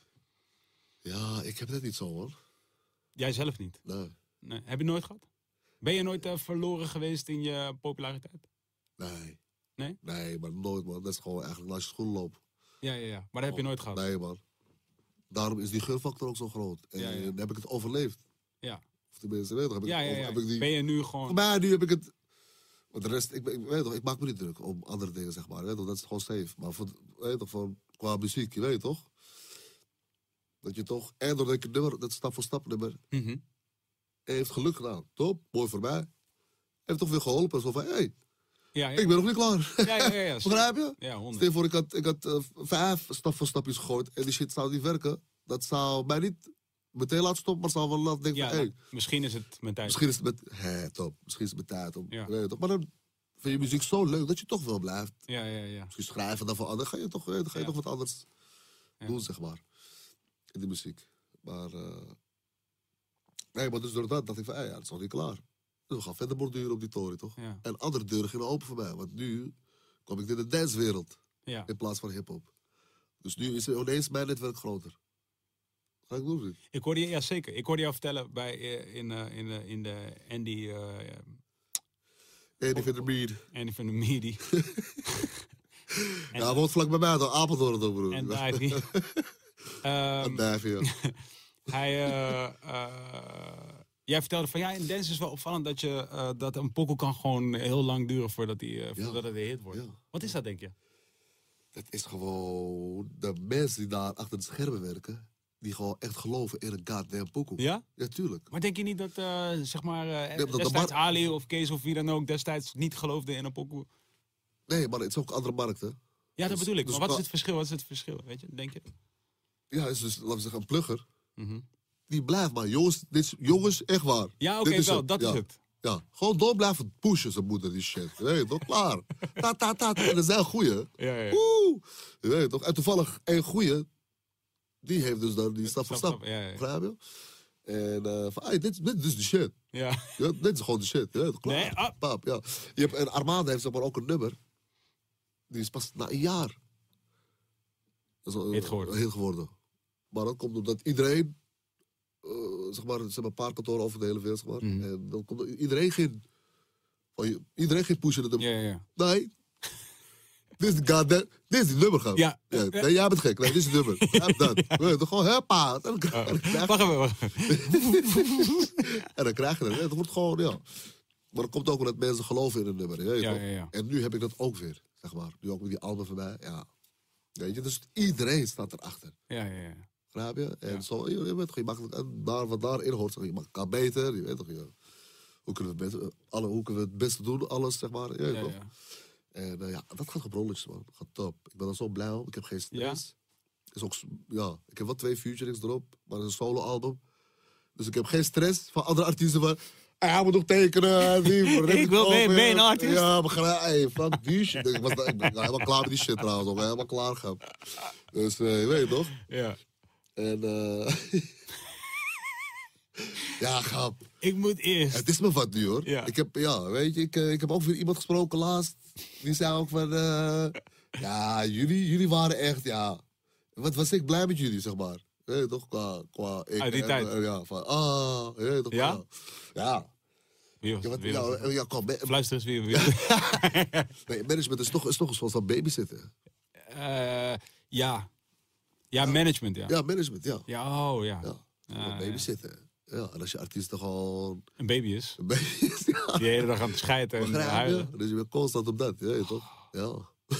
Ja, ik heb dat niet zo, hoor. Jij zelf niet? Nee. Heb je nooit gehad? Ben je nooit verloren geweest in je populariteit? Nee. Nee? Nee, maar nooit, man. Dat is gewoon eigenlijk naast je schoenen lopen. Ja. Maar dat heb je nooit gehad? Nee, man. Daarom is die gunfactor ook zo groot. En dan heb ik het overleefd. Ja. Of tenminste, weet je, heb ik die... Ben je nu gewoon... Voor mij, nu heb ik het... Want de rest, ik weet toch, ik maak me niet druk om andere dingen, zeg maar. Weet toch, dat is gewoon safe. Maar qua muziek, je weet toch? Dat je toch, en doordat je nummer, dat stap voor stap nummer, heeft geluk gedaan. Top, mooi voor mij. Heeft toch weer geholpen. Zo van, hey, ik ben nog niet klaar. Ja. Begrijp je? Ja, 100. Stel voor, ik had 5 stap voor stapjes gegooid en die shit zou niet werken. Dat zou mij niet meteen laten stoppen, maar zou wel laten denken van, hey, misschien is het mijn tijd. Misschien is het met, top, misschien is het met tijd. Weet je toch? Maar dan vind je muziek zo leuk dat je toch wel blijft. Ja. Misschien schrijven dan voor anderen, ga je toch wat anders doen, zeg maar. In de muziek. Maar, nee, maar dus door dat dacht ik van, het is nog niet klaar. Dus we gaan verder borduren op die toren, toch? Ja. En andere deuren gingen open voor mij. Want nu kom ik in de dancewereld. Ja. In plaats van hiphop. Dus nu is er ineens mijn netwerk groter. Ga ik doen? Ik hoorde je, ja zeker. Ik hoorde jou vertellen bij, in de Andy... Andy van der Mead. Andy van der Mead. Ja, hij woont vlak bij mij, door Apeldoorn ook, broer. En Davy. Davy, ja. Jij vertelde van, in dance is wel opvallend dat een pokoe kan gewoon heel lang duren voordat het een hit wordt. Ja. Wat is dat, denk je? Dat is gewoon de mensen die daar achter de schermen werken, die gewoon echt geloven in een goddamn pokoe. Ja? Ja, tuurlijk. Maar denk je niet dat, dat destijds Ali of Kees of wie dan ook destijds niet geloofde in een pokoe? Nee, maar het is ook andere markten. Ja, dat bedoel ik. Dus Maar wat is het verschil? Weet je, denk je? Ja, het is dus, laten we zeggen, een plugger. Mhm. Die blijft maar, jongens, echt waar. Ja, oké, wel, het. dat is het. Ja, gewoon door blijven pushen, zijn moeder, die shit. Je weet toch, klaar. Ta. En er zijn goeie. Ja. Oeh. Je weet toch, en toevallig een goeie, die heeft dus dan die stap voor stap. Ja. Begrijp je? En van, hey, dit is de shit. Ja. Ja, dit is gewoon de shit. Je weet toch, klaar. Nee, Pap, ja. En Armada heeft zeg maar ook een nummer. Die is pas na een jaar. Hit geworden. Hit geworden. Maar dat komt omdat iedereen, zeg maar, ze hebben een paar kantoren over de hele wereld, zeg maar. En dan komt iedereen ging pushen het nummer. Ja. Nee. Dit is die nummer, gaan. Ja. Nee, jij bent gek. Nee, dit is het nummer. Heb dat. Ja. Gewoon, huppa. Wacht even. En dan krijg je het. Het wordt gewoon, ja. Maar dat komt ook omdat mensen geloven in een nummer. Weet je toch? Ja. En nu heb ik dat ook weer, zeg maar. Nu ook met die album van mij, ja. Weet je, dus iedereen staat erachter. Ja. Begrijp je? En zo, je weet toch, je mag wat daarin hoort, je kan beter, je weet toch, hoe kunnen we het beste doen, alles, zeg maar. Je weet toch? En dat gaat gebrolletjes, man. Dat gaat top. Ik ben er zo blij om. Ik heb geen stress. Is ook, ik heb wel 2 featurings erop, maar het is een solo-album. Dus ik heb geen stress van andere artiesten van, hij moet nog tekenen. Ik wil mee een artiest. Ja, begrijp. Hey, fuck die shit. Ik ben helemaal klaar met die shit trouwens. Ik ben helemaal klaar gaan. Dus je weet toch? Ja. En ja, grap. Ik moet eerst. Het is me wat nu, hoor. Ja. Ik heb ook weer iemand gesproken laatst. Die zei ook van, Ja, jullie waren echt, ja. Wat was ik blij met jullie, zeg maar. Toch qua ik, uit die tijd? Ja, van, toch ja? Ja. Wie Kom. Fluister eens wie. Nee, management is toch een soort van babysitten. Ja, management, ja. Ja, management, ja. Ja, ja. Babysitten. Ja, en als je artiesten gewoon... Een baby is. Een baby is, ja. Die hele dag aan het scheiden en huilen. Dus je bent constant op dat, ja, toch? Ja.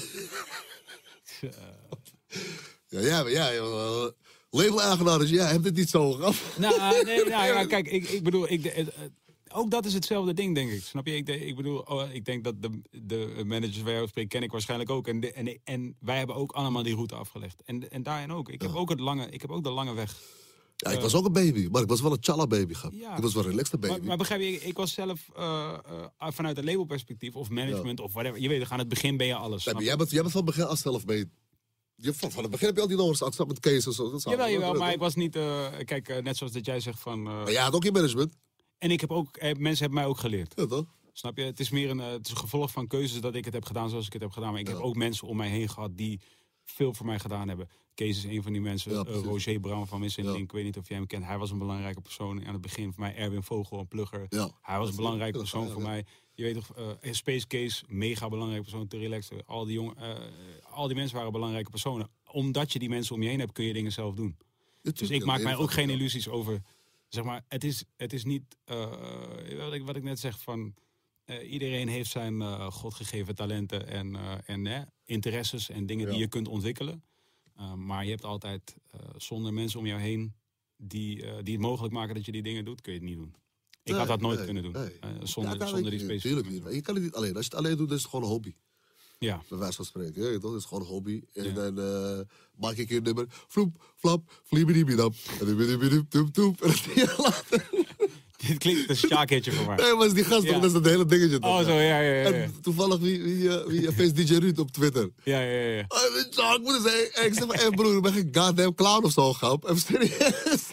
Ja, label-eigenaar, dus jij hebt het niet zo gehad. Nee, kijk, ik bedoel, ook dat is hetzelfde ding, denk ik. Snap je? Ik denk dat de managers waar je over spreekt, ken ik waarschijnlijk ook. En wij hebben ook allemaal die route afgelegd. En daarin ook. Ik heb ook de lange weg. Ja, ik was ook een baby, maar ik was wel een challa baby. Ja. Ik was wel een relaxed baby. Maar begrijp je, ik was zelf vanuit het labelperspectief of management of whatever. Je weet, aan het begin ben je alles. Nee, jij bent van het begin als zelf mee. Van het begin heb je al die nummers accent met Kees en zo. Jawel, maar ik was niet... kijk, net zoals dat jij zegt van... maar jij had ook je management. En ik heb ook... mensen hebben mij ook geleerd. Ja, toch? Snap je? Het is meer het is een gevolg van keuzes dat ik het heb gedaan zoals ik het heb gedaan. Maar ik heb ook mensen om mij heen gehad die veel voor mij gedaan hebben. Kees is een van die mensen. Roger Brown van Missing Link. Ik weet niet of jij hem kent. Hij was een belangrijke persoon aan het begin voor mij. Erwin Vogel, een plugger. Ja. Hij was een belangrijke persoon voor mij. Je weet toch, Space Case, mega belangrijke persoon, te relaxen. Al die mensen waren belangrijke personen. Omdat je die mensen om je heen hebt, kun je dingen zelf doen. Dus ik maak mij ook geen illusies over... Zeg maar, het is niet... wat ik net zeg van... iedereen heeft zijn godgegeven talenten en interesses en dingen die je kunt ontwikkelen. Maar je hebt altijd zonder mensen om jou heen die het mogelijk maken dat je die dingen doet, kun je het niet doen. Ik had dat nooit kunnen doen. Zonder die specifieke... Tuurlijk niet. Je kan het niet alleen. Als je het alleen doet, is het gewoon een hobby. Ja. Bij wijze van spreken. Ja, dat is gewoon een hobby. En dan maak ik een nummer. Vloep, flap, vliebediebidap. En dan toep. En dan later... Dit klinkt een Sjaak-hitje voor mij. Nee, maar is die gast toch, dat is dat hele dingetje toch? Oh, zo, ja. En toevallig wie feest DJ Ruud op Twitter. Ja. Ik moet zeggen, ik zeg maar, broer, ik ben geen goddamn clown of zo, grap. Even serieus.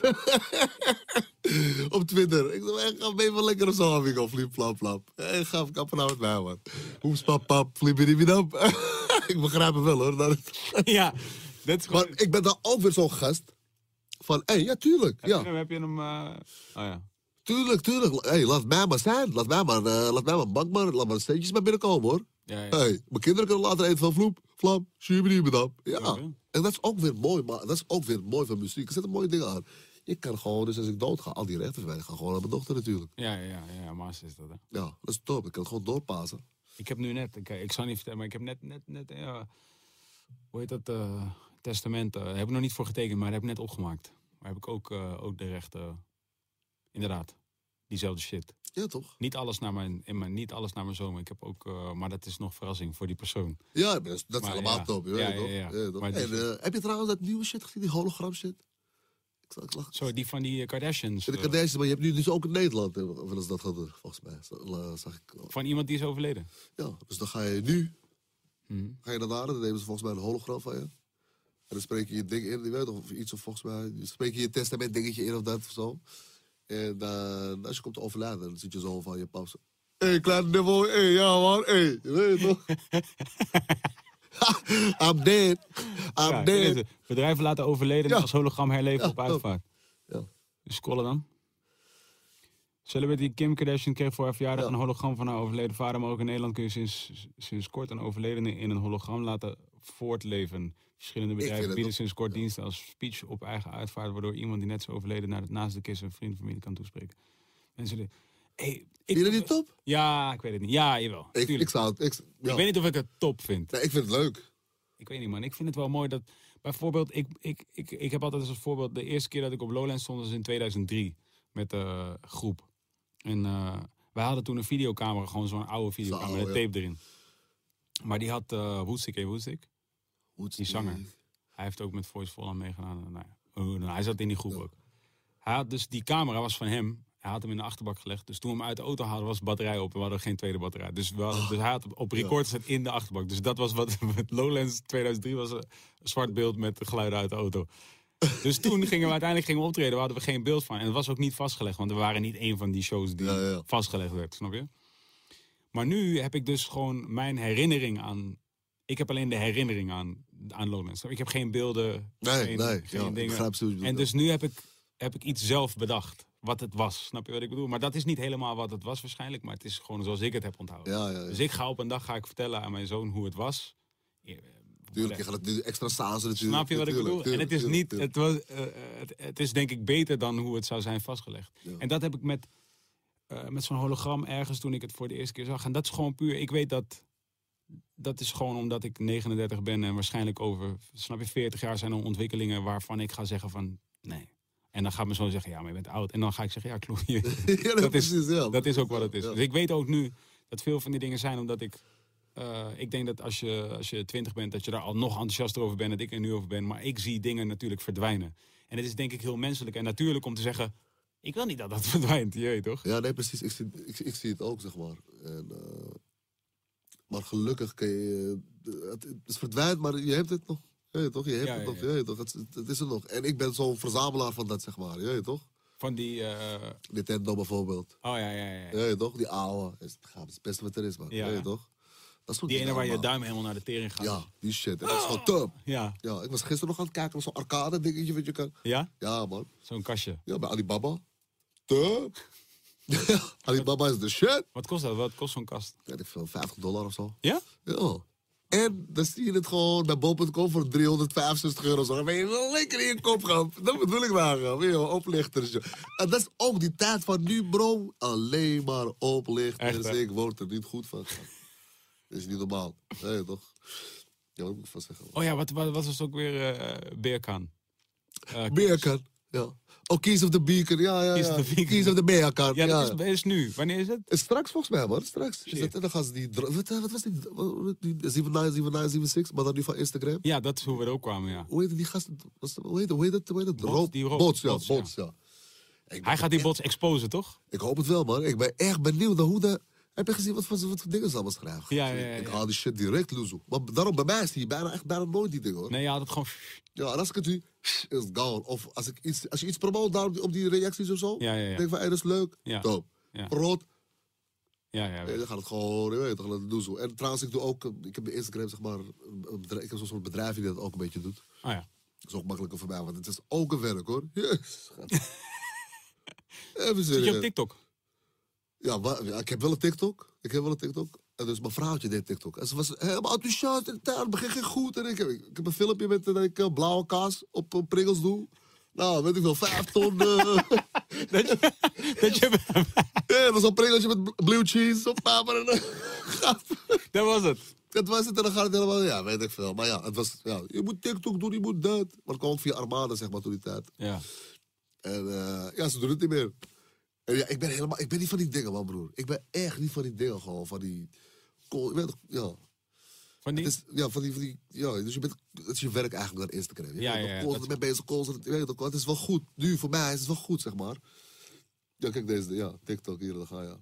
Op Twitter. Ik zeg, ga even lekker of zo, amigo. Fliep, flap, flap. Ga kappen nou met mij, man. Hoeps, pap, fliebidibidap. Ik begrijp het wel, hoor. Ja, dat is gewoon... Maar ik ben dan ook weer zo'n gast van, ja, tuurlijk. Heb je hem... ja. Tuurlijk. Laat mij maar zijn. Laat mij maar bank maar. Laat maar steentjes maar binnenkomen, hoor. Ja. Mijn kinderen kunnen later eten van vloep, flap, shibidibidap. Ja. En dat is ook weer mooi, maar dat is ook weer mooi van muziek. Er zitten mooie dingen aan. Je kan gewoon, dus als ik dood ga, al die rechten verwijderen. Gaan gewoon naar mijn dochter natuurlijk. Ja, maar is dat, hè? Ja, dat is top. Ik kan het gewoon doorpassen. Ik heb nu net, ik zal niet vertellen, maar ik heb net hoe heet dat, testament, daar heb ik nog niet voor getekend, maar dat heb ik net opgemaakt. Maar heb ik ook de rechten, inderdaad, diezelfde shit. Ja, toch? Niet alles naar mijn zoon. Ik heb ook, maar dat is nog verrassing voor die persoon. Ja, dat is allemaal top. Ja. En, heb je trouwens dat nieuwe shit gezien, die hologram shit? Ik lach. Zo, die van die Kardashians. De Kardashians, maar je hebt nu dus ook in Nederland, wel eens dat gehad, volgens mij. Zag ik. Van iemand die is overleden? Ja, dus dan ga je nu, ga je naar daar, dan nemen ze volgens mij een hologram van je. En dan spreek je je ding in, je weet of iets, of volgens mij, dan spreek je je testament dingetje in of dat of zo. En dan, als je komt te overlijden, dan zit je zo van je pap. Hé, kleine dubbel, ja man, je weet je toch? I'm dead. Bedrijven laten overleden als hologram herleven op uitvaart. Ja. Scrollen dan. Celebrity Kim Kardashian kreeg voor haar verjaardag een hologram van haar overleden vader. Maar ook in Nederland kun je sinds kort een overledene in een hologram laten voortleven. Verschillende bedrijven bieden sinds kort diensten als speech op eigen uitvaart, waardoor iemand die net is overleden naast de kist een vriend en familie kan toespreken. Mensen, vind je dat niet top? Ja, ik weet het niet. Ja, jawel. Ik weet niet of ik het top vind. Nee, ik vind het leuk. Ik weet niet, man. Ik vind het wel mooi dat... Bijvoorbeeld, ik heb altijd als voorbeeld... De eerste keer dat ik op Lowlands stond was in 2003. Met de groep. En wij hadden toen een videocamera. Gewoon zo'n oude videocamera met tape erin. Maar die had Woodstick. Die zanger. Hij heeft ook met Voiceful aan meegedaan. Hij zat in die groep ook. Hij had dus, die camera was van hem. Hij had hem in de achterbak gelegd. Dus toen we hem uit de auto haalden, was de batterij op. En we hadden geen tweede batterij. Dus hij had op record gezet in de achterbak. Dus dat was wat met Lowlands 2003 was een zwart beeld met geluiden uit de auto. Dus toen gingen we uiteindelijk optreden. Daar hadden we geen beeld van. En het was ook niet vastgelegd. Want we waren niet een van die shows die vastgelegd werd. Snap je? Maar nu heb ik dus gewoon mijn herinnering aan Ik heb alleen de herinnering aan Lowlands. Ik heb geen beelden, geen dingen. En dus nu heb ik iets zelf bedacht. Wat het was, snap je wat ik bedoel? Maar dat is niet helemaal wat het was waarschijnlijk. Maar het is gewoon zoals ik het heb onthouden. Ja. Dus op een dag ga ik vertellen aan mijn zoon hoe het was. Tuurlijk, je gaat het nu extra sazen natuurlijk. Snap je wat ik bedoel? En het is niet... Het is denk ik beter dan hoe het zou zijn vastgelegd. Ja. En dat heb ik met zo'n hologram ergens toen ik het voor de eerste keer zag. En dat is gewoon puur... Ik weet dat is gewoon omdat ik 39 ben en waarschijnlijk over... Snap je, 40 jaar zijn er ontwikkelingen waarvan ik ga zeggen van... Nee. En dan gaat mijn zoon zeggen, ja, maar je bent oud. En dan ga ik zeggen, ja, klopt. Dat is ook wat het is. Ja. Dus ik weet ook nu dat veel van die dingen zijn omdat ik... ik denk dat als je 20 bent, dat je daar al nog enthousiaster over bent... dat ik er nu over ben. Maar ik zie dingen natuurlijk verdwijnen. En het is denk ik heel menselijk en natuurlijk om te zeggen... Ik wil niet dat dat verdwijnt, je weet toch? Ja, nee, precies. Ik zie het ook, zeg maar. En, maar gelukkig kun je... Het verdwijnt, maar je hebt het nog. Je weet toch? Je hebt het nog. Je weet toch? Het is er nog. En ik ben zo'n verzamelaar van dat, zeg maar. Je weet toch? Van die... Nintendo bijvoorbeeld. Oh, ja. Je weet toch? Die oude. Het is het beste wat er is, man. Je weet toch? Dat is die ene waar je duim helemaal naar de tering gaat. Ja, die shit. En dat is gewoon top. Ja. Ik was gisteren nog aan het kijken naar zo'n arcade dingetje wat je kan... Ja? Ja, man. Zo'n kastje. Ja, bij Alibaba. Top. Alibaba is de shit. Wat kost dat? Wat kost zo'n kast? Ja, ik veel, $50 of zo. Ja? Ja. En dan zie je het gewoon bij bol.com voor €365. Dan ben je wel lekker in je kop gaan. Dat bedoel ik maar. Weer je oplichters. En dat is ook die tijd van nu, bro. Alleen maar oplichters. Ik word er niet goed van. Dat is niet normaal. Nee, toch? Ja, wat moet ik vast zeggen? Oh ja, wat was het ook weer? Beerkan. Beerkan, ja. Oh, Keys of the Beacon. Ja. Keys of the Beerkan. Ja, dat is nu. Wanneer is het? Straks volgens mij, man. Straks. En dan gaan ze die... Wat was die? 7996, maar dan nu van Instagram. Ja, dat is hoe we er ook kwamen, ja. Hoe heet die gasten? Hoe heet het? Bots, ja. Hij gaat die bots exposen, toch? Ik hoop het wel, man. Ik ben echt benieuwd naar hoe de... Heb je gezien wat voor dingen ze allemaal schrijven? Ja. Ik haal die shit direct loezoe. Maar daarom, bij mij zie je bijna nooit die dingen, hoor. Nee, je had het gewoon... Ja, en als ik het nu... is gone. Of als je iets promoot daar op die reacties of zo... denk ik van, dat is leuk. Ja. Top. Prot. Ja. Dan gaat het gewoon... Je weet toch, dat doe zo. En trouwens, ik doe ook... Ik heb bij Instagram, zeg maar... Ik heb zo'n soort bedrijf die dat ook een beetje doet. Oh ja. Dat is ook makkelijker voor mij, want het is ook een werk, hoor. Yes. Even zit je op TikTok? Ja, ik heb wel een TikTok. En dus mijn vrouwtje deed TikTok. En ze was helemaal enthousiast. En het begint geen goed. En ik heb een filmpje met dat ik blauwe kaas op Pringles doe. Nou, weet ik wel, 5 ton. Dat was een Pringlesje met blue cheese op paper. Dat was het. Dat was het en dan gaat het helemaal... Ja, weet ik veel. Maar ja, het was... Ja, je moet TikTok doen, je moet dat. Maar het kwam ook via Armada, zeg maar, toen die tijd. Ja. En ja, ze doen het niet meer. En ja, ik ben niet van die dingen, man, broer. Ik ben echt niet van die dingen, gewoon. Van die... Ja. Van die? Ja, dus het is je werk eigenlijk naar Instagram. Ja. Constant mee bezig, constant. Het is wel goed. Nu, voor mij is het wel goed, zeg maar. Ja, kijk deze. Ja, TikTok, hier, daar ga je.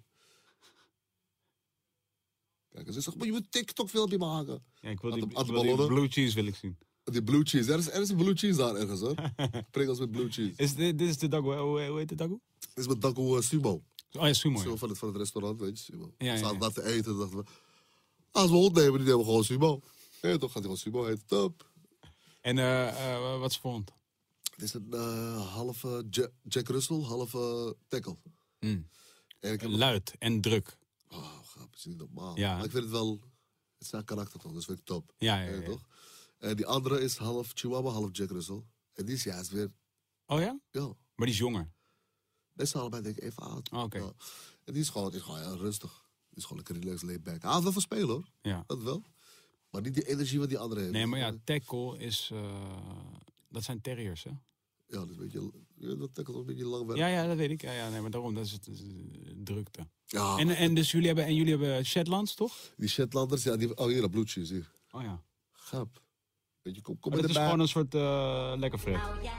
Kijk, ze zegt, maar je moet TikTok-filmpje maken. Ja, ik wil die blue cheese wil ik zien. Die blue cheese. Er is een blue cheese daar ergens, hoor. Pringles met blue cheese. Dit is de dagoe. Hoe heet de dagoe? Dit is met dagoe Sumo. Oh ja, Sumo. Sumo van het restaurant, weet je, Sumo. Ja, we zaten daar te eten, dachten we... Als we hond nemen, die nemen gewoon Sumo. Ja, toch gaat hij gewoon Sumo heten, top. En wat is voor hond? Het is een halve Jack Russell, halve tackle. En luid en druk. Oh, grap, is niet normaal. Ja. Maar ik vind het wel... Het is zijn karakter toch, dat vind ik top. Ja. Toch? En die andere is half Chihuahua, half Jack Russell. En die is juist weer... Oh ja? Ja. Maar die is jonger? Best zijn allebei denk ik even oud. Oh, oké. Ja. En die is gewoon rustig. Die is gewoon lekker relaxed, laid back. Hij houdt wel van spelen, hoor. Ja. Dat wel. Maar niet die energie wat die andere heeft. Nee, maar ja, tackle is... dat zijn terriers, hè? Ja, dat is een beetje... Dat tackle is een beetje lang werk. Ja, dat weet ik. Ja, nee, maar daarom, dat is het drukte. Ja. En dus jullie hebben Shetlands, toch? Die Shetlanders, ja, die... Oh, hier, dat blue cheese, hier. Oh ja. Gap. Weet je, kom maar het is gewoon een soort lekker fret.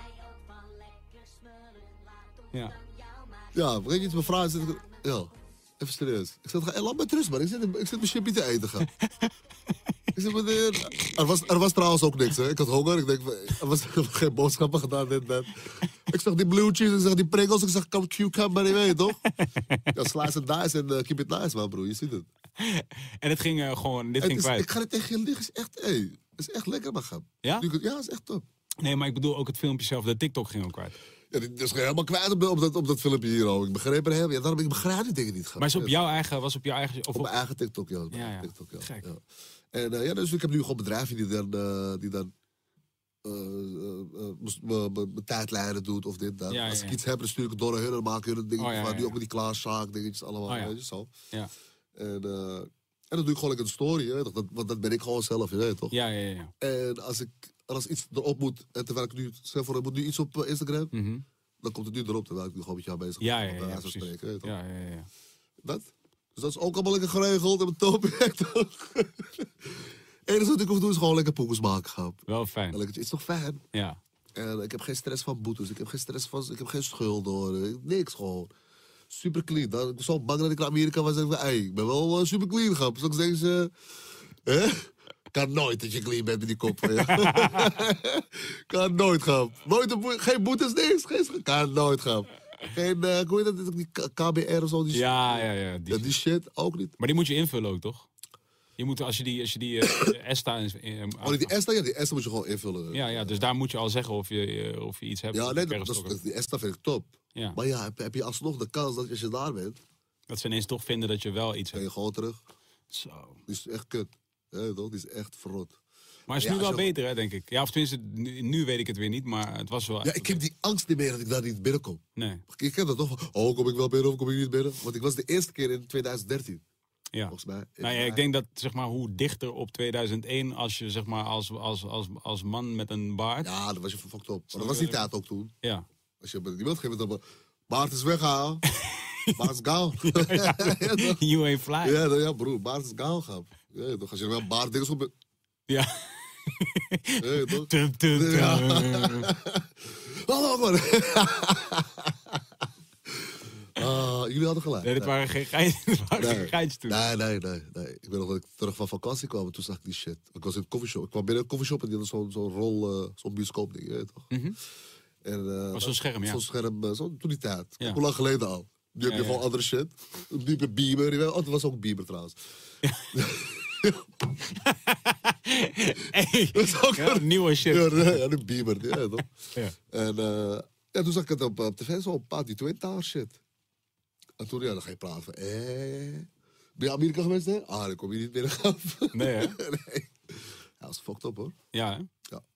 Ja. Ja, weet je iets, mijn vrouw zit... Ja, even serieus. Ik zeg, laat me rust, man. Ik zit mijn chipje te eten, gaan. Ik zeg, er was trouwens ook niks, hè. Ik had honger. Ik denk, er was geen boodschappen gedaan, dit, dat. Ik zag die blue cheese, ik zag die Pringles, ik zag cucumber, je weet toch? Ja, slice and dice en keep it nice, man, broer. Je ziet het. En het ging dit ging kwijt. Ik ga het tegen je liggen, het is echt lekker, man, grap. Ja? Ja, het is echt top. Nee, maar ik bedoel ook het filmpje zelf, de TikTok ging ook kwijt. Ja, die is helemaal kwijt op dat filmpje hier ook. Ik begreep er helemaal. Ja, daarom ik begrijp die dingen niet. Maar is op jouw eigen, was op jouw eigen... Of op mijn eigen TikTok, ja. Ja. TikTok, ja. Gek. Ja. En dus ik heb nu gewoon bedrijven die dan mijn tijdlijnen doet of dit, dat. Ja, Als ik ja. iets heb, dan stuur ik het door naar hun. Dan maken hun een ding Oh, ja, van. ja. Nu ook met die klaarzaak dingetjes allemaal. Oh, ja. Weet je, zo. Ja. En dan doe ik gewoon een story, hè, toch? Want dat ben ik gewoon zelf, je weet toch? Ja. En als iets erop moet, en terwijl ik nu, zeg voor, er moet nu iets op Instagram, Mhm. dan komt het nu erop, terwijl ik nu gewoon met jou bezig ben. Ja, bij wijze van precies. spreken, weet je toch? Ja. Dat? Dus dat is ook allemaal lekker geregeld en mijn toonproject toch? En dus wat ik hoef te doen is gewoon lekker poekers maken, grap. Wel fijn. Het is toch fijn? Ja. En ik heb geen stress van boetes, ik heb geen schulden, hoor. Niks gewoon. Super clean. Dan, ik was zo bang dat ik naar Amerika was en zei, ik ben wel super clean, grap. Straks denken ze, kan nooit dat je clean bent met die kop. Kan nooit, grap. Geen boetes, niks. Kan nooit, grap. Geen, hoe heet dat, die KBR of zo? Die Ja. die shit ook niet. Maar die moet je invullen ook, toch? Je moet, als je die ESTA... Die ESTA moet je gewoon invullen. Ja, dus daar moet je al zeggen of je iets hebt. Ja, nee, die ESTA vind ik top. Ja. Maar ja, heb je alsnog de kans dat als je daar bent, Dat ze ineens toch vinden dat je wel iets ben hebt. je gewoon terug. Zo. Die is echt kut. Ja, toch? Die is echt verrot. Maar het is Ja, nu wel zo- beter, hè, denk ik. Ja, of tenminste, nu weet ik het weer niet, maar het was wel... Ja, ik heb die angst niet meer dat ik daar niet binnenkom. Nee, Ik heb dat toch van, kom ik wel binnen of kom ik niet binnen? Want ik was de eerste keer in 2013, ja. volgens mij. Nou ja, ik denk dat, zeg maar, hoe dichter op 2001... als je, zeg maar, als man met een baard... Ja, dat was je fucked up. Maar dat was die tijd ook toen. Ja. Als je met iemand geeft, dan Baard is weggehaald. Baard is gauw. You ain't fly. Ja, broer, Baard is gauw, grap. Ja, toch? Als je wel een baard dingen op... Ja. Ja, toch? Tum, tum, tum. Hallo, man. Jullie hadden gelijk. Nee, dit waren geen geintjes toen. Nee. Ik weet nog dat ik terug van vakantie kwam en toen zag ik die shit. Ik was in een coffeeshop. Ik kwam binnen een coffeeshop en die had zo'n rol, zo'n bioscoopding, je weet toch? En, Was zo'n scherm, ja. Zo'n scherm, toen die tijd. Ja. Hoe lang geleden al? Nu heb je gewoon andere shit. Nu heb je Bieber. Je weet, dat was ook Bieber trouwens. Hey, Dat is ook nieuwe shit. Ja, de Bieber. Ja, toch? Ja. En toen zag ik het op tv, zo'n Party Twin Tower shit. En toen, dan ga je praten van, ben je Amerika geweest, hè? Dan kom je niet binnen. Nee, hè? Nee. Ja, dat is fucked up, hoor. Ja, hè? Ja.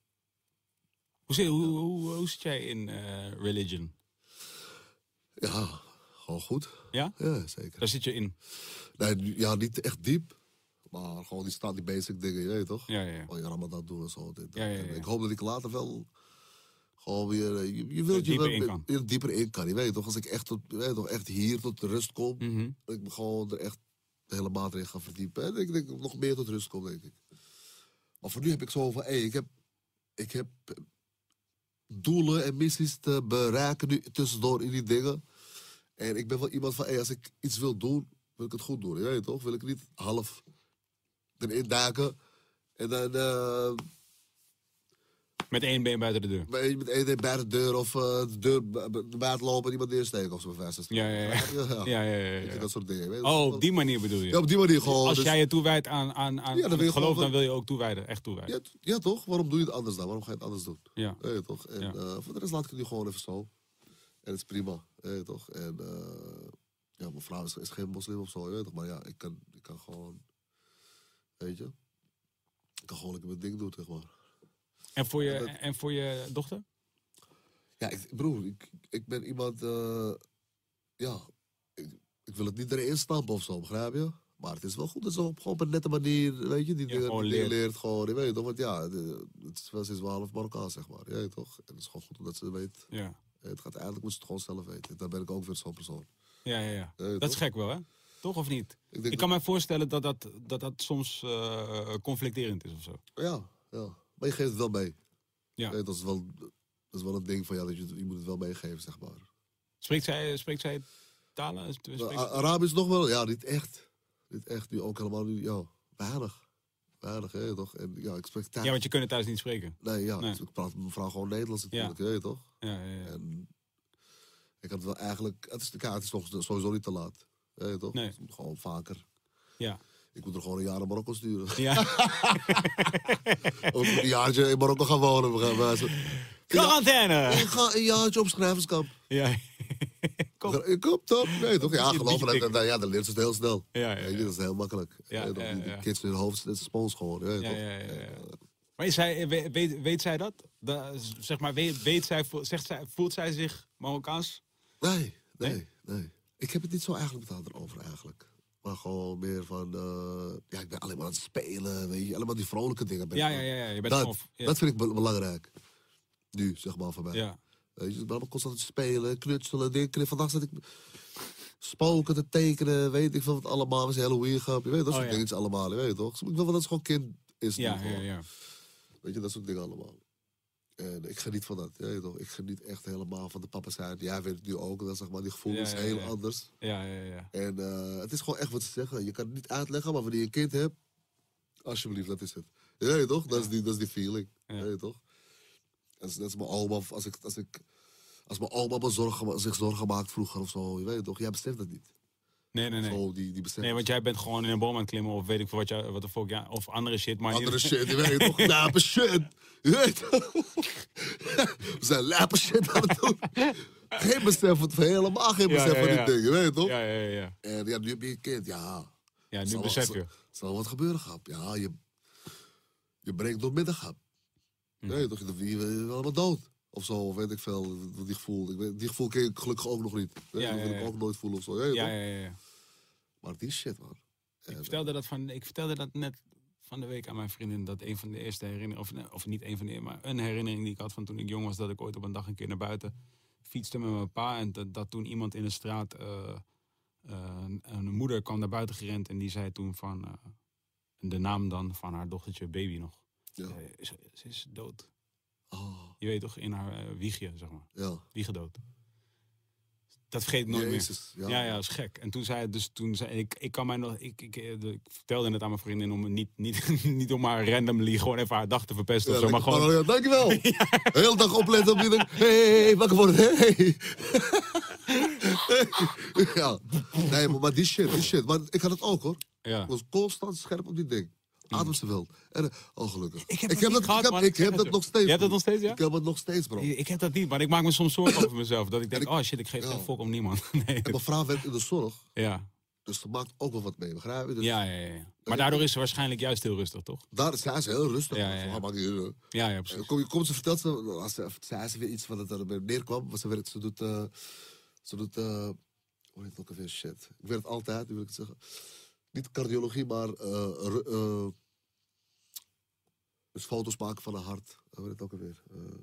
Hoe zit jij in religion? Ja, gewoon goed. Ja? Ja, zeker. Daar zit je in. Nee, ja, niet echt diep. Maar gewoon die basic dingen, je weet toch? Ja. Oh, je Ramadan doen en zo. Dit, Ja. En ik hoop dat ik later wel gewoon weer... Je Er wilt dieper in kan. dieper in kan. Je weet toch, als ik echt hier tot rust kom... Mhm. dat ik me gewoon er echt de hele maand in ga verdiepen. En ik denk dat ik nog meer tot rust kom, denk ik. Maar voor nu heb ik zo van... ik heb doelen en missies te bereiken nu tussendoor in die dingen. En ik ben wel iemand van... als ik iets wil doen, wil ik het goed doen. Je weet toch? Wil ik niet half erin duiken. En dan... met Met één been buiten de deur. met één bij de deur of de deur buiten lopen en iemand neersteken of zo. Ja. Weet je, dat soort dingen. Weet je, Oh, op die manier bedoel je? Ja, op die manier gewoon. Als dus- jij je toewijdt aan dan wil je het geloof, gewoon- dan wil je ook toewijden. Echt toewijden. Ja, toch? Waarom doe je het anders dan? Waarom ga je het anders doen? Ja. Weet je toch? En voor de rest laat ik het nu gewoon even zo. En het is prima. Weet je toch? En mijn vrouw is geen moslim of zo. Weet je toch? Maar ja, ik kan gewoon... Weet je? Ik kan gewoon lekker mijn ding doen, zeg maar. En voor je dochter? Ja, broer, ik ben iemand... ik wil het niet erin stampen of zo, begrijp je? Maar het is wel goed dat ze gewoon op een nette manier, weet je, die dingen gewoon leert gewoon, je weet toch? Want ja, het is wel sinds wel half Marokkaans, zeg maar, je weet toch? En het is gewoon goed omdat ze weet. Ja. Het gaat eigenlijk moet ze het gewoon zelf weten. Daar ben ik ook weer zo'n persoon. Ja. toch? Dat is gek wel, hè? Toch of niet? Ik denk Ik kan me voorstellen dat soms conflicterend is of zo. Ja. Maar je geeft het wel mee. Ja. Dat is wel een ding van, ja, dat je moet het wel meegeven, zeg maar. Spreekt zij talen? Arabisch nog wel? Ja, niet echt. Niet echt. Nu ook helemaal niet, weinig. Weinig, hè, toch? En ja, ik spreek thuis. Ja, want je kunt het thuis niet spreken. Nee, ja. Nee. Dus ik praat met mijn vrouw gewoon Nederlands natuurlijk, hè, toch? Ja. En ik had wel eigenlijk... Het is nog sowieso niet te laat. Hè, toch? Nee. Dus ik moet gewoon vaker. Ja. Ik moet er gewoon een jaar naar Marokko sturen. Ja. Ook een jaartje in Marokko gaan wonen. Quarantaine! Ik ga een jaartje op schrijverskamp. Ja. Kom top. Nee, toch? Ja, geloof me. Ja, dan leert ze het heel snel. Ja. Weet je, dat is heel makkelijk. Ja, die kids in hun hoofd zitten spons gewoon. Weet je, Ja. Maar weet zij dat? Zeg maar, voelt zij zich Marokkaans? Nee. Ik heb het niet zo eigenlijk met haar erover eigenlijk. Maar gewoon meer van... ik ben alleen maar aan het spelen, weet je. Allemaal die vrolijke dingen. Ja. Je bent dat vind ik belangrijk. Nu, zeg maar, voor mij. Ja. Weet je, ik ben allemaal constant spelen, knutselen, dingen. Vandaag zat ik spoken te tekenen, weet ik veel wat allemaal. We zijn Halloween gehad, je weet dat soort dingetjes allemaal, je weet toch? Ik wil wel dat het gewoon kind is. Ja. Weet je, dat soort dingen allemaal. En ik geniet van dat, je weet toch? Ik geniet echt helemaal van de papa zijn. Jij weet het nu ook, dat zeg maar, die gevoel is heel anders. Ja. En het is gewoon echt wat ze zeggen. Je kan het niet uitleggen, maar wanneer je een kind hebt, alsjeblieft, dat is het. Je weet toch? Dat is die feeling, je weet toch? Dat is mijn oma, als mijn oma zich zorgen maakt vroeger of zo, je weet toch, jij beseft dat niet. Nee. Zo, die beseft. Nee, want jij bent gewoon in een boom aan het klimmen of weet ik veel wat de volk, of andere shit. Maar andere shit, je weet toch, lapen shit. Je weet toch. We zijn lapen shit aan het doen. Geen besef, helemaal geen besef van die dingen, je weet toch. Ja. En ja, nu heb je een kind, ja. Ja, nu besef je. Zal wat gebeuren, grap. Ja, je breekt door midden, grap. Nee, toch, je bent allemaal dood. Of zo, of weet ik veel, die gevoel. Die gevoel ken ik gelukkig ook nog niet. Dat wil ik ook nooit voelen of zo. Ja. Maar die shit, man. Ik vertelde dat net van de week aan mijn vriendin. Dat een van de eerste herinneringen, of niet een van de maar een herinnering die ik had van toen ik jong was. Dat ik ooit op een dag een keer naar buiten fietste met mijn pa. En dat toen iemand in de straat, een moeder kwam naar buiten gerend. En die zei toen van, de naam dan van haar dochtertje, baby nog. Ja. Ze is dood. Oh. Je weet toch, in haar wiegje, zeg maar. Ja. Wiegedood. Dat vergeet ik nooit Jezus, meer. Ja, dat is gek. En toen zei ik kan mij nog, ik vertelde het aan mijn vriendin om niet om haar randomly gewoon even haar dag te verpesten of zo, maar gewoon. Ja, dankjewel. De hele dag opletten op die ding. Hey, wakker worden. Hey. Ja. Nee, maar die shit. Maar ik had het ook, hoor. Ja. Ik was constant scherp op die ding. Adem ze wel. En, gelukkig. Ik heb dat nog steeds. Je hebt dat nog steeds, ja? Ik heb het nog steeds, bro. Ik heb dat niet, maar ik maak me soms zorgen over mezelf. Dat ik denk, oh shit, ik geef geen fok om niemand. Nee. En mijn vrouw werkt in de zorg. Ja. Dus ze maakt ook wel wat mee, begrijp je? Dus Ja. Maar daardoor is ze waarschijnlijk juist heel rustig, toch? daar is ze heel rustig. Ja. Ja, precies. Komt ze vertelt zei ze weer iets van het er neerkwam. Ze doet hoe heet het ook alweer? Shit. Ik weet het altijd, wil ik het zeggen. Niet cardiologie, maar dus foto's maken van haar hart. Hoe heet het ook alweer?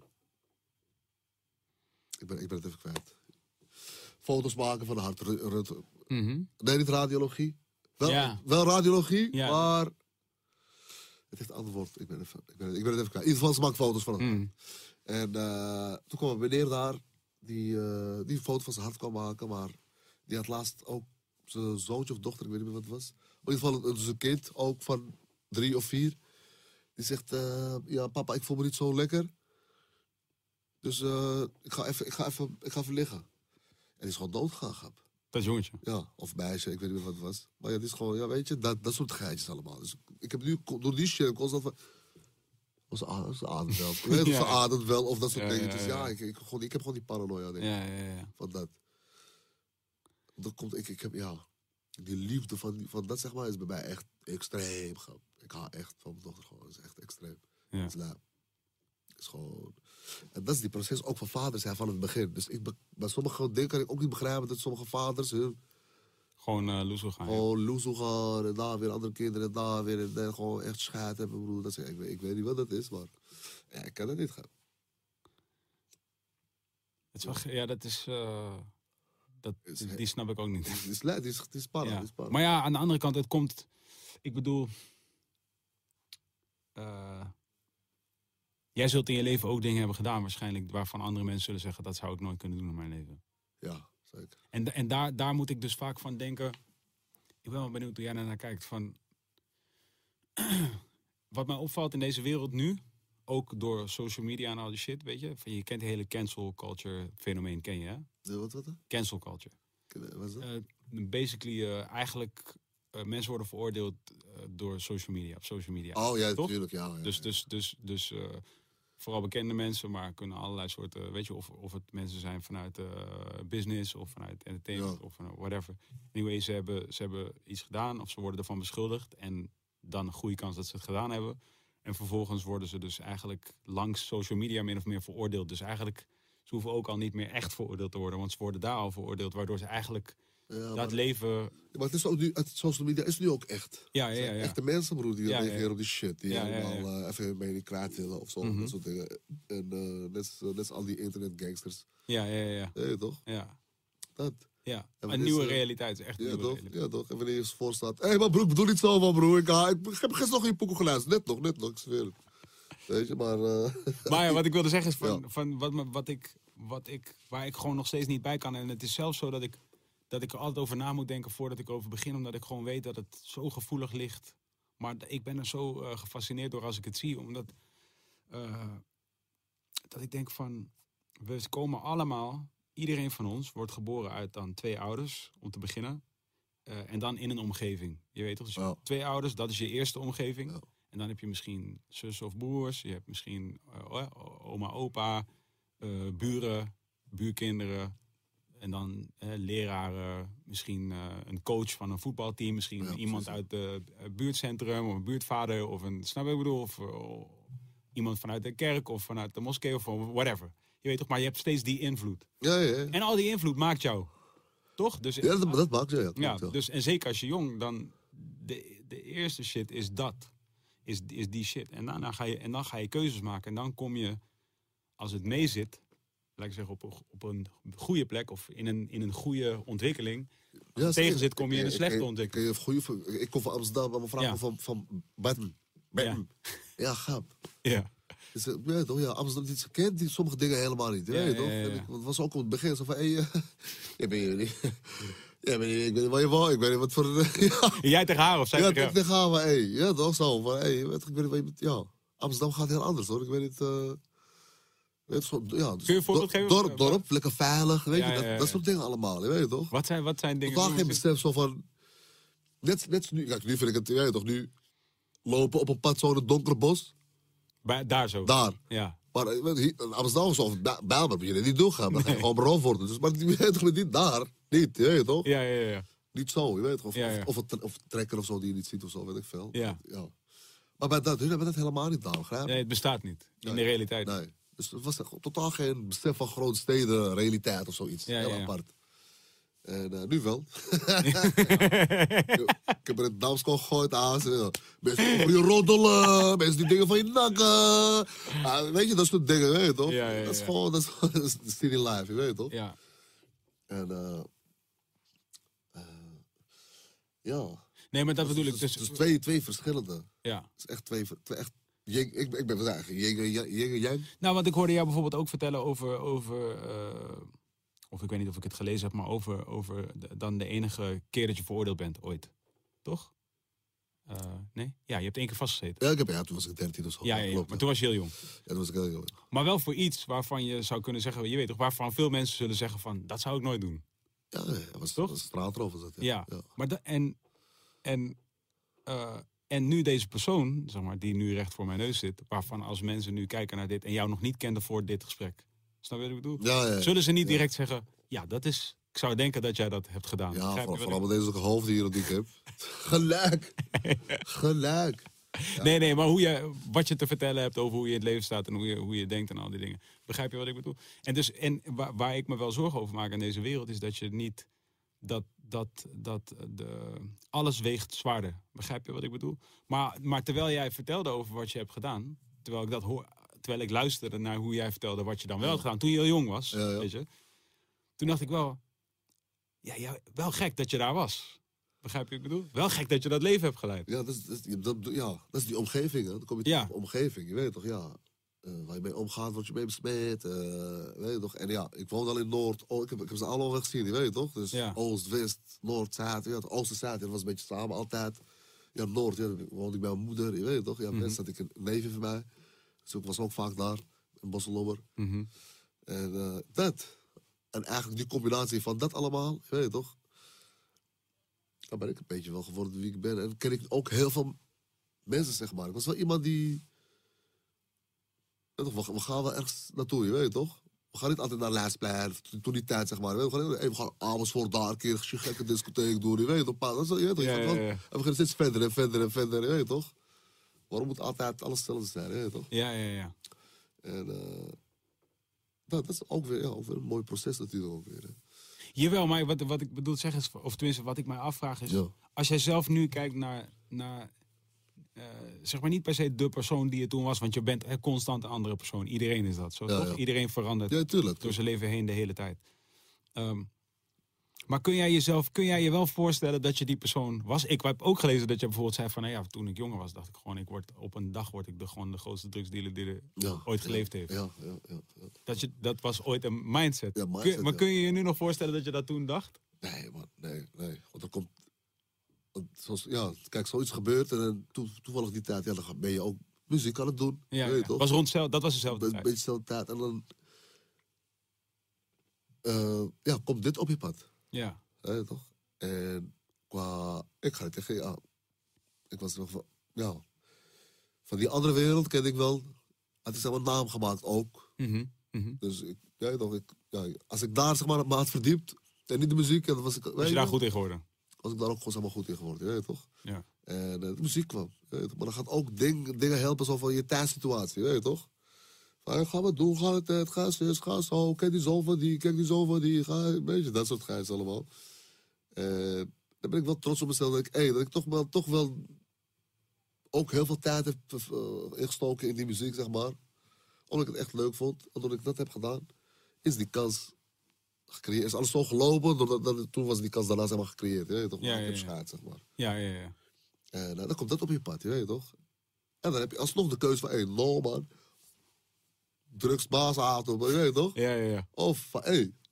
Ik ben het even kwijt. Foto's maken van haar hart. Nee, niet radiologie. Wel radiologie, maar het heeft een ander woord. Ik ben het even kwijt. In ieder geval, ze maakt foto's van haar hart. En toen kwam een meneer daar die een foto van zijn hart kwam maken, maar die had laatst ook zijn zoontje of dochter, ik weet niet meer wat het was. In ieder geval dus een kind, ook van 3 of 4. Die zegt, ja papa, ik voel me niet zo lekker. Dus ik ga even liggen. En die is gewoon doodgegaan, grap. Dat jongetje? Ja, of meisje, ik weet niet meer wat het was. Maar ja, die is gewoon, ja weet je, dat soort geitjes allemaal. Dus ik heb nu, door die shit, constant van... Ze ademt wel. Ik weet niet of ze ademt wel, of dat soort dingetjes. Ja, ik heb gewoon die paranoia, denk ik. Ja. Van dat. Dat komt, ik heb, die liefde van dat, zeg maar, is bij mij echt extreem. Ik hou echt van mijn dochter gewoon, dat is echt extreem. Ja. Is gewoon... En dat is die proces ook van vaders zijn van het begin. Dus bij sommige dingen kan ik ook niet begrijpen dat sommige vaders... Gewoon loesoe gaan. Gewoon loesoe gaan en daar weer andere kinderen en daar weer. En gewoon echt scheid hebben, broer. Dat is, ik weet niet wat dat is, maar... Ja, ik kan het niet gaan. Het is wel, ja, dat is... die snap ik ook niet. Het is spannend. Ja. Maar ja, aan de andere kant, het komt... Ik bedoel... jij zult in je leven ook dingen hebben gedaan waarschijnlijk... waarvan andere mensen zullen zeggen... dat zou ik nooit kunnen doen in mijn leven. Ja, zeker. En daar moet ik dus vaak van denken... Ik ben wel benieuwd hoe jij naar kijkt. Van, wat mij opvalt in deze wereld nu, ook door social media en al die shit, weet je. Je kent de hele cancel culture fenomeen, ken je, hè? Wat? Cancel culture. Wat is dat? Basically, eigenlijk, mensen worden veroordeeld door social media, op social media. Oh ja, toch? natuurlijk, ja. Dus vooral bekende mensen, maar kunnen allerlei soorten, weet je, of het mensen zijn vanuit business of vanuit entertainment of vanuit whatever. Anyway, ze hebben iets gedaan of ze worden ervan beschuldigd en dan een goede kans dat ze het gedaan hebben. En vervolgens worden ze dus eigenlijk langs social media min of meer veroordeeld. Dus eigenlijk, ze hoeven ook al niet meer echt veroordeeld te worden, want ze worden daar al veroordeeld, waardoor ze eigenlijk dat leven... Ja, maar het is ook nu, social media is nu ook echt. Ja. Echte mensen, broer, die reageren op die shit. Die Ja. even hun mening kwijt willen of zo. Mhm. Dat soort dingen. En net als al die internetgangsters. Ja. Ja, toch? Ja. Dat. Ja, En een nieuwe realiteit. Echt een Ja, nieuwe toch? realiteit. Ja, toch? En wanneer je voor staat... Hé, maar broer, bedoel niet zo, man, broer. Ik heb gisteren nog in pokoe geluisterd. Net nog, ik zweer het. Weet je, maar... Maar ja, wat ik wilde zeggen is Ja. van waar ik gewoon nog steeds niet bij kan. En het is zelfs zo dat ik er altijd over na moet denken voordat ik over begin. Omdat ik gewoon weet dat het zo gevoelig ligt. Maar ik ben er zo gefascineerd door als ik het zie. Omdat dat ik denk van... We komen allemaal... Iedereen van ons wordt geboren uit dan 2 ouders, om te beginnen. En dan in een omgeving. Je weet toch? Dus je hebt 2 ouders, dat is je eerste omgeving. Ja. En dan heb je misschien zussen of broers. Je hebt misschien oma, opa, buren, buurkinderen. En dan leraren, misschien een coach van een voetbalteam. Misschien iemand uit het buurtcentrum of een buurtvader. Of snap je wat ik bedoel? Of iemand vanuit de kerk of vanuit de moskee of whatever. Je weet toch, maar je hebt steeds die invloed. Ja. En al die invloed maakt jou. Toch? Dus, Ja, dat maakt je, ja. Dus, en zeker als je jong, dan de eerste shit is dat. Is die shit. En dan ga je keuzes maken. En dan kom je, als het mee zit, laat ik zeggen, op een goede plek of in een goede ontwikkeling. Als het tegen zit, kom je in een slechte ontwikkeling. Ik kom van Amsterdam, maar mijn vraag van Batten. Ja, gaap. Ja. Dus, Amsterdam, ze kent sommige dingen helemaal niet. Weet je toch? Want het was ook op het begin zo van, ik weet niet wat je wou, ik weet niet wat voor... Jij tegen haar of zij tegen jou? Ja, tegen haar, maar ja, toch zo. Van, ik weet niet wat je... Amsterdam gaat heel anders, hoor. Ik weet niet... Kun je een voorbeeld geven? Dorp, lekker veilig, weet je, dat soort dingen allemaal, weet je toch? Wat zijn dingen... Totaal geen besef zo van... Net nu, kijk, nu vind ik het, weet je toch, nu lopen op een pad zo in het donkere bos. Daar zo? Daar. Ja. Maar in Amsterdam of Bijlmer moet je niet doorgaan, dan ga je gewoon beroofd worden. Dus, maar je weet toch niet daar, niet, je weet toch? Ja. Niet zo, je weet toch? Of trekker of zo die je niet ziet of zo, weet ik veel. Ja. Maar bij dat, hebben we dat helemaal niet daar, begrijp je? Nee, het bestaat niet. In de realiteit. Nee. Dus het was totaal geen besef van grote steden, realiteit of zoiets. Heel apart. En nu wel. Ik heb er het Damsko gegooid aan. Mensen over je roddelen. Mensen die dingen van je nakken. Weet je, dat soort dingen, weet je toch? Dat is gewoon, dat is de city life, je weet toch? Ja. En ja. Nee, maar dat bedoel ik. Dus twee verschillende. Ja. Het is echt twee echt... Ik ben eigenlijk Yang. Nou, want ik hoorde jou bijvoorbeeld ook vertellen over of ik weet niet of ik het gelezen heb, maar over dan de enige keer dat je veroordeeld bent ooit. Toch? Nee? Ja, je hebt 1 keer vastgezeten. Ja, toen was ik 13 of zo. Ja, klopt, maar toen was je heel jong. Ja, toen was ik heel jong. Maar wel voor iets waarvan je zou kunnen zeggen, je weet toch, waarvan veel mensen zullen zeggen van, dat zou ik nooit doen. Ja, dat was toch? Straatroof was dat. Ja. Maar en nu deze persoon, zeg maar, die nu recht voor mijn neus zit, waarvan als mensen nu kijken naar dit en jou nog niet kenden voor dit gesprek. Snap je wat ik bedoel? Ja. Zullen ze niet direct zeggen, ja, dat is... Ik zou denken dat jij dat hebt gedaan. Ja, vooral met deze hoofddieren die ik heb. Gelijk. Ja. Nee, maar wat je te vertellen hebt over hoe je in het leven staat en hoe je denkt en al die dingen. Begrijp je wat ik bedoel? En waar ik me wel zorgen over maak in deze wereld is dat je niet... alles weegt zwaarder. Begrijp je wat ik bedoel? Maar terwijl jij vertelde over wat je hebt gedaan, terwijl ik luisterde naar hoe jij vertelde wat je dan wel had gedaan, toen je heel jong was, weet je, toen dacht ik wel, wel gek dat je daar was. Begrijp je wat ik bedoel? Wel gek dat je dat leven hebt geleid. Ja, dat is die omgeving. Hè. Dan kom je op de omgeving, je weet toch, waar je mee omgaat, word je mee besmet. Weet je toch? En ja, ik woon al in Noord. Ik heb ze allemaal wel gezien, je weet toch? Dus Oost, West, Noord, Zuid. Ja, Oost en Zuid, dat was een beetje samen altijd. Ja, Noord, ja, dan woonde ik bij mijn moeder, je weet het toch? Ja, West had ik een neefje van mij. Dus ik was ook vaak daar, in Bosselommer. En dat. En eigenlijk die combinatie van dat allemaal, je weet het toch? Dan ben ik een beetje wel geworden wie ik ben. En ken ik ook heel veel mensen, zeg maar. Ik was wel iemand die... We gaan wel ergens naartoe, je weet het toch? We gaan niet altijd naar Leidseplein, toen die tijd, zeg maar. We gaan Amersfoort daar een keer een gekke discotheek doen, je weet het toch? Je weet toch? En we gaan steeds verder en verder en verder, je weet het toch? Waarom moet altijd alles hetzelfde zijn, je weet toch? Ja. En dat is ook weer een mooi proces natuurlijk ook weer. Hè. Jawel, maar wat ik bedoel te zeggen is, of tenminste wat ik mij afvraag is... Ja. Als jij zelf nu kijkt naar zeg maar niet per se de persoon die je toen was... want je bent constant een andere persoon. Iedereen is dat, zo toch? Ja. Iedereen verandert door zijn leven heen de hele tijd. Maar kun jij je wel voorstellen dat je die persoon was? Ik heb ook gelezen dat je bijvoorbeeld zei van... toen ik jonger was, dacht ik gewoon... op een dag word ik gewoon de grootste drugsdealer die er ooit geleefd heeft. Ja. Dat was ooit een mindset. Ja, mindset, maar kun je je nu nog voorstellen dat je dat toen dacht? Nee, man, nee. Want er komt... kijk, zoiets gebeurt en dan toevallig die tijd... dan ben je ook muziek aan het doen. Ja, weet je toch? Dat was dezelfde tijd. Een beetje dezelfde tijd. En dan... komt dit op je pad. Ja. Toch? En ik ga het tegen ik was nog van... Ja. Van die andere wereld ken ik wel... had ik zeg maar naam gemaakt ook. Dus als ik daar zeg maar me had verdiept... en niet de muziek... Dan was je daar goed in geworden? Was ik daar ook gewoon zeg maar goed in geworden, weet je toch? Ja. En de muziek kwam, weet je toch? Maar dan gaat ook dingen helpen zo van je thuissituatie, weet je toch? Van, gaan we doen, ga zo, kijk die zoon van die, weet je, dat soort gijs allemaal. Dan ben ik wel trots op mezelf dat ik toch wel ook heel veel tijd heb ingestoken in die muziek, zeg maar. Omdat ik het echt leuk vond, en doordat ik dat heb gedaan, is die kans gecreëerd. Is alles zo gelopen, toen was die kans daarna zeg maar gecreëerd, weet je toch? Ja. Schaad, zeg maar. Ja. En dan komt dat op je pad, weet je toch? En dan heb je alsnog de keuze van, no man, drugsbaasauto, weet je toch? Ja. Of van,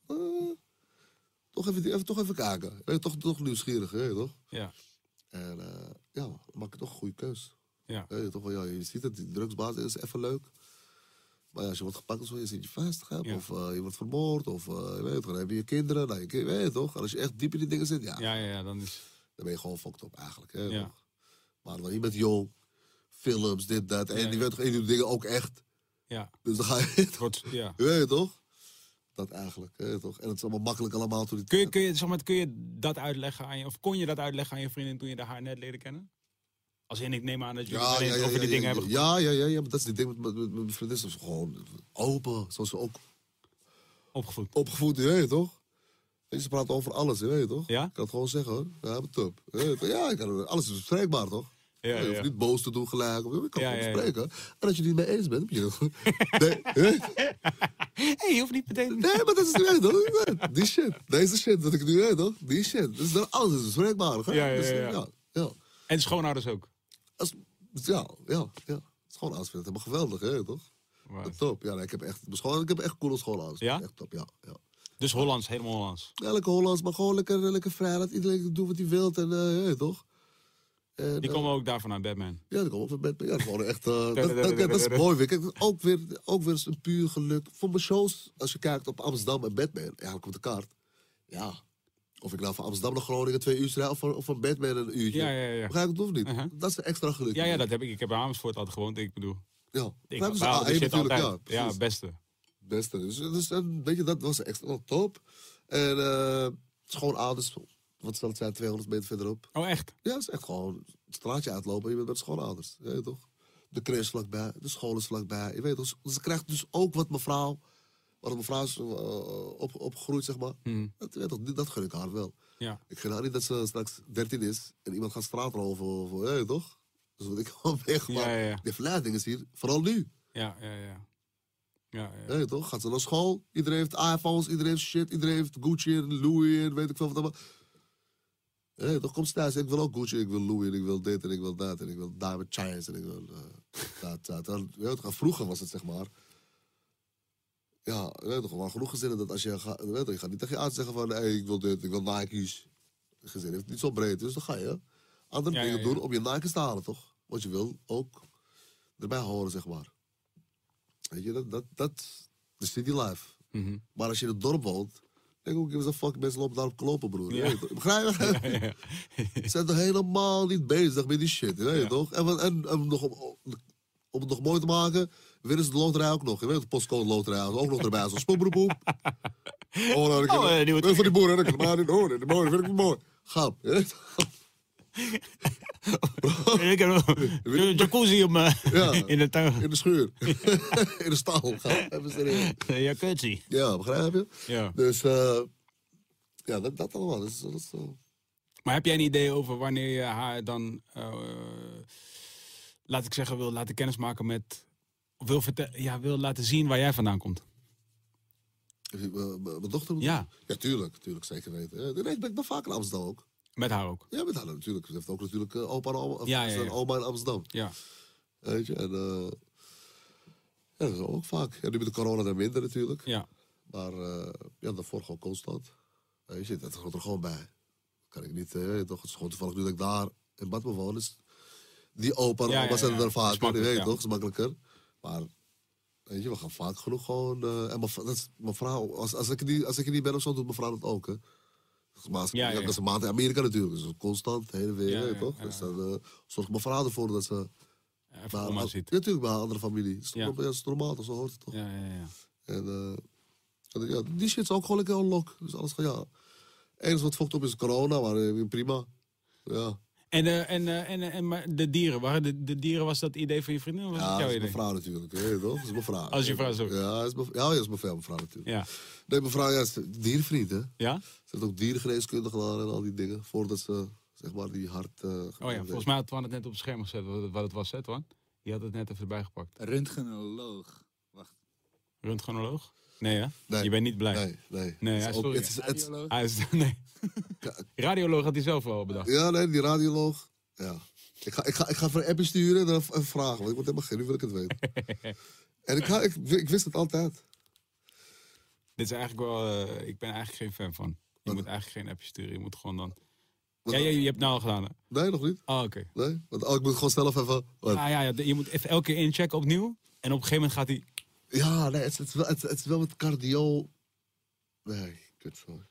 toch even kijken. Weet je, toch nieuwsgierig, weet je toch? Ja. En dan maak je toch een goede keus. Ja. Weet je toch? Je ziet het, die drugsbaas is even leuk. Maar als je wordt gepakt of zo, je zit je vast, of je wordt vermoord, of je weet toch, dan heb je je kinderen, weet je toch? En als je echt diep in die dingen zit, dan ben je gewoon fucked up eigenlijk, hè, ja. toch? Maar je bent jong, films, dit, dat, en die weet toch, en die dingen ook echt. Ja. Dus dan ga je, weet je toch? Dat eigenlijk, weet je toch? En het is allemaal makkelijk allemaal. Kun je dat uitleggen aan je, of kon je dat uitleggen aan je vriendin toen je haar net leerde kennen? Als in, ik neem aan dat jullie over die dingen hebben gedaan. Ja, maar dat is die ding met mijn vriendin. Is gewoon open, zoals ze ook... Opgevoed, je weet toch? En ze praten over alles, je weet toch? Ja? Ik kan het gewoon zeggen, hoor. Ja, maar top. Ja, alles is bespreekbaar, toch? Ja. Je hoeft niet boos te doen gelijk. Ik kan gewoon bespreken. Ja. En als je het niet mee eens bent, moet je dat... je hoeft niet meteen... Nee, maar dat is niet, toch? Die shit. Deze shit, dat ik nu weet, toch? Die shit. Dus dan alles is bespreekbaar. Ja. En schoonouders ook? Ja. Schoonouders vinden het helemaal geweldig, hè, toch? Wow. Top. Ja, ik heb echt coole schoonouders. Ja? Echt top, ja. Dus Hollands, helemaal Hollands? Ja, lekker Hollands, maar gewoon lekker vrij. Laat iedereen doen wat hij wil. En, toch? En, die komen ook daarvan aan Batman? Ja, die komen ook van Batman. Ja, gewoon echt... dat is mooi. Kijk, ook weer een puur geluk. Voor mijn shows, als je kijkt op Amsterdam en Batman, eigenlijk op de kaart. Ja... Of ik nou van Amsterdam naar Groningen 2 uur rijd of van Batman een uurtje. Ja. Begrijp ik het of niet? Dat is extra geluk. Ja, dat heb ik. Ik heb in Amersfoort altijd gewoond, ik bedoel. Ja, Ja, beste. Dus weet je, dat was extra top. En schoonouders, wat zal het zijn, 200 meter verderop. Oh, echt? Ja, dat is echt gewoon het straatje uitlopen en je bent met schoonouders. Weet je toch? De crash vlakbij, de school is vlakbij. Je weet toch? Dus ze krijgt dus ook wat mevrouw... Waar mevrouw is opgegroeid, zeg maar. Dat gun ik haar wel. Ja. Ik gun haar niet dat ze straks 13 is en iemand gaat straat over, toch? Dus wat ik gewoon weg. Maar de verleiding is hier, vooral nu. Ja. Toch? Gaat ze naar school, iedereen heeft iPhones, iedereen heeft shit, iedereen heeft Gucci en Louis en weet ik veel wat allemaal. Toch komt ze thuis, ik wil ook Gucci, ik wil Louis en ik wil dit en ik wil dat en ik wil Diamond Chains en ik wil dat. Vroeger was het, zeg maar... Ja, weet je toch, wel genoeg gezinnen dat als je gaat... Weet je gaat niet tegen je uit zeggen van... ik wil dit, ik wil Nike's. Gezin heeft niet zo breed, dus dan ga je. andere dingen doen om je naakjes te halen, toch? Want je wil ook erbij horen, zeg maar. Weet je, dat is city life. Mhm. Maar als je in het dorp woont, denk ik ook, give a fuck, mensen lopen daarop kloppen, broer. Ja. Begrijp je? Ze zijn toch helemaal niet bezig met die shit, weet je toch? En nog om het nog mooi te maken, winnen ze de loterij ook nog. Je weet de postcode loterij ook nog erbij. Zo spoepberoep. Van die boeren, dat kan maar niet horen. De mooi, vind ik het mooi. Grap. Ik heb een jacuzzi in de tuin. In de schuur. In de stal. Even serieus. Jacuzzi. Ja, begrijp je? Ja. Dus, dat allemaal. Dat is, Maar heb jij een idee over wanneer je haar dan, laat ik zeggen, wil laten kennismaken met... Of wil laten zien waar jij vandaan komt? Mijn dochter? Ja. Ja, tuurlijk, zeker weten. Nee, ik ben vaak in Amsterdam ook. Met haar ook? Ja, met haar natuurlijk. Ze heeft ook natuurlijk opa en oma, oma in Amsterdam. Ja. Weet je, en dat is ook vaak. Ja, nu met de corona dan minder natuurlijk. Ja. Maar daarvoor gewoon constant. Weet je, dat hoort er gewoon bij. Kan ik niet, toch? Het is gewoon toevallig nu dat ik daar in Bad woon. Dus die opa en oma zijn er vaak. Die weet je toch, is makkelijker. Maar, weet je, we gaan vaak genoeg gewoon... en dat is mijn vrouw, als ik er niet ben of zo, doet mijn vrouw dat ook, hè. Maar dat is een maand in Amerika natuurlijk. Dus constant, heen en weer, toch? Dus dan zorgt mijn vrouw ervoor dat ze... Even oma ziet. Ja, natuurlijk, bij haar andere familie. Dat is normaal, toch? Zo hoort het toch? Ja. En die shit is ook gewoon lekker unlock. Dus alles gaat, ja. Enige wat fokt op is corona, maar prima. Ja. En maar de dieren, de dieren, was dat idee van je vriendin? Of was Ja, het jouw dat is idee? mijn vrouw natuurlijk. Hè, toch? Dat is mijn vrouw. Als je vrouw zo. Ja, dat is mijn vrouw natuurlijk. Ja. Nee, mijn vrouw is dierenvriend, hè. Ja? Ze heeft ook dierengeneeskunde gedaan en al die dingen. Voordat ze, zeg maar, die hart... Volgens mij had Twan het net op het scherm gezet wat het was, hè, Twan? Je had het net even erbij gepakt. Röntgenoloog. Wacht. Röntgenoloog? Nee, hè? Nee. Je bent niet blij. Nee, sorry. Radioloog. Nee. Radioloog had hij zelf wel bedacht. Ja, nee, die radioloog. Ja. Ik ga voor een appje sturen en dan even vragen. Want ik word helemaal geen, nu wil ik het weten. En ik wist het altijd. Dit is eigenlijk wel... ik ben eigenlijk geen fan van. Je moet eigenlijk geen appje sturen. Je moet gewoon dan... Ja, je hebt het nou al gedaan, hè? Nee, nog niet. Oh, oké. Nee? Want ik moet gewoon zelf even... Ja, je moet even elke keer inchecken opnieuw. En op een gegeven moment gaat hij... Ja, nee, het is wel met cardio... Nee, kut, sorry.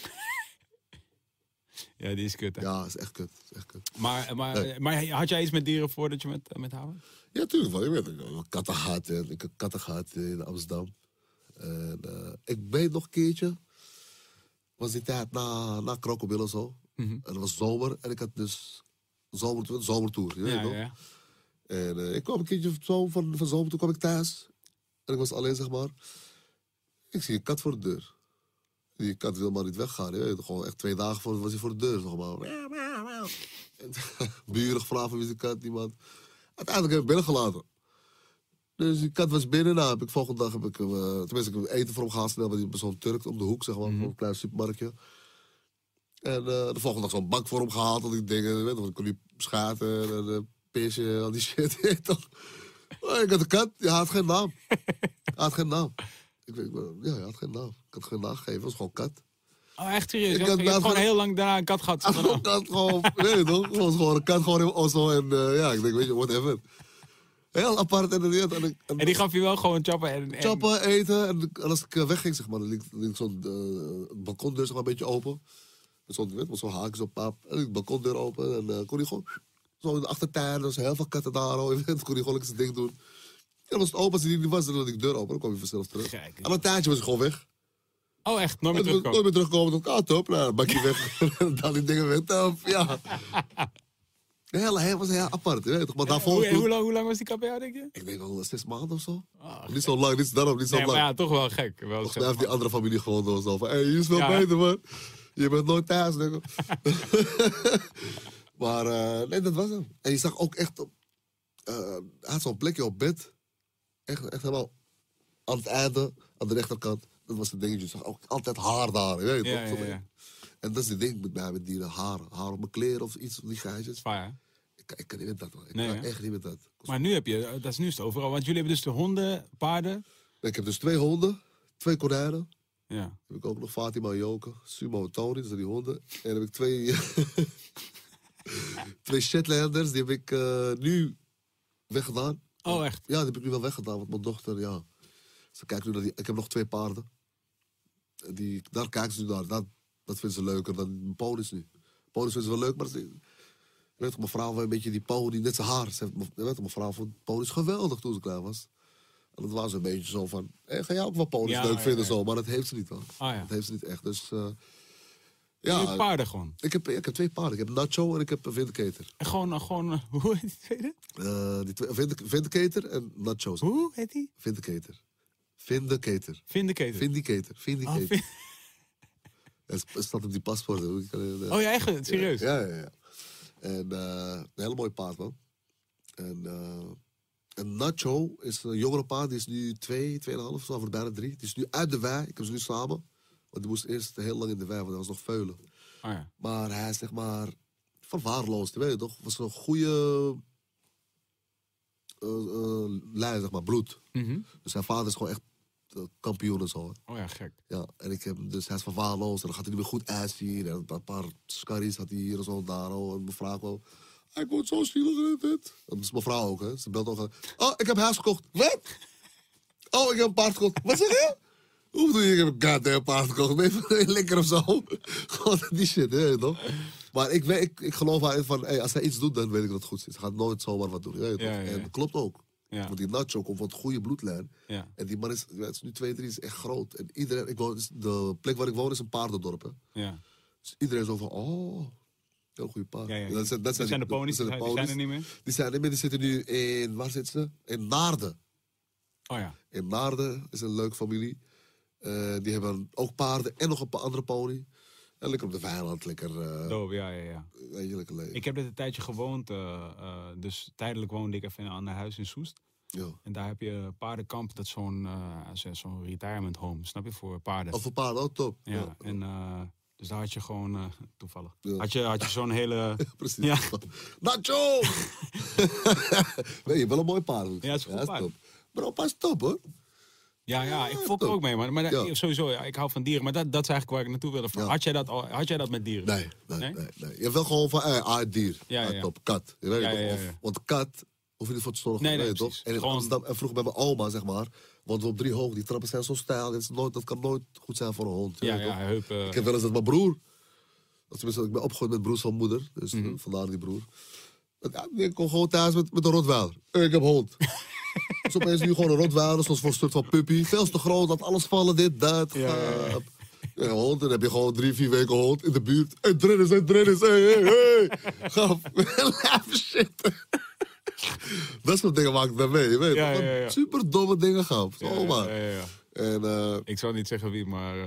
Ja, die is kut, hè? Ja, het is echt kut. Maar had jij iets met dieren voordat je met haar was? Ja, tuurlijk. Want ik heb katten gehad. Ik heb katten gehad in Amsterdam. En, ik weet nog een keertje... was die tijd na Krokodil zo. Mhm. En het was zomer. En ik had dus zomertour. Je weet toch? Ja. En ik kwam een keertje van zomertour kwam ik thuis. En ik was alleen, zeg maar. Ik zie een kat voor de deur. Die kat wil maar niet weggaan. Je weet, gewoon echt 2 dagen was hij voor de deur. Zeg maar. En buren gevraagd van wie is de kat, niemand. Uiteindelijk heb ik binnengelaten. Dus die kat was binnen. Nou, volgende dag heb ik tenminste, ik heb eten voor hem gehaald. Snel, bij zo'n Turk om de hoek, zeg maar. Voor een klein supermarktje. En de volgende dag zo'n bak voor hem gehaald. Al die dingen, weet je, ik kon niet schaten en pissen, al die shit. Toch? Ik had een kat, hij had geen naam. Hij had geen naam. Hij had geen naam. Ik had geen naam gegeven, het was gewoon kat. Oh, echt serieus? Je hebt gewoon heel lang daarna een kat gehad. Een kat gewoon, weet je toch? Het was gewoon een kat, gewoon in Oslo. En ik denk, weet je, whatever. Heel apart. En die gaf je wel gewoon chappen en... Chappen, eten. En als ik wegging, zeg maar, dan liet zo'n balkondeur zeg maar, een beetje open. Met zo'n haakjes op paap. En de balkondeur open. En dan kon hij gewoon... Zo in de achtertuin, er was heel veel katten daar. Dan kon hij gewoon lekker zijn ding doen. En als het open, als hij niet was, dan liet ik de deur open. Dan kwam hij vanzelf terug. Kijk. En een tijdje was hij gewoon weg. Oh, echt? Nooit meer terugkomen? Nooit meer terugkomen. Dan top. Nou, dan bak je weg. Dan die dingen weer top. Ja. Hij was heel apart, je weet toch. Maar daarvoor... Hoe lang was die kat bij jou, denk je? Ik denk al 6 maanden of zo. Oh, niet zo lang, niet zo lang. Maar ja, toch wel gek. Volgens mij heeft die andere familie gewoon door zo van... Hé, je is wel beter, man. Je bent nooit thuis, denk ik. Maar nee, dat was hem. En je zag ook echt... hij had zo'n plekje op bed. Echt helemaal aan het einde, aan de rechterkant. Dat was het dingetje. Je zag ook altijd haar daar, je weet toch? Ja. En dat is het ding met mij, met dieren. Haar op mijn kleren of iets, of die geitjes. Zwaar, hè? Ik kan niet met dat, man. Ik Nee, kan echt niet met dat. Maar nu heb je, nu is het overal. Want jullie hebben dus de honden, paarden. Ik heb dus 2 honden, 2 konijnen. Ja. Dan heb ik ook nog Fatima en Joke, Sumo en Tony, dat zijn die honden. En dan heb ik 2... 2 Shetlanders, die heb ik nu weggedaan. Oh, echt? Ja, die heb ik nu wel weggedaan, want mijn dochter, ja. Ze kijkt nu naar die... Ik heb nog 2 paarden. Daar kijken ze nu naar. Dat vinden ze leuker dan ponies nu. Ponies vinden ze wel leuk, maar... Je weet toch, mijn vrouw een beetje die pony, net zijn haar. Mijn vrouw vond ponies geweldig toen ze klein was. En dat was een beetje zo van... ga jij ook wel ponies leuk vinden zo? Maar dat heeft ze niet dan. Dat heeft ze niet echt, dus... Je hebt paarden gewoon? Ik heb 2 paarden. Ik heb Nacho en ik heb een Vindicator. En gewoon hoe heet die tweede? Vindicator en Nacho. Hoe heet die? Vindicator. Het staat op die paspoort. Oh ja, echt? Serieus? Ja. En een hele mooie paard, man. En Nacho is een jongere paard. Die is nu 2,5, zo voor bijna 3. Die is nu uit de wei. Ik heb ze nu samen. Want die moest eerst heel lang in de wei, want hij was nog veulen. Oh ja. Maar hij is zeg maar verwaarloosd, weet je toch? Was een goede lijn, zeg maar, bloed. Dus zijn vader is gewoon echt kampioen en zo. Oh ja, gek. Ja, en dus hij is verwaarloosd en dan gaat hij niet meer goed uitzien. En een paar scarries had hij hier en zo en daar. En mijn vrouw wel, ik word zo zielig in dit. Dat is mijn vrouw ook, hè. Ze belt ook. Oh, ik heb huis gekocht. Wat? Oh, ik heb een paard gekocht. Wat zeg je? Hoe bedoel je, ik heb een goddamn paard gekocht? Ben je lekker of zo? Gewoon die shit, hè, toch? Maar ik geloof erin van, als hij iets doet, dan weet ik dat het goed zit. Hij gaat nooit zomaar wat doen, weet je toch? En dat klopt ook. Ja. Want die Nacho komt van een goede bloedlijn. Ja. En die man is nu 2, 3, is echt groot. En iedereen, de plek waar ik woon is een paardendorp, hè. Ja. Dus iedereen is zo van, heel goede paard. Ja. Dat zijn de ponies, die zijn er niet meer? Die zijn er niet meer, die zitten nu in, waar zitten ze? In Naarden. Oh ja. In Naarden is een leuke familie. Die hebben ook paarden en nog een andere pony. En lekker op de weiland, lekker... Dope, ja. Weet je, lekker leven. Ik heb dit een tijdje gewoond. Dus tijdelijk woonde ik even in een ander huis in Soest. Ja. En daar heb je paardenkamp. Dat is zo'n retirement home, snap je, voor paarden. Oh, voor paarden, ook top. Ja. En dus daar had je gewoon, toevallig, had je zo'n hele... Precies. Ja. Nacho! Nee, je hebt wel een mooi paard. Ja, het is een goed paard. Top. Bro, paard is top, hoor. Ja, ik fok er ook mee, maar sowieso, ik hou van dieren. Maar dat is eigenlijk waar ik naartoe wilde. Ja. Had jij dat met dieren? Nee. Je hebt wel gewoon van, dier. Ja. Top, kat. Je weet toch? Want kat, hoef je niet voor te zorgen. Nee, toch? En vroeger bij mijn oma, zeg maar. Want we op 3 hoog, die trappen zijn zo stijl. Dat kan nooit goed zijn voor een hond. Heupen. Ik heb wel eens dat mijn broer... Tenminste, ik ben opgegroeid met broers van moeder. Dus vandaar die broer. Ik kom gewoon thuis met een Rottweiler. Ik heb hond. Dus opeens nu gewoon een Rottweiler, zoals voor een soort van puppy. Veel te groot, laat alles vallen, dit, dat. Ja, hond, dan heb je gewoon 3, 4 weken hond in de buurt. Hey, Dennis, hey. Gaf. Shit. Dat soort dingen maak ik dan mee, je weet. Ja. Super domme dingen gaf. Ja. En, ik zou niet zeggen wie, maar...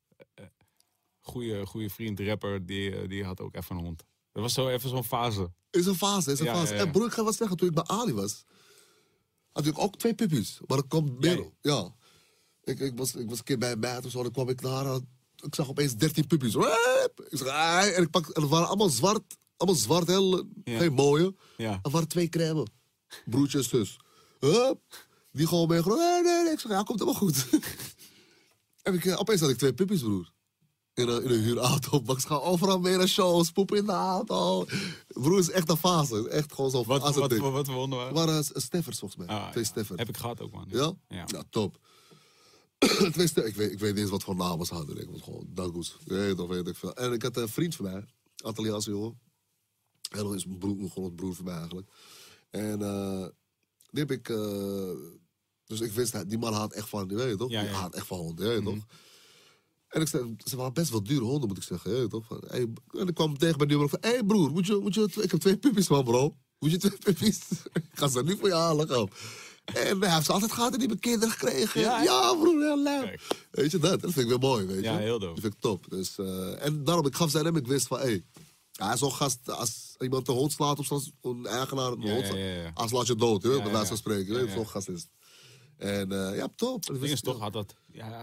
Goeie vriend, rapper, die had ook even een hond. Dat was zo even zo'n fase. Is een fase. En broer, ik ga wat zeggen, toen ik bij Ali was... had ik ook 2 puppies, maar dat kwam meer. Ja. Ik was een keer bij een meid of zo, dan kwam ik naar... Ik zag opeens 13 puppies. Ik zeg, en het waren allemaal zwart, heel, geen mooie. Ja. Er waren 2 crème. Broertje en zus. Die gewoon mee. Nee. Ik zeg, ja, komt helemaal goed. En opeens had ik 2 puppies, broer. In een huurauto. Maar ik ga overal mee naar shows, poepen in de auto. Broer, is echt een fase. Echt gewoon zo'n fase. Wat voor honden waren? Het waren Steffers, volgens mij. 2 Steffers. Heb ik gehad ook, man. Ja? Ja, top. 2 Steffers. Ik weet niet eens wat voor namen ze hadden. Ik was gewoon Dagoes. Dat weet ik veel. En ik had een vriend van mij. Italiaanse jongen. En is een broer van mij eigenlijk. En die heb ik... dus ik wist, die man had echt van, die weet je toch? Die had echt van honden, weet je toch? En ze waren best wel dure honden, moet ik zeggen. Ja, toch? En ik kwam tegen bij die man van... Hé broer, moet je ik heb 2 puppies, man, bro. Moet je 2 puppies? Ik ga ze niet voor je halen, gaan. En hij heeft ze altijd gehad en die hebben kinderen gekregen. Ja broer, heel leuk. Weet je dat? Dat vind ik wel mooi, weet je. Ja, heel dope. Dat vind ik top. Dus, en daarom, ik gaf ze aan hem, ik wist van... Hij is zo'n gast, als iemand de hond slaat of zoals een eigenaar een hond slaat... Als laat je dood, bij wijze van spreken. Zo'n gast is het. En top. Het ding is toch, had dat...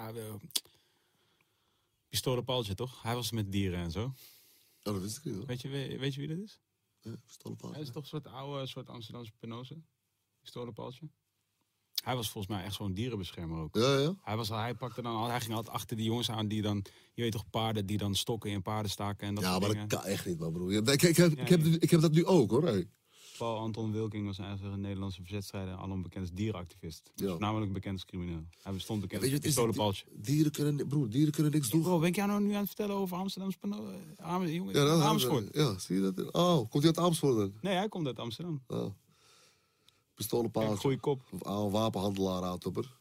Pistolenpaaltje, toch? Hij was met dieren en zo. Oh, dat wist ik niet, hoor. Weet je wie dat is? Ja, pistolenpaaltje. Hij is toch een soort oude, soort Amsterdamse penose. Pistolenpaaltje. Hij was volgens mij echt zo'n dierenbeschermer ook. Ja. Hij ging altijd achter die jongens aan die dan, je weet toch, paarden die dan stokken in paarden staken en dat Ja, soort maar dingen. dat kan echt niet, man, broer. Ik heb dat nu ook, hoor. Hey. Paul Anton Wilking was eigenlijk een Nederlandse verzetstrijder, alom bekend als dierenactivist. Ja. Namelijk bekend als crimineel. Hij bestond bekend Weet je als wat is het? pistolenpaaltje. Dieren kunnen niks doen. Bro, ben ik jou nou nu aan het vertellen over Amsterdamse jongen? Ja, Amersfoort. Ja, zie je dat? Oh, komt hij uit Amersfoort dan? Nee, hij komt uit Amsterdam. Oh. Een Pistolenpaaltje. goede kop. Of oude wapenhandelaar uit, topper.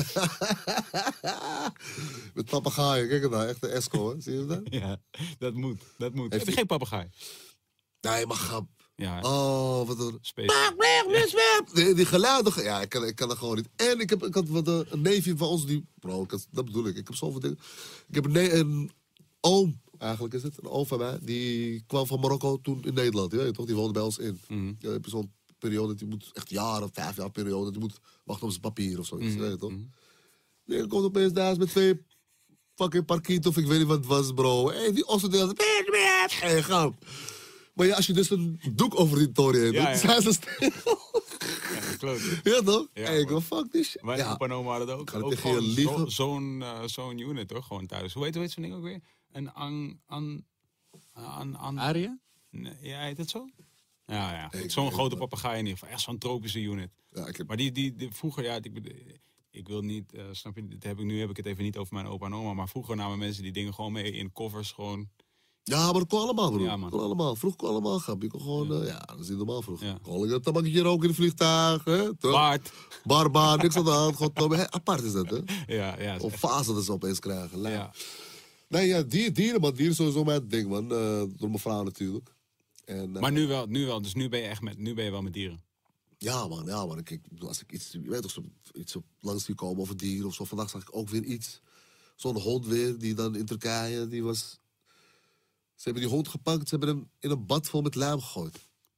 Met papegaaien, kijk het nou, echt een Esco, hè? Zie je dat? Ja, dat moet. Heb je hij- geen papegaai? Nee, maar grap. Ja, Oh, wat een... space. Die geluiden, ja, ik kan dat gewoon niet. En ik had een neefje van ons die... Bro, dat bedoel ik. Ik heb zoveel dingen. Ik heb een oom, eigenlijk is het. Een oom van mij. Die kwam van Marokko toen in Nederland. Je weet toch? Die woonde bij ons in. Mhm. Ja, heb je zo'n periode, die moet echt jaren, 5 jaar periode. Die moet wachten op zijn papier of zoiets. Je weet toch? Die komt opeens daar met 2 fucking parkiet of ik weet niet wat het was, bro. Hey, die ossen deel. Hey, grap. Maar ja, als je dus een doek over die toren heen doet, Ja. zijn ze stil. Ja, klote. Ja, toch? Ja, Hey, ik man. wil fuck die shit. Mijn Ja. opa en oma hadden dat ook. Kan ik Ook tegen je gewoon liegen? zo'n unit hoor, gewoon thuis. Hoe heet zo'n ding ook weer? Een Aria? Nee, ja, heet het zo? Ja. Ik Zo'n weet grote het, man. papegaai in ieder geval. Echt zo'n tropische unit. Ja, ik heb... Maar die vroeger, ja, ik wil niet, snap je, nu heb ik het even niet over mijn opa en oma. Maar vroeger namen mensen die dingen gewoon mee in koffers. Gewoon, Ja, maar dat kon allemaal, broer. Ja, man. Kon allemaal. Vroeg kon allemaal, grap. Je kon gewoon, ja, dat is niet normaal vroeg. Ja. Kon ik een tabakje roken in het vliegtuig, hè? Toch? baard. Barbaar, niks aan de hand. Gewoon tomen. Hé, apart is dat, hè? Ja, is Of echt- fase dat ze opeens krijgen. Lijp. ja. Nee, ja, dieren, man. Dieren is sowieso mijn ding, man. Door mijn vrouw natuurlijk. En, Maar nu wel. Dus nu ben je wel met dieren. Ja, man. Kijk, als ik iets, je weet toch, iets op langs zie komen over dieren of zo. Vandaag zag ik ook weer iets. Zo'n hond weer, die dan in Turkije, die was... Ze hebben die hond gepakt, ze hebben hem in een bad vol met lijm gegooid.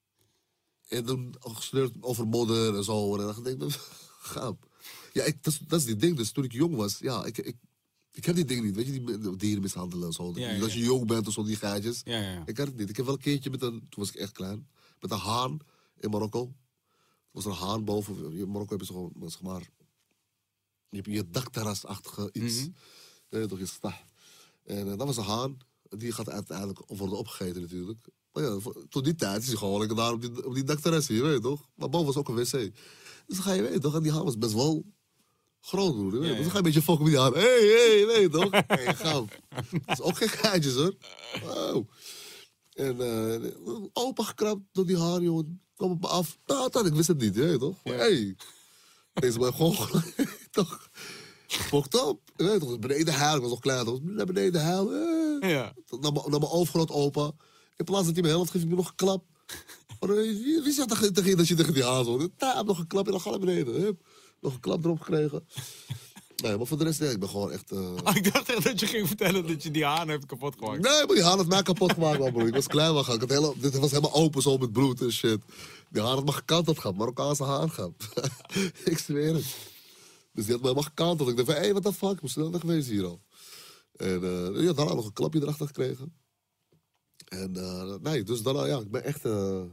En dan gesleurd over modder en zo. En dan denk ik, gaap. Ja, dat is die ding. Dus toen ik jong was, ja, ik heb die dingen niet. Weet je, die dieren mishandelen en zo. Ja. Als je jong bent of zo, die gaatjes. Ja. Ik had het niet. Ik heb wel een keertje toen was ik echt klein, met een haan in Marokko. Er was een haan boven. In Marokko heb je zo, zeg maar, je hebt je dakterrasachtige iets. Toch, je sta. En dat was een haan. Die gaat uiteindelijk worden opgegeten natuurlijk. Maar ja, tot die tijd is hij gewoon lekker daar op die dakterras, je weet toch. Maar boven was ook een wc. Dus dan ga je weten toch, en die haan was best wel groot, broer. Je weet toch? Dus dan ga je een beetje fokken met die haan. Hey, weet je toch? Hey, gaaf. Dat is ook geen geitjes, hoor. Wow. En opa gekrapt door die haar, jongen. Kwam op me af. Ik wist het niet, je weet toch? Maar, hey, deze man gewoon, toch... Fokt op. Je weet toch, beneden huil. Ik was nog klein, toch? Naar beneden huil. Ja. Naar mijn overgrootopa. In plaats dat hij me helpt, geef ik me nog een klap. Maar, wie zegt tegen je dat je tegen die haal zo? Nog een klap en dan ga naar beneden. Hup. Nog een klap erop gekregen. Nee, maar voor de rest, nee, ik ben gewoon echt... Ik dacht echt dat je ging vertellen dat je die haan hebt kapot gemaakt. Nee, maar die haan had mij kapot gemaakt, man, broer. Ik was klein, man. Dit was helemaal open, zo met bloed en shit. Die haan had me gekanteld gehad. Marokkaanse haan gehad. Ik zweer het. Dus die had mij helemaal gekanteld. Ik dacht van, hé, what the fuck? Ik moest snel weg geweest hier al. En ja, daarna nog een klapje erachter gekregen. En nee, dus daarna, ja, ik ben echt...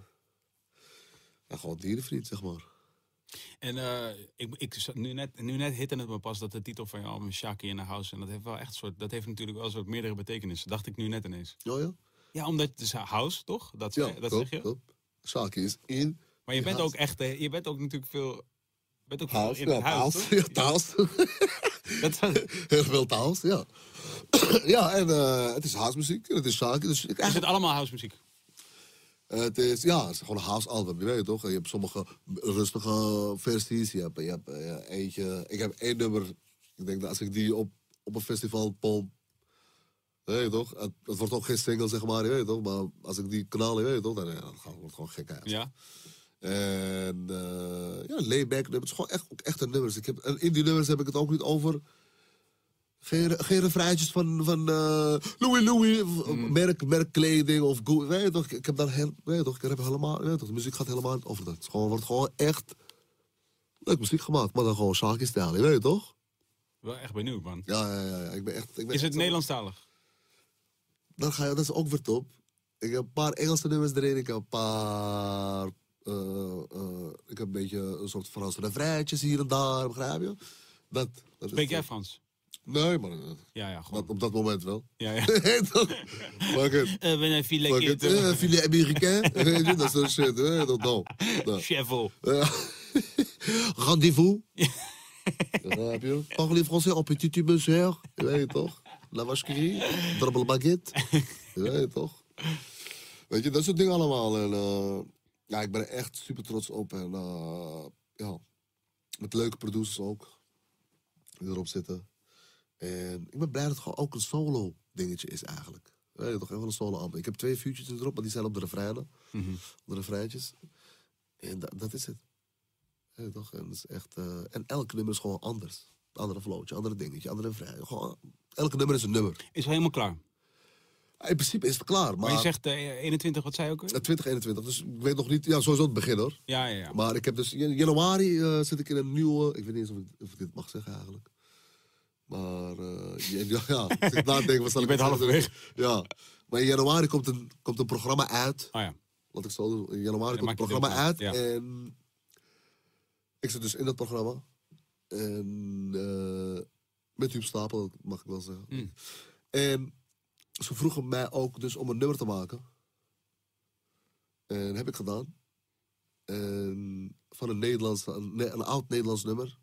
ja, gewoon dierenvriend, zeg maar. En nu net hitte het me pas dat de titel van je album is Shaki in the House. En dat heeft wel echt dat heeft natuurlijk wel een soort meerdere betekenissen. Dacht ik nu net ineens. Oh ja? Ja, omdat het is house, toch? Dat Ja, zeg je. top. Shaki is in... Maar je bent house. ook echt, je bent ook natuurlijk veel... Bent ook House, in het huis, toch? Ja, thuis. Dat Heel veel thuis, ja. Ja, en het is housemuziek en het is Shaki. Dus is het allemaal house muziek? het is gewoon een house album, je weet toch? Je hebt sommige rustige versies. Je hebt eentje... Ik heb 1 nummer. Ik denk dat als ik die op een festival pomp... Weet je toch? Het wordt ook geen single, zeg maar, je weet toch? Maar als ik die knal, je weet toch? Dan wordt het gewoon gek uit. Ja. En layback nummers. Gewoon ook echte nummers. En in die nummers heb ik het ook niet over... Geen refreintjes van Louis, merk kleding of goed. Weet je toch, ik heb daar helemaal, weet je toch, de muziek gaat helemaal niet over dat. Het wordt gewoon echt leuk muziek gemaakt, maar dan gewoon Shaki-stijl, je weet toch? Wel echt benieuwd, man. Ja, ik ben echt... Is het Nederlandstalig? Dat is ook weer top. Ik heb een paar Engelse nummers erin, ik heb een paar Ik heb een beetje een soort Franse refreintjes hier en daar, begrijp je? Dat Spreek jij Frans? Nee, maar Ja, gewoon. op dat moment wel. Ja, ja. Fuck it. Filet américain. Weet je, dat soort shit. Dat. Cheval. Rendez-vous. Begrijp je? Parlez français en petit monsieur. Je weet je toch? La vacherie. Double baguette. Je weet je toch? Weet je, dat soort dingen allemaal. En ja, ik ben er echt super trots op. En ja, met leuke producers ook. Die erop zitten. En ik ben blij dat het gewoon ook een solo dingetje is eigenlijk. Weet je toch, even een solo album. Ik heb 2 features erop, maar die zijn op de refreinen. Op de refreintjes. En dat is het. Weet je toch? En, dat is echt, en elk nummer is gewoon anders. Andere flowtje, andere dingetje, andere refrein. Gewoon, elke nummer is een nummer. Is wel helemaal klaar. In principe is het klaar. Maar je zegt 21, wat zei je ook weer? 2021, dus ik weet nog niet. Ja, sowieso het begin hoor. Ja. Maar ik heb dus in januari zit ik in een nieuwe. Ik weet niet eens of ik dit mag zeggen eigenlijk. Maar ja, als ik nadenk, je bent halverwege. Ja, maar in januari komt een programma uit. Oh ja. Laat ik zo doen. In januari komt een programma uit. Ja. En ik zit dus in dat programma. En met Huub Stapel, dat mag ik wel zeggen. En ze vroegen mij ook dus om een nummer te maken. En dat heb ik gedaan. En van een oud Nederlands nummer.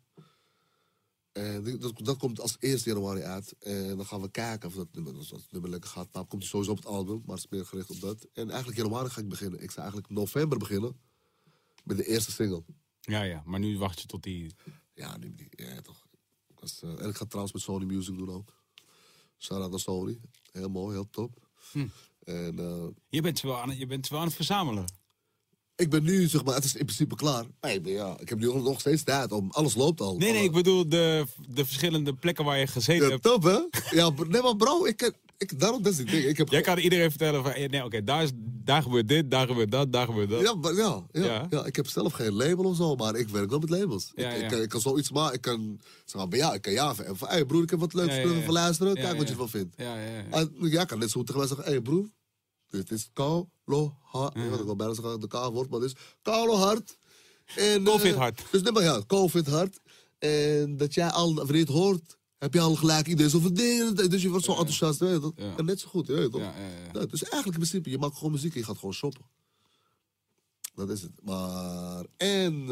En dat komt als 1 januari uit. En dan gaan we kijken of dat nummer lekker gaat. Nou, komt hij sowieso op het album, maar het is meer gericht op dat. En eigenlijk januari ga ik beginnen. Ik zou eigenlijk november beginnen met de eerste single. Ja, maar nu wacht je tot die... Ja, ja toch. En ik ga trouwens met Sony Music doen ook. Shout-out naar Sony. Heel mooi, heel top. En, je bent wel aan het verzamelen. Ik ben nu, zeg maar, het is in principe klaar. Maar ik heb nu nog steeds tijd om, alles loopt al. Nee, ik bedoel de verschillende plekken waar je gezeten hebt. Top, hè? Ja, nee, maar bro, daarom, dat is het ding. Jij kan iedereen vertellen van, nee, oké, daar gebeurt dit, daar gebeurt dat, daar gebeurt dat. Ja, ik heb zelf geen label of zo, maar ik werk wel met labels. Ja. Ik kan zoiets maken, ik kan even van, hey broer, ik heb wat leuks voor luisteren, kijk wat je ervan vindt. Ja, ik kan net zo goed tegen mij zeggen, hey broer, dit is koulo hard. Ik wil bijna zeggen de K-woord, maar dit is koulo hard. Covid hard. Dus nee, maar ja, Covid hard. En dat jij al, wanneer je het hoort, heb je al gelijk ideeën over dingen. Dus je wordt zo enthousiast. Weet je, dat. En net zo goed, weet je toch? Ja, dus eigenlijk in principe, je maakt gewoon muziek en je gaat gewoon shoppen. Dat is het. Maar, en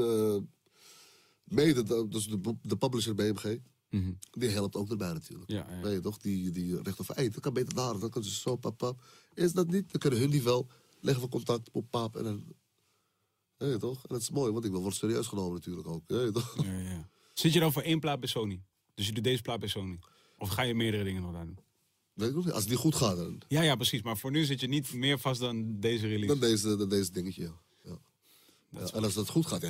mede, dus de publisher BMG, die helpt ook erbij natuurlijk. Weet je toch? Die recht over, dat kan beter daar, dat kan dus zo, pap. Is dat niet? Dan kunnen hun die wel, leggen we contact op pap en dan... Weet je toch? En dat is mooi, want ik wil worden serieus genomen natuurlijk ook. Weet je toch? Ja. Zit je dan voor 1 plaat bij Sony? Dus je doet deze plaat bij Sony? Of ga je meerdere dingen nog doen? Weet ik nog niet. Als het niet goed gaat dan... Ja, precies. Maar voor nu zit je niet meer vast dan deze release. Dan deze dingetje, ja. En als dat goed gaat,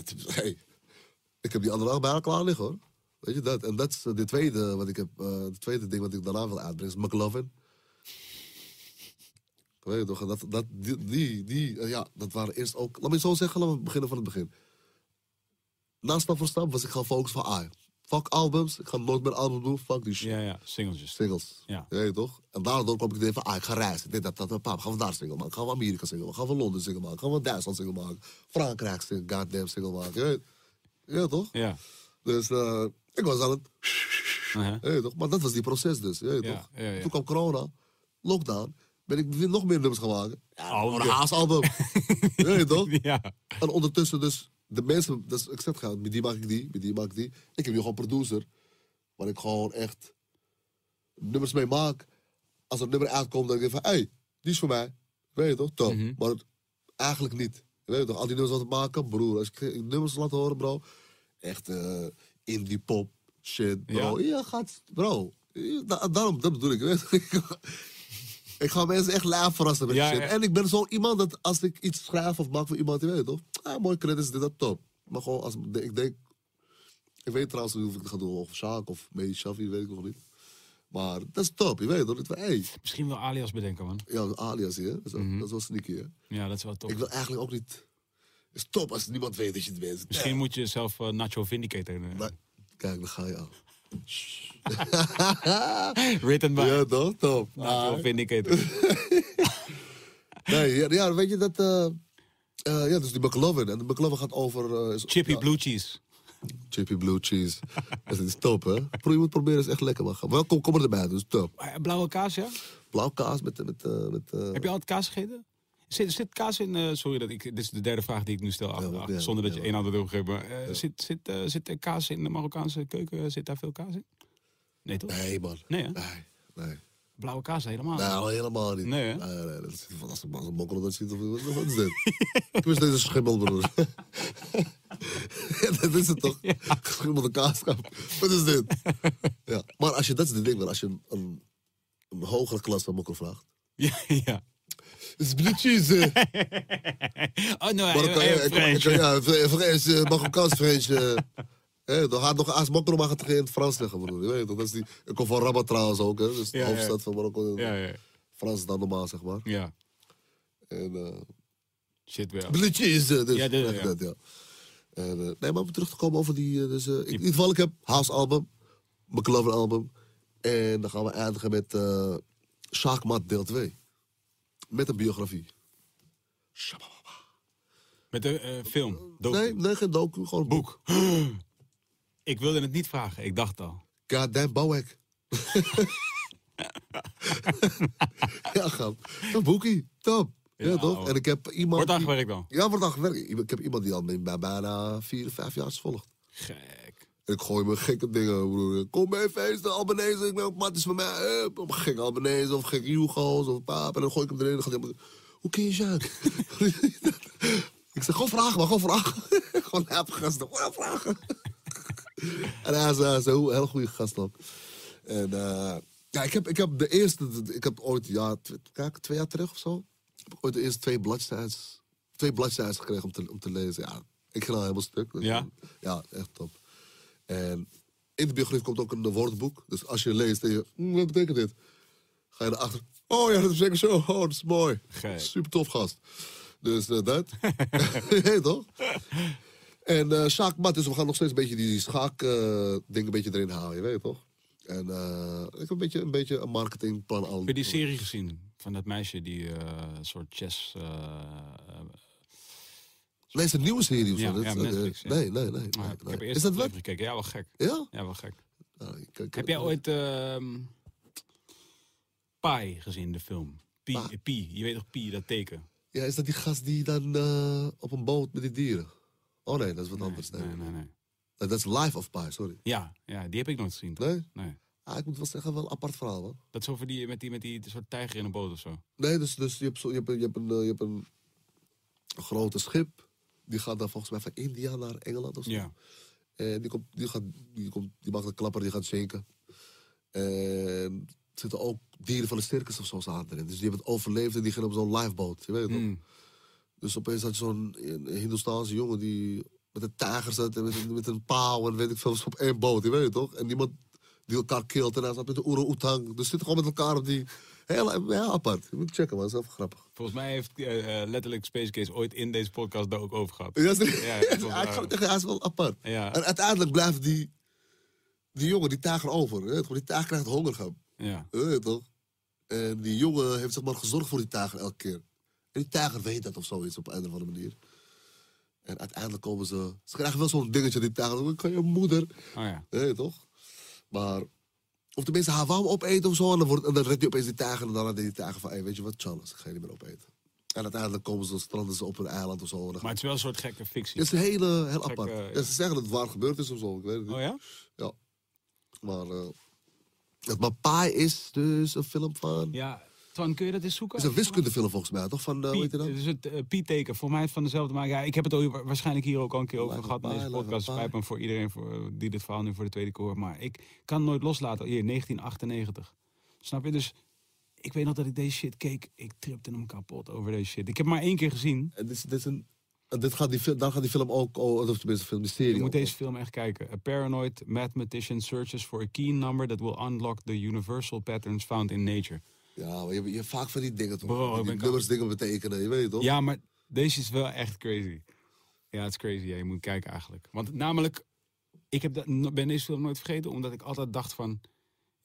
ik heb die andere bijna klaar liggen hoor. Weet je dat? En dat is de tweede wat ik heb. Het tweede ding wat ik daarna wil uitbrengen is McLovin. Weet je toch? Dat waren eerst ook... Laat me zo zeggen, laten we beginnen van het begin. Na stap voor stap was ik gaan focussen van... fuck albums, ik ga nooit meer album doen, fuck die shit. Ja, singles. Ja. Weet je toch? En daardoor kwam ik idee van... ik ga reizen, dit, dat, pap, gaan we daar single maken? Gaan we Amerika single maken? Gaan we Londen single maken? Gaan we Duitsland single maken? Frankrijk goddamn single maken? Ja, toch? Ja. Dus ik was aan het... Weet je toch? Maar dat was die proces dus, weet je toch? Ja. Toen kwam corona, lockdown... ben ik nog meer nummers gaan maken. Ja, een haasalbum. Weet je toch? Ja. En ondertussen dus, de mensen, dus ik zeg het, met die maak ik die, met die maak ik die. Ik heb nu gewoon producer, waar ik gewoon echt nummers mee maak. Als er een nummer uitkomt, dan denk ik van, die is voor mij. Weet je toch? Top. Maar eigenlijk niet. Weet je toch? Al die nummers wat ik maken, broer, als ik nummers laat horen, bro. Echt indie pop, shit, bro. Ja, bro. Daarom, dat bedoel ik, weet je. Ik ga mensen echt live verrassen met shit. En ik ben zo iemand dat als ik iets schrijf of maak voor iemand, je weet toch? Mooi credits, dit, dat, top. Maar gewoon, als ik denk... Ik weet trouwens niet of ik het ga doen, of Sjaak of Mee Shafi, weet ik nog niet. Maar dat is top, je weet toch? Misschien wel alias bedenken, man. Ja, alias, hè? Dat is wel sneaky, hè? Ja, dat is wel top. Ik wil eigenlijk ook niet... Het is top als niemand weet dat je het weet. Misschien moet je zelf Nacho Vindicator... Kijk, dan ga je al. Written by. Ja, toch? Top. Nacho Vindicator. Nee, ja, weet je dat... Ja, dus die McLovin. En de McLovin gaat over... Chippy Blue Cheese. Chippy Blue Cheese. Dat is top, hè? Je moet proberen, is echt lekker, man. Welkom, kom erbij, dus top. Blauwe kaas, ja? Blauw kaas met Heb je altijd kaas gegeten? Zit kaas in... sorry, dit is de derde vraag die ik nu stel. Zonder dat je één antwoord hebt gegeven. Zit kaas in de Marokkaanse keuken? Zit daar veel kaas in? Nee, toch? Nee, man. Nee, hè? Nee. Blauwe kaas helemaal niet. Nou, helemaal niet. Nee, hè? Nee, dat is fantastisch. Als een mokkel dat ziet, wat is dit? Ik wist deze schimmel, broer. Ja, dat is het toch? Geschimmelde kaaskap. Wat is dit? Ja. Maar als je, dat is het ding, als je een hogere klas van mokkel vraagt. Ja. Het is blue cheese. Oh, no, Frans, Marokkaans Frans. Dan gaat nog als mokkel maar in het Frans zeggen, broer. Je weet toch? Dat is ik kom van Rabat trouwens ook, hè? Dus de hoofdstad van Marokko. Ja. Frans is dan normaal, zeg maar. Ja. En, shit wel. blue cheese. Dus, Ja. En, nee, maar om terug te komen over die... in ieder geval, ik heb House album, McLovin album. En dan gaan we eindigen met Sjaak-Mat deel 2. Met een biografie. Met een film? Nee, geen docu, gewoon een boek. Ik wilde het niet vragen, ik dacht al. Goddamn Bouwek. Ja, grap. Een boekie, top. Ja, toch? En ik heb iemand... Wordt aan gewerkt dan? Ja, wordt aan gewerkt. Ik heb iemand die al bij bijna 4, 5 jaar volgt. Gek. En ik gooi me gekke dingen, broer. Kom mee feesten, Albanese. Ik ben op matties van mij. Op gekke Albanese of gekke Jugo's of paap. En dan gooi ik hem erin. En dan gaat hij... Hoe ken je Jacques? Ik zeg, gewoon vragen. Gewoon gasten, gewoon vragen. En hij is een heel goede gast ook. En ja, ik heb de eerste... Ik heb ooit, 2 jaar terug of zo... heb ik ooit de eerste 2 bladzijden gekregen om te lezen. Ja, ik ging al helemaal stuk. Dus, ja? Ja, echt top. En in de biografie komt ook een woordenboek. Dus als je leest en je... wat betekent dit? Ga je erachter... Oh ja, dat is zeker zo. Oh, dat is mooi. Super tof gast. Dus dat. Hey, toch? En Sjaak-Mat, dus we gaan nog steeds een beetje die schaak-dingen een beetje erin halen. Je weet toch? En ik heb een beetje een marketingplan al. Heb je die serie gezien? Van dat meisje die een soort chess... Nee, is het een nieuwe serie of zo? Ja, Netflix. Nee. Ik heb eerst is dat even gekeken. Ja, wel gek. Ja? Ja, wel gek. Nou, heb jij ooit Pi gezien, de film? Pi, je weet toch Pi, dat teken? Ja, is dat die gast die dan op een boot met die dieren? Oh nee, dat is wat anders. Nee. Dat is Life of Pi, sorry. Ja, die heb ik nooit gezien. Toch? Nee. Ik moet wel zeggen, wel een apart verhaal, hoor. Dat is over met die soort tijger in een boot of zo? Nee, dus je hebt een grote schip. Die gaat dan volgens mij van India naar Engeland of zo. Ja. En die maakt een klapper, die gaat zinken. En er zitten ook dieren van de circus of zo zaten erin. Dus die hebben het overleefd en die gaan op zo'n lifeboat. Je weet het toch? Dus opeens had je zo'n Hindoestaanse jongen die met een tijger zat en met een pauw en weet ik veel, op 1 boot. Je weet het toch? En niemand die elkaar kilt en hij zat met de orang-oetang. Dus ze zitten gewoon met elkaar op die... Heel apart. Je moet checken, man. Dat is even grappig. Volgens mij heeft letterlijk Space Case ooit in deze podcast daar ook over gehad. Ja, hij is wel apart. Ja. En uiteindelijk blijft die jongen, die tijger over. Die tijger krijgt honger. Ja. Toch? En die jongen heeft zeg maar gezorgd voor die tijger elke keer. En die tijger weet dat of zoiets op een of andere manier. En uiteindelijk komen ze krijgen wel zo'n dingetje, die tijger. Dan kan je moeder. Oh ja. Toch? Maar... Of tenminste, hij wou hem opeten of zo. En dan redt hij opeens die tijger. En dan had die tijger van, weet je wat, Charles, ik ga je niet meer opeten. En uiteindelijk stranden ze op een eiland of zo. Maar het is wel een soort gekke fictie. Het is heel apart. Ja, ze zeggen dat het waar gebeurd is of zo. Ik weet het niet. Oh ja? Ja. Maar Pi is dus een film van... Ja, Twan, kun je dat eens zoeken? Het is een wiskundefilm volgens mij, toch? Van, hoe heet je dat? Het is het Pi-teken, voor mij van dezelfde maak. Ja, ik heb het waarschijnlijk hier ook al een keer over gehad in deze podcast. Spijt me voor iedereen die dit verhaal nu voor de tweede keer hoort. Maar ik kan het nooit loslaten. Hier, 1998. Snap je? Dus ik weet nog dat ik deze shit keek. Ik tripte hem kapot over deze shit. Ik heb maar 1 keer gezien. Dan gaat die film ook... of tenminste die serie. Je moet deze film echt kijken. A paranoid mathematician searches for a key number that will unlock the universal patterns found in nature. Ja, maar je hebt vaak van die dingen toch? Bro, die nummers dingen betekenen, je weet toch? Ja, maar deze is wel echt crazy. Ja, het is crazy. Ja, je moet kijken eigenlijk. Want namelijk, ik ben deze film nooit vergeten, omdat ik altijd dacht van...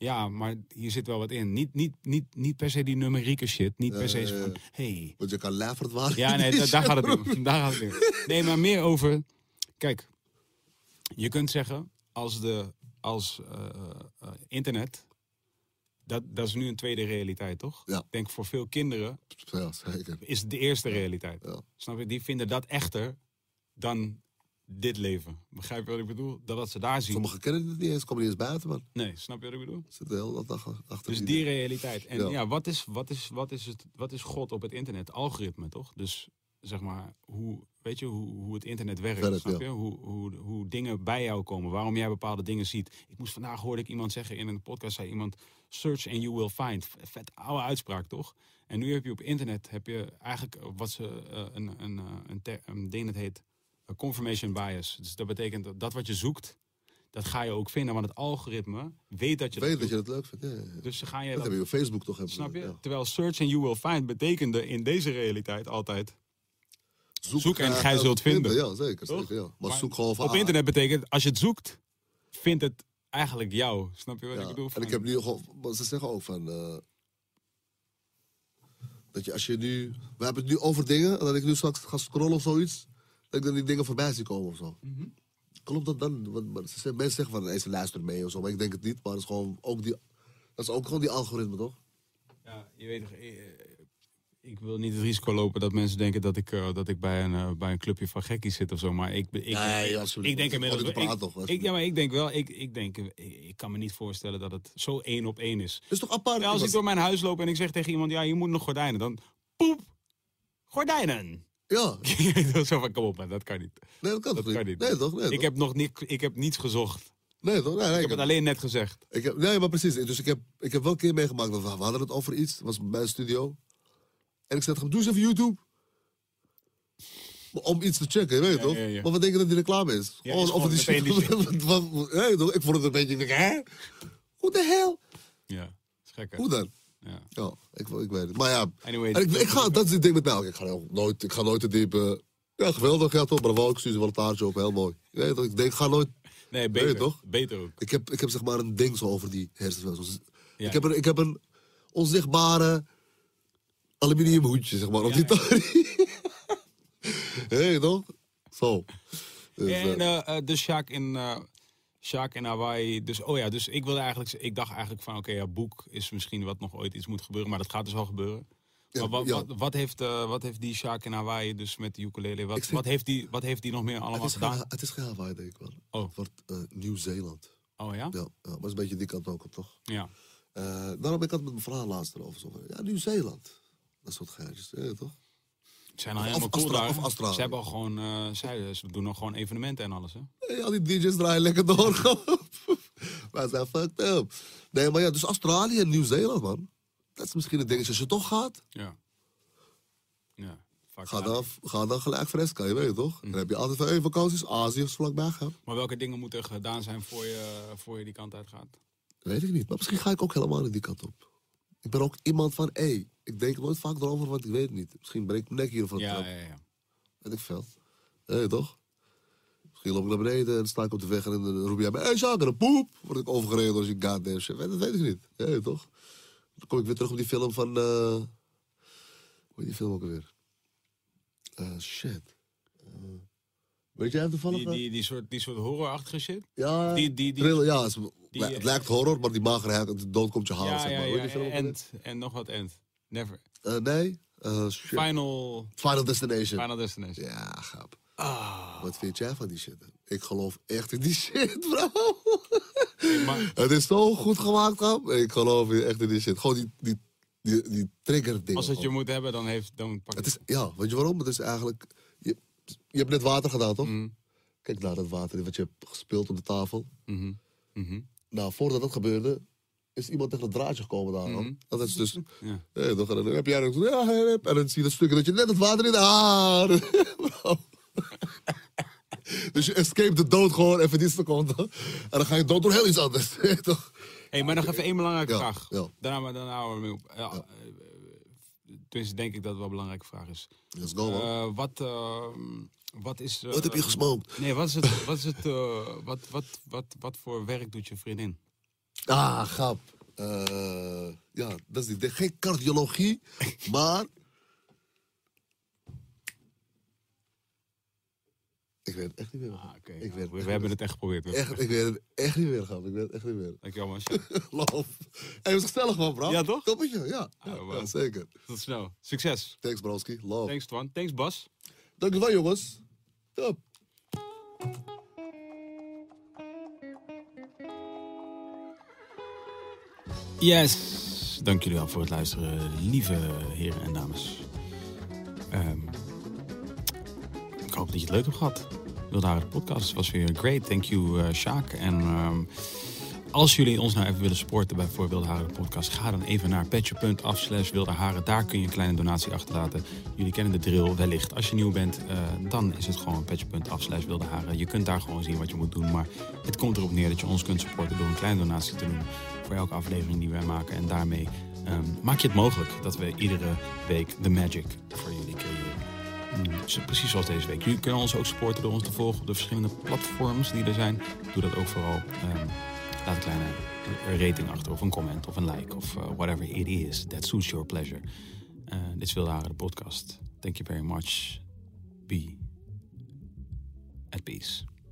Ja, maar hier zit wel wat in. Niet per se die numerieke shit. Niet per se van, hey. Want je kan leverd waren. Ja, nee, daar gaat het niet. Daar gaat het niet. Nee, maar meer over... Kijk, je kunt zeggen, als internet... Dat is nu een tweede realiteit, toch? Ja. Ik denk voor veel kinderen Ja, zeker. is het de eerste realiteit. Ja. Snap je? Die vinden dat echter dan dit leven. Begrijp je wat ik bedoel? Dat wat ze daar zien. Sommigen kennen het niet eens, komen niet eens buiten, man. Nee, snap je wat ik bedoel? Zitten de hele dag achter. Dus die realiteit. En ja, wat is God op het internet? Algoritme, toch? Dus zeg maar, weet je hoe het internet werkt? Snap je? Hoe dingen bij jou komen. Waarom jij bepaalde dingen ziet. Vandaag hoorde ik iemand zeggen in een podcast, zei iemand, search and you will find. Vet oude uitspraak, toch? En nu heb je op internet eigenlijk wat ze een ding dat heet confirmation bias. Dus dat betekent dat wat je zoekt, dat ga je ook vinden. Want het algoritme weet dat je dat leuk vindt. Ja. Dus ga je dat heb je op Facebook toch hebben. Snap je? Ja. Terwijl search and you will find betekende in deze realiteit altijd zoek en gij zult vinden. Ja, zeker. Ja. Maar zoek gewoon van op internet betekent, als je het zoekt, vindt het eigenlijk jou. Snap je wat ik bedoel? En ik heb nu gewoon, ze zeggen ook van, dat je als je nu, we hebben het nu over dingen, en dat ik nu straks ga scrollen of zoiets, dat ik dan die dingen voorbij zie komen of zo. Mm-hmm. Klopt dat dan? Want mensen zeggen van, nee, ze luisteren mee of zo, maar ik denk het niet. Maar dat is gewoon ook dat is ook gewoon die algoritme, toch? Ja, je weet toch, ik wil niet het risico lopen dat mensen denken dat ik bij een clubje van gekkies zit of zo. Maar ik denk inmiddels... Ik kan me niet voorstellen dat het zo 1 op 1 is. Dat is toch apart? Ja, als ik door mijn huis loop en ik zeg tegen iemand, ja, je moet nog gordijnen. Dan, poep, gordijnen. Ja. Zo van, kom op man, dat kan niet. Nee, dat kan niet. Nee, toch? Ik heb niets gezocht. Nee, toch? Nee, ik heb het alleen net gezegd. Nee, maar precies. Dus ik heb wel een keer meegemaakt, dat we hadden het over iets. Dat was bij een studio. En ik zei, doe eens even YouTube. Om iets te checken, weet je toch? Ja. Maar wat denk je dat die reclame is? Ja, over die shit. Ik vond het een beetje, hoe de hel? Ja, is gek hè? Hoe dan? Ja, ik weet het. Maar ja, anyway, dat is het ding met mij. Ik ga nooit te diep. Ja, geweldig, ja toch? Bravo, ik stuur ze wel een taartje op, heel mooi. Ik ga nooit... Nee, beter, weet je, toch? Beter ook. Ik heb zeg maar een ding zo over die hersens. Ja. Ik heb een onzichtbare aluminium hoedje, zeg maar, op die tarie. Hé, toch? Zo. Dus, en de Sjaak in Hawaii. Dus ik dacht eigenlijk van, oké, boek is misschien wat nog ooit iets moet gebeuren. Maar dat gaat dus wel gebeuren. Ja, maar wat heeft die Sjaak in Hawaii dus met de ukulele? Wat heeft die nog meer allemaal gedaan? Het is geen Hawaii, denk ik wel. Oh. Het wordt Nieuw-Zeeland. Oh ja? Ja, maar het is een beetje die kant ook op, toch? Ja. Daarom ik had met mijn verhaal laatst erover. Zo van, ja, Nieuw-Zeeland. Dat soort geitjes, ja, toch? Ze zijn al helemaal cool daar. Ze hebben al gewoon, ze doen nog gewoon evenementen en alles, hè? Nee, al die DJ's draaien lekker door. Wij zijn fucked up. Nee, maar ja, dus Australië en Nieuw-Zeeland, man. Dat is misschien een dingetje als je toch gaat. Ja. Ga dan gelijk fresca, je weet toch? Dan heb je altijd van vakanties, Azië is vlakbij gaan. Maar welke dingen moeten er gedaan zijn voor je die kant uit gaat? Weet ik niet, maar misschien ga ik ook helemaal niet die kant op. Ik ben ook iemand van, ik denk nooit vaak erover, want ik weet het niet. Misschien breek ik mijn nek hier van de trap. Ja. Weet ik veel. Nee, toch? Misschien loop ik naar beneden en dan sta ik op de weg en dan roep jij mij, hey, Sjaak, en dan poep, word ik overgereden als je goddamn shit. Dat weet ik niet. Nee, toch? Dan kom ik weer terug op die film van, hoe heet die film ook alweer? Shit. Weet jij toevallig? Die soort horrorachtige shit? Ja, thriller, ja. Het lijkt horror, maar die magere de dood komt je halen. Zeg maar. En nog wat end. Never. Nee. Final Destination. Ja, grap. Wat vind jij van die shit? Ik geloof echt in die shit, bro. Maar... Het is zo goed gemaakt, grap. Ik geloof echt in die shit. Gewoon die trigger dingen. Als het je moet hebben, dan pak het. Ja, weet je waarom? Het is eigenlijk... Je hebt net water gedaan, toch? Mm. Kijk naar dat water wat je hebt gespeeld op de tafel. Mm-hmm. Mm-hmm. Nou, voordat dat gebeurde, is iemand tegen het draadje gekomen daar. Mm-hmm. Dat is dus... Ja. En dan heb jij nog... en dan zie je dat stukje dat je net het water in de haar... Dus je escape de dood gewoon even die seconde. En dan ga je dood door heel iets anders. Toch? Hey, maar nog even één belangrijke vraag. Ja. Daarna houden we mee op. Tenminste, denk ik dat het wel een belangrijke vraag is. Let's go, man. Wat is... wat heb je gesmokt? Nee, wat voor werk doet je vriendin? Grap. Ja, dat is geen cardiologie, maar... Ik weet het echt niet meer. Okay. We hebben het echt geprobeerd. Ik weet het echt niet meer, grap. Ik weet het echt niet meer. Dankjewel, man. Love. Hey, was gezellig, man, bro. Ja, toch? Toppetje, ja, zeker. Tot snel. Succes. Thanks, broski. Love. Thanks, Twan. Thanks, Bas. Dankjewel, jongens. Top. Yes. Dank jullie wel voor het luisteren, lieve heren en dames. Ik hoop dat je het leuk hebt gehad. Wilde Haren podcast was weer great. Thank you, Sjaak. En als jullie ons nou even willen supporten voor Wilde Haren podcast, ga dan even naar petje.af/Wilde Haren. Daar kun je een kleine donatie achterlaten. Jullie kennen de drill wellicht. Als je nieuw bent, dan is het gewoon petje.af/Wilde Haren. Je kunt daar gewoon zien wat je moet doen. Maar het komt erop neer dat je ons kunt supporten door een kleine donatie te doen voor elke aflevering die wij maken. En daarmee maak je het mogelijk dat we iedere week de magic voor jullie creëren. Precies zoals deze week. Jullie kunnen ons ook supporten door ons te volgen op de verschillende platforms die er zijn. Doe dat ook vooral. Laat een kleine rating achter of een comment of een like of whatever it is. That suits your pleasure. Dit is Wilde Haren, de podcast. Thank you very much. Be at peace.